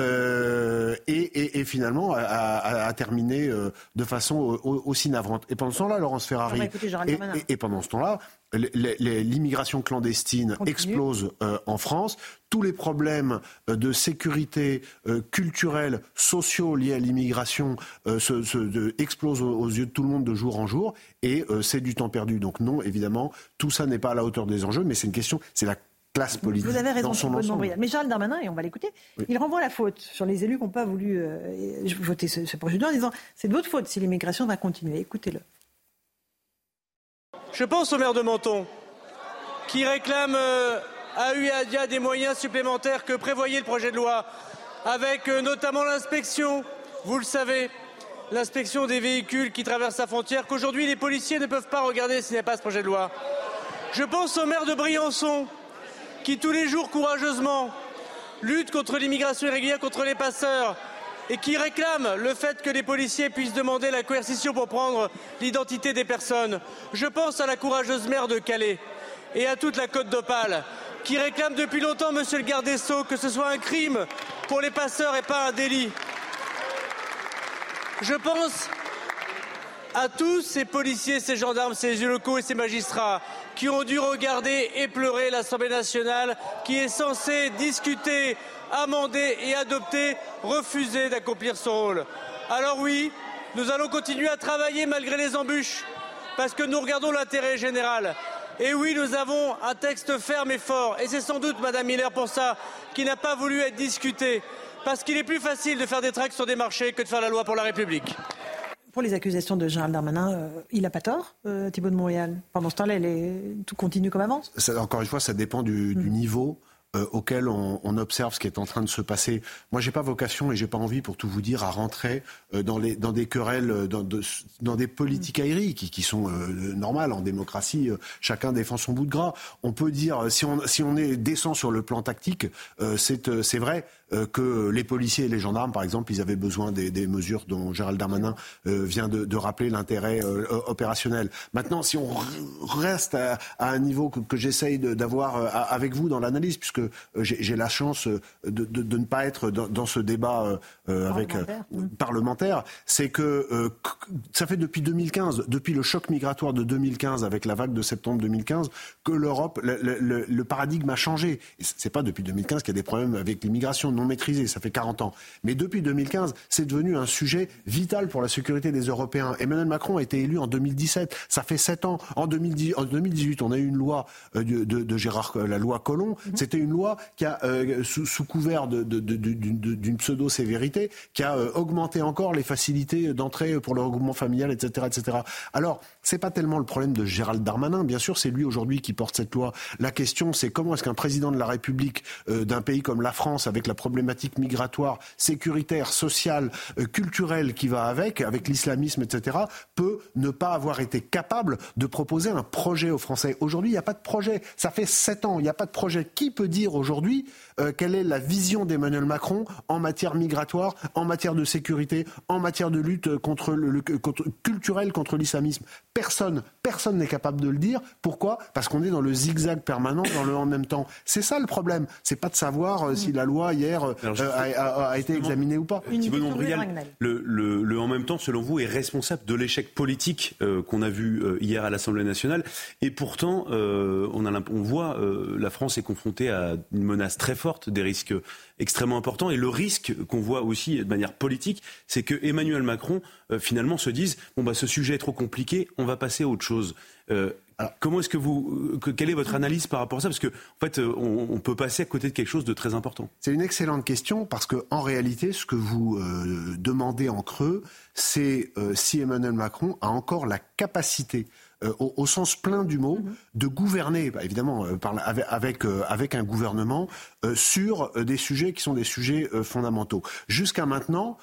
et finalement à terminer de façon aussi navrante. Et pendant ce temps-là, Laurence Ferrari, et pendant ce temps-là, l'immigration clandestine explose en France. Tous les problèmes de sécurité culturelle, sociaux liés à l'immigration explosent aux yeux de tout le monde de jour en jour. Et c'est du temps perdu. Donc non, évidemment, tout ça n'est pas à la hauteur des enjeux, mais c'est une question, c'est la classe politique. Vous avez raison, dans son ensemble. Mais Gérald Darmanin, et on va l'écouter, il renvoie la faute sur les élus qui n'ont pas voulu voter ce projet de loi en disant c'est de votre faute si l'immigration va continuer. Écoutez-le. Je pense au maire de Menton, qui réclame à UEADIA des moyens supplémentaires que prévoyait le projet de loi, avec notamment l'inspection, vous le savez, l'inspection des véhicules qui traversent la frontière, qu'aujourd'hui les policiers ne peuvent pas regarder s'il n'y a pas ce projet de loi. Je pense au maire de Briançon, qui tous les jours courageusement lutte contre l'immigration irrégulière, contre les passeurs, et qui réclame le fait que les policiers puissent demander la coercition pour prendre l'identité des personnes. Je pense à la courageuse maire de Calais et à toute la Côte d'Opale, qui réclame depuis longtemps, monsieur le garde des Sceaux, que ce soit un crime pour les passeurs et pas un délit. Je pense à tous ces policiers, ces gendarmes, ces élus locaux et ces magistrats qui ont dû regarder et pleurer l'Assemblée nationale qui est censée discuter, amender et adopter, refuser d'accomplir son rôle. Alors oui, nous allons continuer à travailler malgré les embûches parce que nous regardons l'intérêt général. Et oui, nous avons un texte ferme et fort. Et c'est sans doute Madame Miller pour ça qui n'a pas voulu être discuté. Parce qu'il est plus facile de faire des tracts sur des marchés que de faire la loi pour la République. Pour les accusations de Gérald Darmanin, il n'a pas tort, Thibault de Montréal. Pendant ce temps-là, tout continue comme avant. Encore une fois, ça dépend du niveau auquel on observe ce qui est en train de se passer. Moi, j'ai pas vocation et j'ai pas envie, pour tout vous dire, à rentrer dans des querelles, dans des politicailleries qui sont normales en démocratie. Chacun défend son bout de gras. On peut dire, si on est décent sur le plan tactique, c'est vrai que les policiers et les gendarmes, par exemple, ils avaient besoin des mesures dont Gérald Darmanin vient de rappeler l'intérêt opérationnel. Maintenant, si on reste à un niveau que j'essaye d'avoir avec vous dans l'analyse, puisque j'ai la chance de ne pas être dans ce débat parlementaire, c'est que ça fait depuis 2015, depuis le choc migratoire de 2015 avec la vague de septembre 2015, que l'Europe, le paradigme a changé. Et c'est pas depuis 2015 qu'il y a des problèmes avec l'immigration non maîtrisée, ça fait 40 ans. Mais depuis 2015, c'est devenu un sujet vital pour la sécurité des Européens. Emmanuel Macron a été élu en 2017, ça fait 7 ans. En 2018, on a eu une loi de Gérard, la loi Collomb. C'était une loi qui a, sous couvert d'une pseudo-sévérité, qui a augmenté encore les facilités d'entrée pour le regroupement familial, etc., etc. Alors, c'est pas tellement le problème de Gérald Darmanin. Bien sûr, c'est lui aujourd'hui qui porte cette loi. La question, c'est comment est-ce qu'un président de la République d'un pays comme la France, avec la problématique migratoire, sécuritaire, sociale, culturelle qui va avec l'islamisme, etc., peut ne pas avoir été capable de proposer un projet aux Français. Aujourd'hui, il n'y a pas de projet. Ça fait 7 ans, il n'y a pas de projet. Qui peut dire aujourd'hui quelle est la vision d'Emmanuel Macron en matière migratoire, en matière de sécurité, en matière de lutte culturelle contre l'islamisme? Personne n'est capable de le dire. Pourquoi? Parce qu'on est dans le zigzag permanent, dans le en même temps. C'est ça le problème. C'est pas de savoir si la loi hier a été examinée ou pas. Thibault de Montbrial, le en même temps, selon vous, est responsable de l'échec politique qu'on a vu hier à l'Assemblée nationale. Et pourtant, on voit la France est confrontée à une menace très forte, des risques extrêmement importants. Et le risque qu'on voit aussi de manière politique, c'est que Emmanuel Macron finalement se dise ce sujet est trop compliqué, on va passer à autre chose. Alors, comment est-ce quelle est votre analyse par rapport à ça? Parce que en fait, on peut passer à côté de quelque chose de très important. C'est une excellente question parce que en réalité, ce que vous demandez en creux, c'est si Emmanuel Macron a encore la capacité, au sens plein du mot, de gouverner, évidemment, avec un gouvernement sur des sujets qui sont des sujets fondamentaux. Jusqu'à maintenant,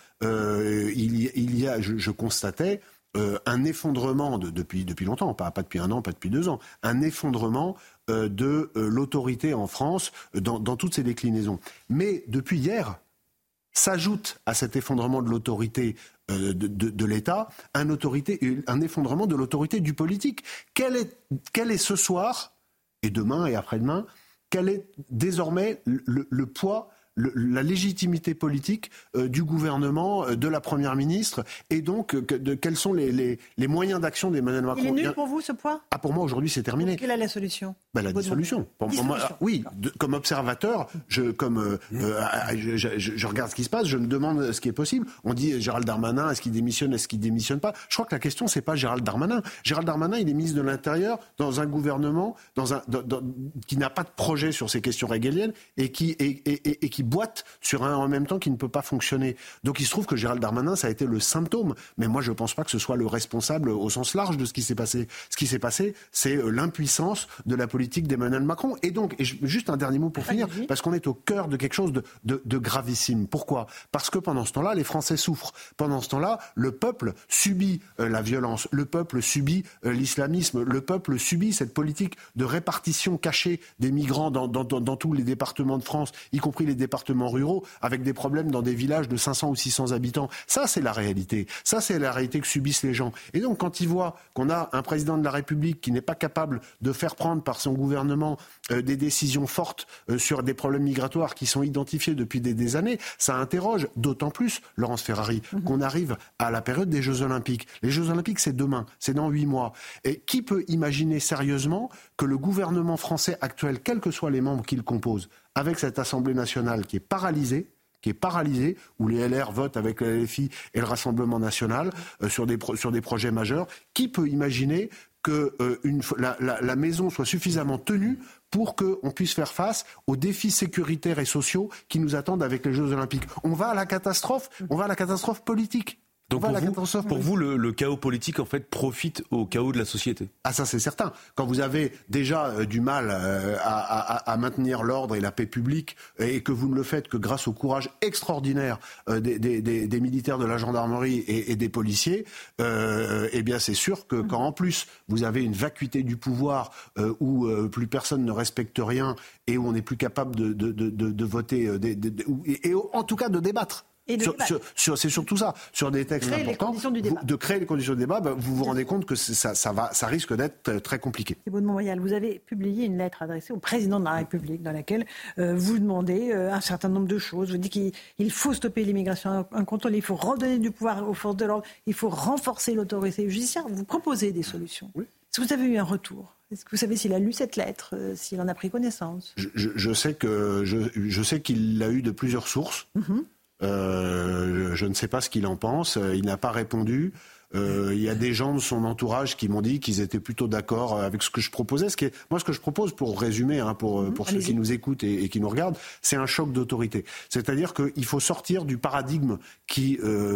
je constatais un effondrement depuis longtemps, pas depuis 1 an, pas depuis 2 ans, un effondrement de l'autorité en France dans toutes ses déclinaisons. Mais depuis hier, s'ajoute à cet effondrement de l'autorité de l'État un effondrement de l'autorité du politique. Quel est ce soir, et demain et après-demain, quel est désormais le poids, la légitimité politique du gouvernement, de la Première ministre, et donc quels sont les moyens d'action d'Emmanuel Macron? Il est nul pour vous, ce point? Pour moi, aujourd'hui, c'est terminé. Quelle est la solution? La dissolution. Oui, comme observateur, je regarde ce qui se passe, je me demande ce qui est possible. On dit Gérald Darmanin, est-ce qu'il démissionne pas? Je crois que la question, c'est pas Gérald Darmanin. Gérald Darmanin, il est ministre de l'Intérieur dans un gouvernement qui n'a pas de projet sur ces questions régaliennes et qui qui boite sur un en même temps qui ne peut pas fonctionner. Donc il se trouve que Gérald Darmanin, ça a été le symptôme. Mais moi, je ne pense pas que ce soit le responsable au sens large de ce qui s'est passé. Ce qui s'est passé, c'est l'impuissance de la politique d'Emmanuel Macron. Et donc, juste un dernier mot pour finir, parce qu'on est au cœur de quelque chose de gravissime. Pourquoi ? Parce que pendant ce temps-là, les Français souffrent. Pendant ce temps-là, le peuple subit la violence, le peuple subit l'islamisme, le peuple subit cette politique de répartition cachée des migrants dans tous les départements de France, y compris les départements ruraux, avec des problèmes dans des villages de 500 ou 600 habitants. Ça, c'est la réalité. Ça, c'est la réalité que subissent les gens. Et donc, quand ils voient qu'on a un président de la République qui n'est pas capable de faire prendre par son gouvernement des décisions fortes sur des problèmes migratoires qui sont identifiés depuis des années, ça interroge d'autant plus, Laurence Ferrari, qu'on arrive à la période des Jeux Olympiques. Les Jeux Olympiques, c'est demain, c'est dans 8 mois. Et qui peut imaginer sérieusement que le gouvernement français actuel, quels que soient les membres qu'il compose, avec cette Assemblée nationale qui est paralysée, où les LR votent avec le LFI et le Rassemblement national sur des projets majeurs, qui peut imaginer que la maison soit suffisamment tenue pour qu'on puisse faire face aux défis sécuritaires et sociaux qui nous attendent avec les Jeux Olympiques. On va à la catastrophe politique. Donc pour vous, le chaos politique, en fait, profite au chaos de la société. Ah, ça c'est certain. Quand vous avez déjà du mal à maintenir l'ordre et la paix publique, et que vous ne le faites que grâce au courage extraordinaire des militaires de la gendarmerie et des policiers, eh bien c'est sûr que quand en plus vous avez une vacuité du pouvoir où plus personne ne respecte rien et où on n'est plus capable de voter, et en tout cas de débattre. C'est surtout ça, sur des textes importants, de créer les conditions du débat, vous vous rendez compte que ça risque d'être très compliqué. Thibault de Montbrial, vous avez publié une lettre adressée au président de la République dans laquelle vous demandez un certain nombre de choses. Vous dites qu'il faut stopper l'immigration incontrôlée, il faut redonner du pouvoir aux forces de l'ordre, il faut renforcer l'autorité judiciaire. Vous proposez des solutions. Oui. Est-ce que vous avez eu un retour ? Est-ce que vous savez s'il a lu cette lettre, s'il en a pris connaissance ? Je sais qu'il l'a eu de plusieurs sources. Je ne sais pas ce qu'il en pense. Il n'a pas répondu. Il y a des gens de son entourage qui m'ont dit qu'ils étaient plutôt d'accord avec ce que je proposais. Ce que je propose, pour résumer, pour ceux qui nous écoutent et qui nous regardent, c'est un choc d'autorité. C'est-à-dire qu'il faut sortir du paradigme qui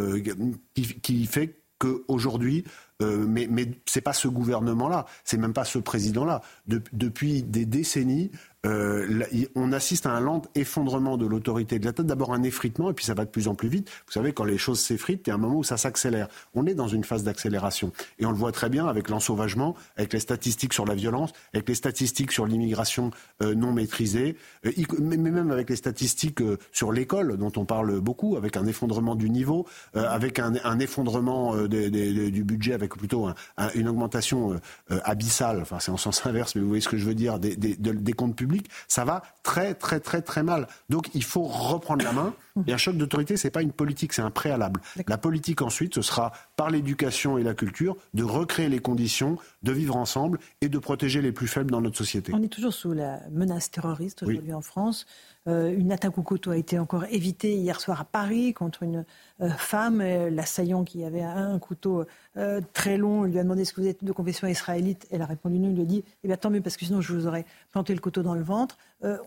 fait qu'aujourd'hui, mais c'est pas ce gouvernement-là, c'est même pas ce président-là. Depuis des décennies, on assiste à un lent effondrement de l'autorité de l'État. D'abord un effritement, et puis ça va de plus en plus vite. Vous savez, quand les choses s'effritent, il y a un moment où ça s'accélère. On est dans une phase d'accélération. Et on le voit très bien avec l'ensauvagement, avec les statistiques sur la violence, avec les statistiques sur l'immigration non maîtrisée, mais même avec les statistiques sur l'école, dont on parle beaucoup, avec un effondrement du niveau, avec un effondrement du budget, avec plutôt une augmentation abyssale, enfin c'est en sens inverse, mais vous voyez ce que je veux dire, des comptes publics. Ça va très très très très mal. Donc il faut reprendre la main. Et un choc d'autorité, c'est pas une politique, c'est un préalable. La politique ensuite, ce sera par l'éducation et la culture de recréer les conditions de vivre ensemble et de protéger les plus faibles dans notre société. On est toujours sous la menace terroriste aujourd'hui en France. Une attaque au couteau a été encore évitée hier soir à Paris contre une femme. L'assaillant qui avait un couteau très long lui a demandé est-ce que vous êtes de confession israélite. Elle a répondu non. Il lui a dit eh bien tant mieux parce que sinon je vous aurais planté le couteau dans le ventre.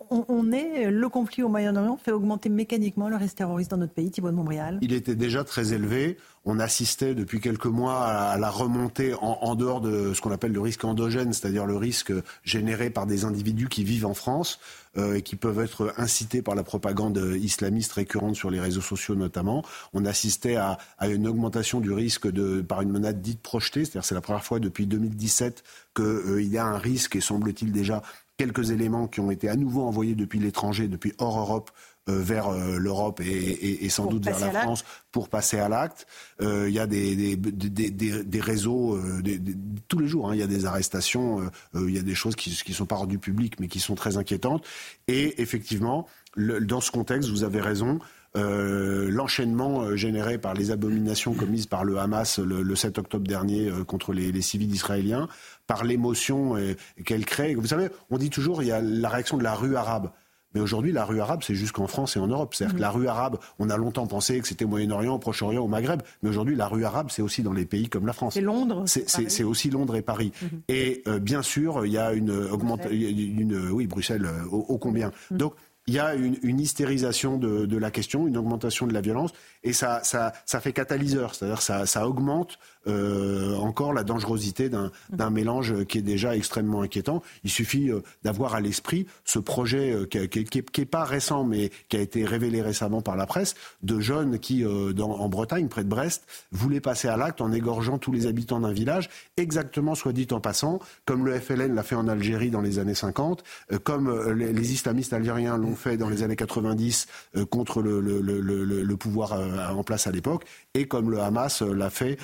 Le conflit au Moyen-Orient fait augmenter mécaniquement le risque terroriste dans notre pays. Thibault de Montbrial. Il était déjà très élevé. On assistait depuis quelques mois à la remontée en dehors de ce qu'on appelle le risque endogène, c'est-à-dire le risque généré par des individus qui vivent en France et qui peuvent être incités par la propagande islamiste récurrente sur les réseaux sociaux notamment. On assistait à une augmentation du risque par une menace dite projetée, c'est-à-dire c'est la première fois depuis 2017 qu'il y a un risque, et semble-t-il déjà quelques éléments qui ont été à nouveau envoyés depuis l'étranger, depuis hors Europe, vers l'Europe et sans doute vers la France pour passer à l'acte. Il y a des réseaux, tous les jours, il y a des arrestations, il y a des choses qui ne sont pas rendues publiques mais qui sont très inquiétantes. Et effectivement, dans ce contexte, vous avez raison, l'enchaînement généré par les abominations commises par le Hamas le 7 octobre dernier contre les civils israéliens, par l'émotion qu'elle crée. Vous savez, on dit toujours il y a la réaction de la rue arabe. Mais aujourd'hui, la rue arabe, c'est jusqu'en France et en Europe. C'est-à-dire que la rue arabe, on a longtemps pensé que c'était au Moyen-Orient, au Proche-Orient, au Maghreb. Mais aujourd'hui, la rue arabe, c'est aussi dans les pays comme la France. C'est Londres. C'est aussi Londres et Paris. Et bien sûr, il y a Bruxelles, ô combien. Donc, il y a une hystérisation de la question, une augmentation de la violence, et ça fait catalyseur, c'est-à-dire ça augmente encore la dangerosité d'un mélange qui est déjà extrêmement inquiétant. Il suffit d'avoir à l'esprit ce projet qui est pas récent, mais qui a été révélé récemment par la presse, de jeunes qui, en Bretagne, près de Brest, voulaient passer à l'acte en égorgeant tous les habitants d'un village, exactement, soit dit en passant, comme le FLN l'a fait en Algérie dans les années 50, comme les islamistes algériens l'ont fait dans les années 90 contre le pouvoir en place à l'époque, et comme le Hamas l'a fait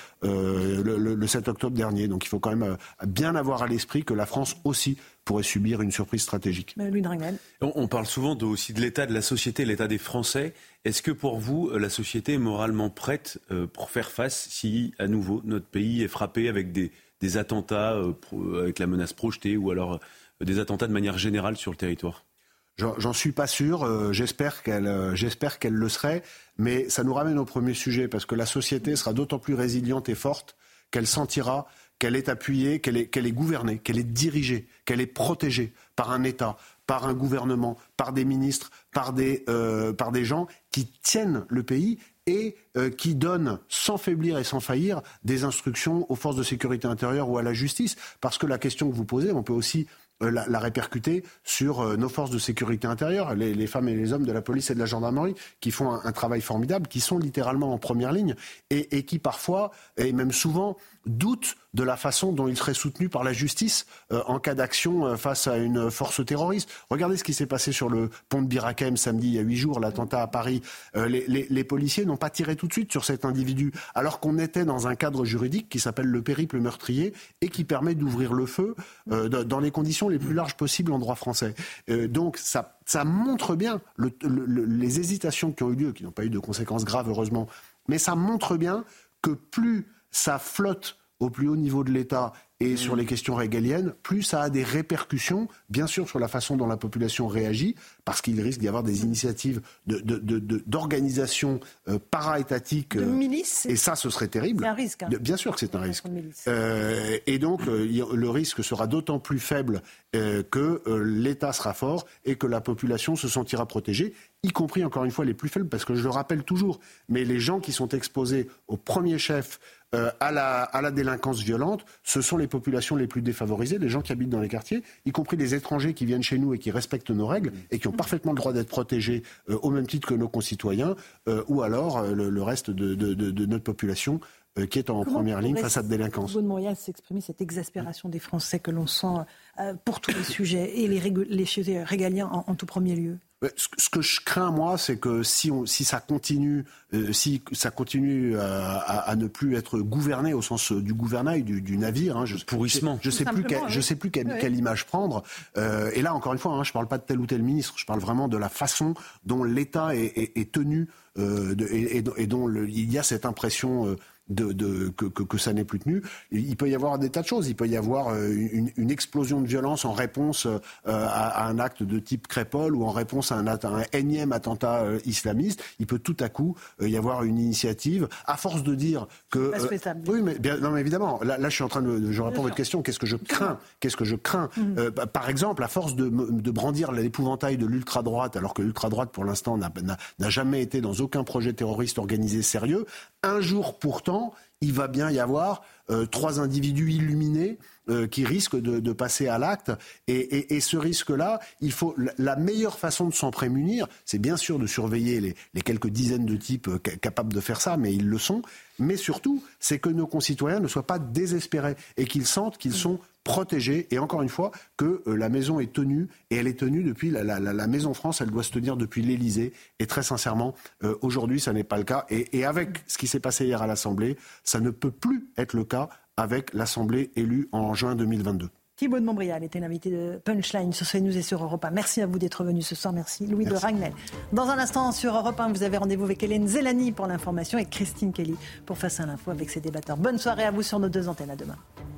le 7 octobre dernier. Donc il faut quand même bien avoir à l'esprit que la France aussi pourrait subir une surprise stratégique. On parle souvent aussi de l'état de la société, l'état des Français. Est-ce que pour vous, la société est moralement prête pour faire face si, à nouveau, notre pays est frappé avec des attentats, avec la menace projetée, ou alors des attentats de manière générale sur le territoire ? J'en suis pas sûr, j'espère qu'elle le serait, mais ça nous ramène au premier sujet, parce que la société sera d'autant plus résiliente et forte qu'elle sentira qu'elle est appuyée, qu'elle est gouvernée, qu'elle est dirigée, qu'elle est protégée par un État, par un gouvernement, par des ministres, par des gens qui tiennent le pays et qui donnent, sans faiblir et sans faillir, des instructions aux forces de sécurité intérieure ou à la justice. Parce que la question que vous posez, on peut aussi la répercuter sur nos forces de sécurité intérieure, les femmes et les hommes de la police et de la gendarmerie, qui font un travail formidable, qui sont littéralement en première ligne, et qui parfois, et même souvent, doutent de la façon dont ils seraient soutenus par la justice en cas d'action face à une force terroriste. Regardez ce qui s'est passé sur le pont de Bir Hakeim samedi, il y a 8 jours, l'attentat à Paris. Les policiers n'ont pas tiré tout de suite sur cet individu, alors qu'on était dans un cadre juridique qui s'appelle le périple meurtrier et qui permet d'ouvrir le feu dans les conditions les plus larges possibles en droit français. Donc ça montre bien les hésitations qui ont eu lieu, qui n'ont pas eu de conséquences graves heureusement, mais ça montre bien que plus ça flotte au plus haut niveau de l'État et sur les questions régaliennes, plus ça a des répercussions, bien sûr, sur la façon dont la population réagit, parce qu'il risque d'y avoir des initiatives d'organisation para-étatique. De milices. Et ça, ce serait terrible. C'est un risque. Hein. Bien sûr que c'est un risque. Et donc, le risque sera d'autant plus faible que l'État sera fort et que la population se sentira protégée, y compris, encore une fois, les plus faibles, parce que je le rappelle toujours, mais les gens qui sont exposés au premier chef à la délinquance violente, ce sont les populations les plus défavorisées, les gens qui habitent dans les quartiers, y compris les étrangers qui viennent chez nous et qui respectent nos règles et qui ont parfaitement le droit d'être protégés au même titre que nos concitoyens, ou alors le reste de notre population qui est en première ligne face à la délinquance. Comment pourrait s'exprimer cette exaspération des Français que l'on sent pour tous les sujets et les sujets régaliens en tout premier lieu? Ce que je crains, moi, c'est que si ça continue à ne plus être gouverné au sens du gouvernail, du navire, pourrissement. Je sais plus quelle image prendre. Et là, encore une fois, je ne parle pas de tel ou tel ministre. Je parle vraiment de la façon dont l'État est tenu et dont il y a cette impression que ça n'est plus tenu. Il peut y avoir des tas de choses. Il peut y avoir une explosion de violence en réponse à un acte de type Crépol ou en réponse à un énième attentat islamiste. Il peut tout à coup y avoir une initiative, à force de dire que... oui, mais évidemment, là je suis en train je réponds à votre question. Qu'est-ce que je crains par exemple, à force de brandir l'épouvantail de l'ultra-droite, alors que l'ultra-droite, pour l'instant, n'a jamais été dans aucun projet terroriste organisé sérieux, un jour pourtant, il va bien y avoir 3 individus illuminés qui risquent de passer à l'acte. Et ce risque-là, la meilleure façon de s'en prémunir, c'est bien sûr de surveiller les quelques dizaines de types capables de faire ça, mais ils le sont. Mais surtout, c'est que nos concitoyens ne soient pas désespérés et qu'ils sentent qu'ils sont protégés. Et encore une fois, que la maison est tenue, et elle est tenue depuis la Maison France, elle doit se tenir depuis l'Élysée. Et très sincèrement, aujourd'hui, ça n'est pas le cas. Et avec ce qui s'est passé hier à l'Assemblée, ça ne peut plus être le cas avec l'Assemblée élue en juin 2022. Thibaut de Montbrial était l'invité de Punchline sur CNews et sur Europe 1. Merci à vous d'être venu ce soir. Merci Louis de Ragnel. Dans un instant sur Europe 1, vous avez rendez-vous avec Hélène Zellani pour l'information et Christine Kelly pour Face à l'info avec ses débatteurs. Bonne soirée à vous sur nos 2 antennes. À demain.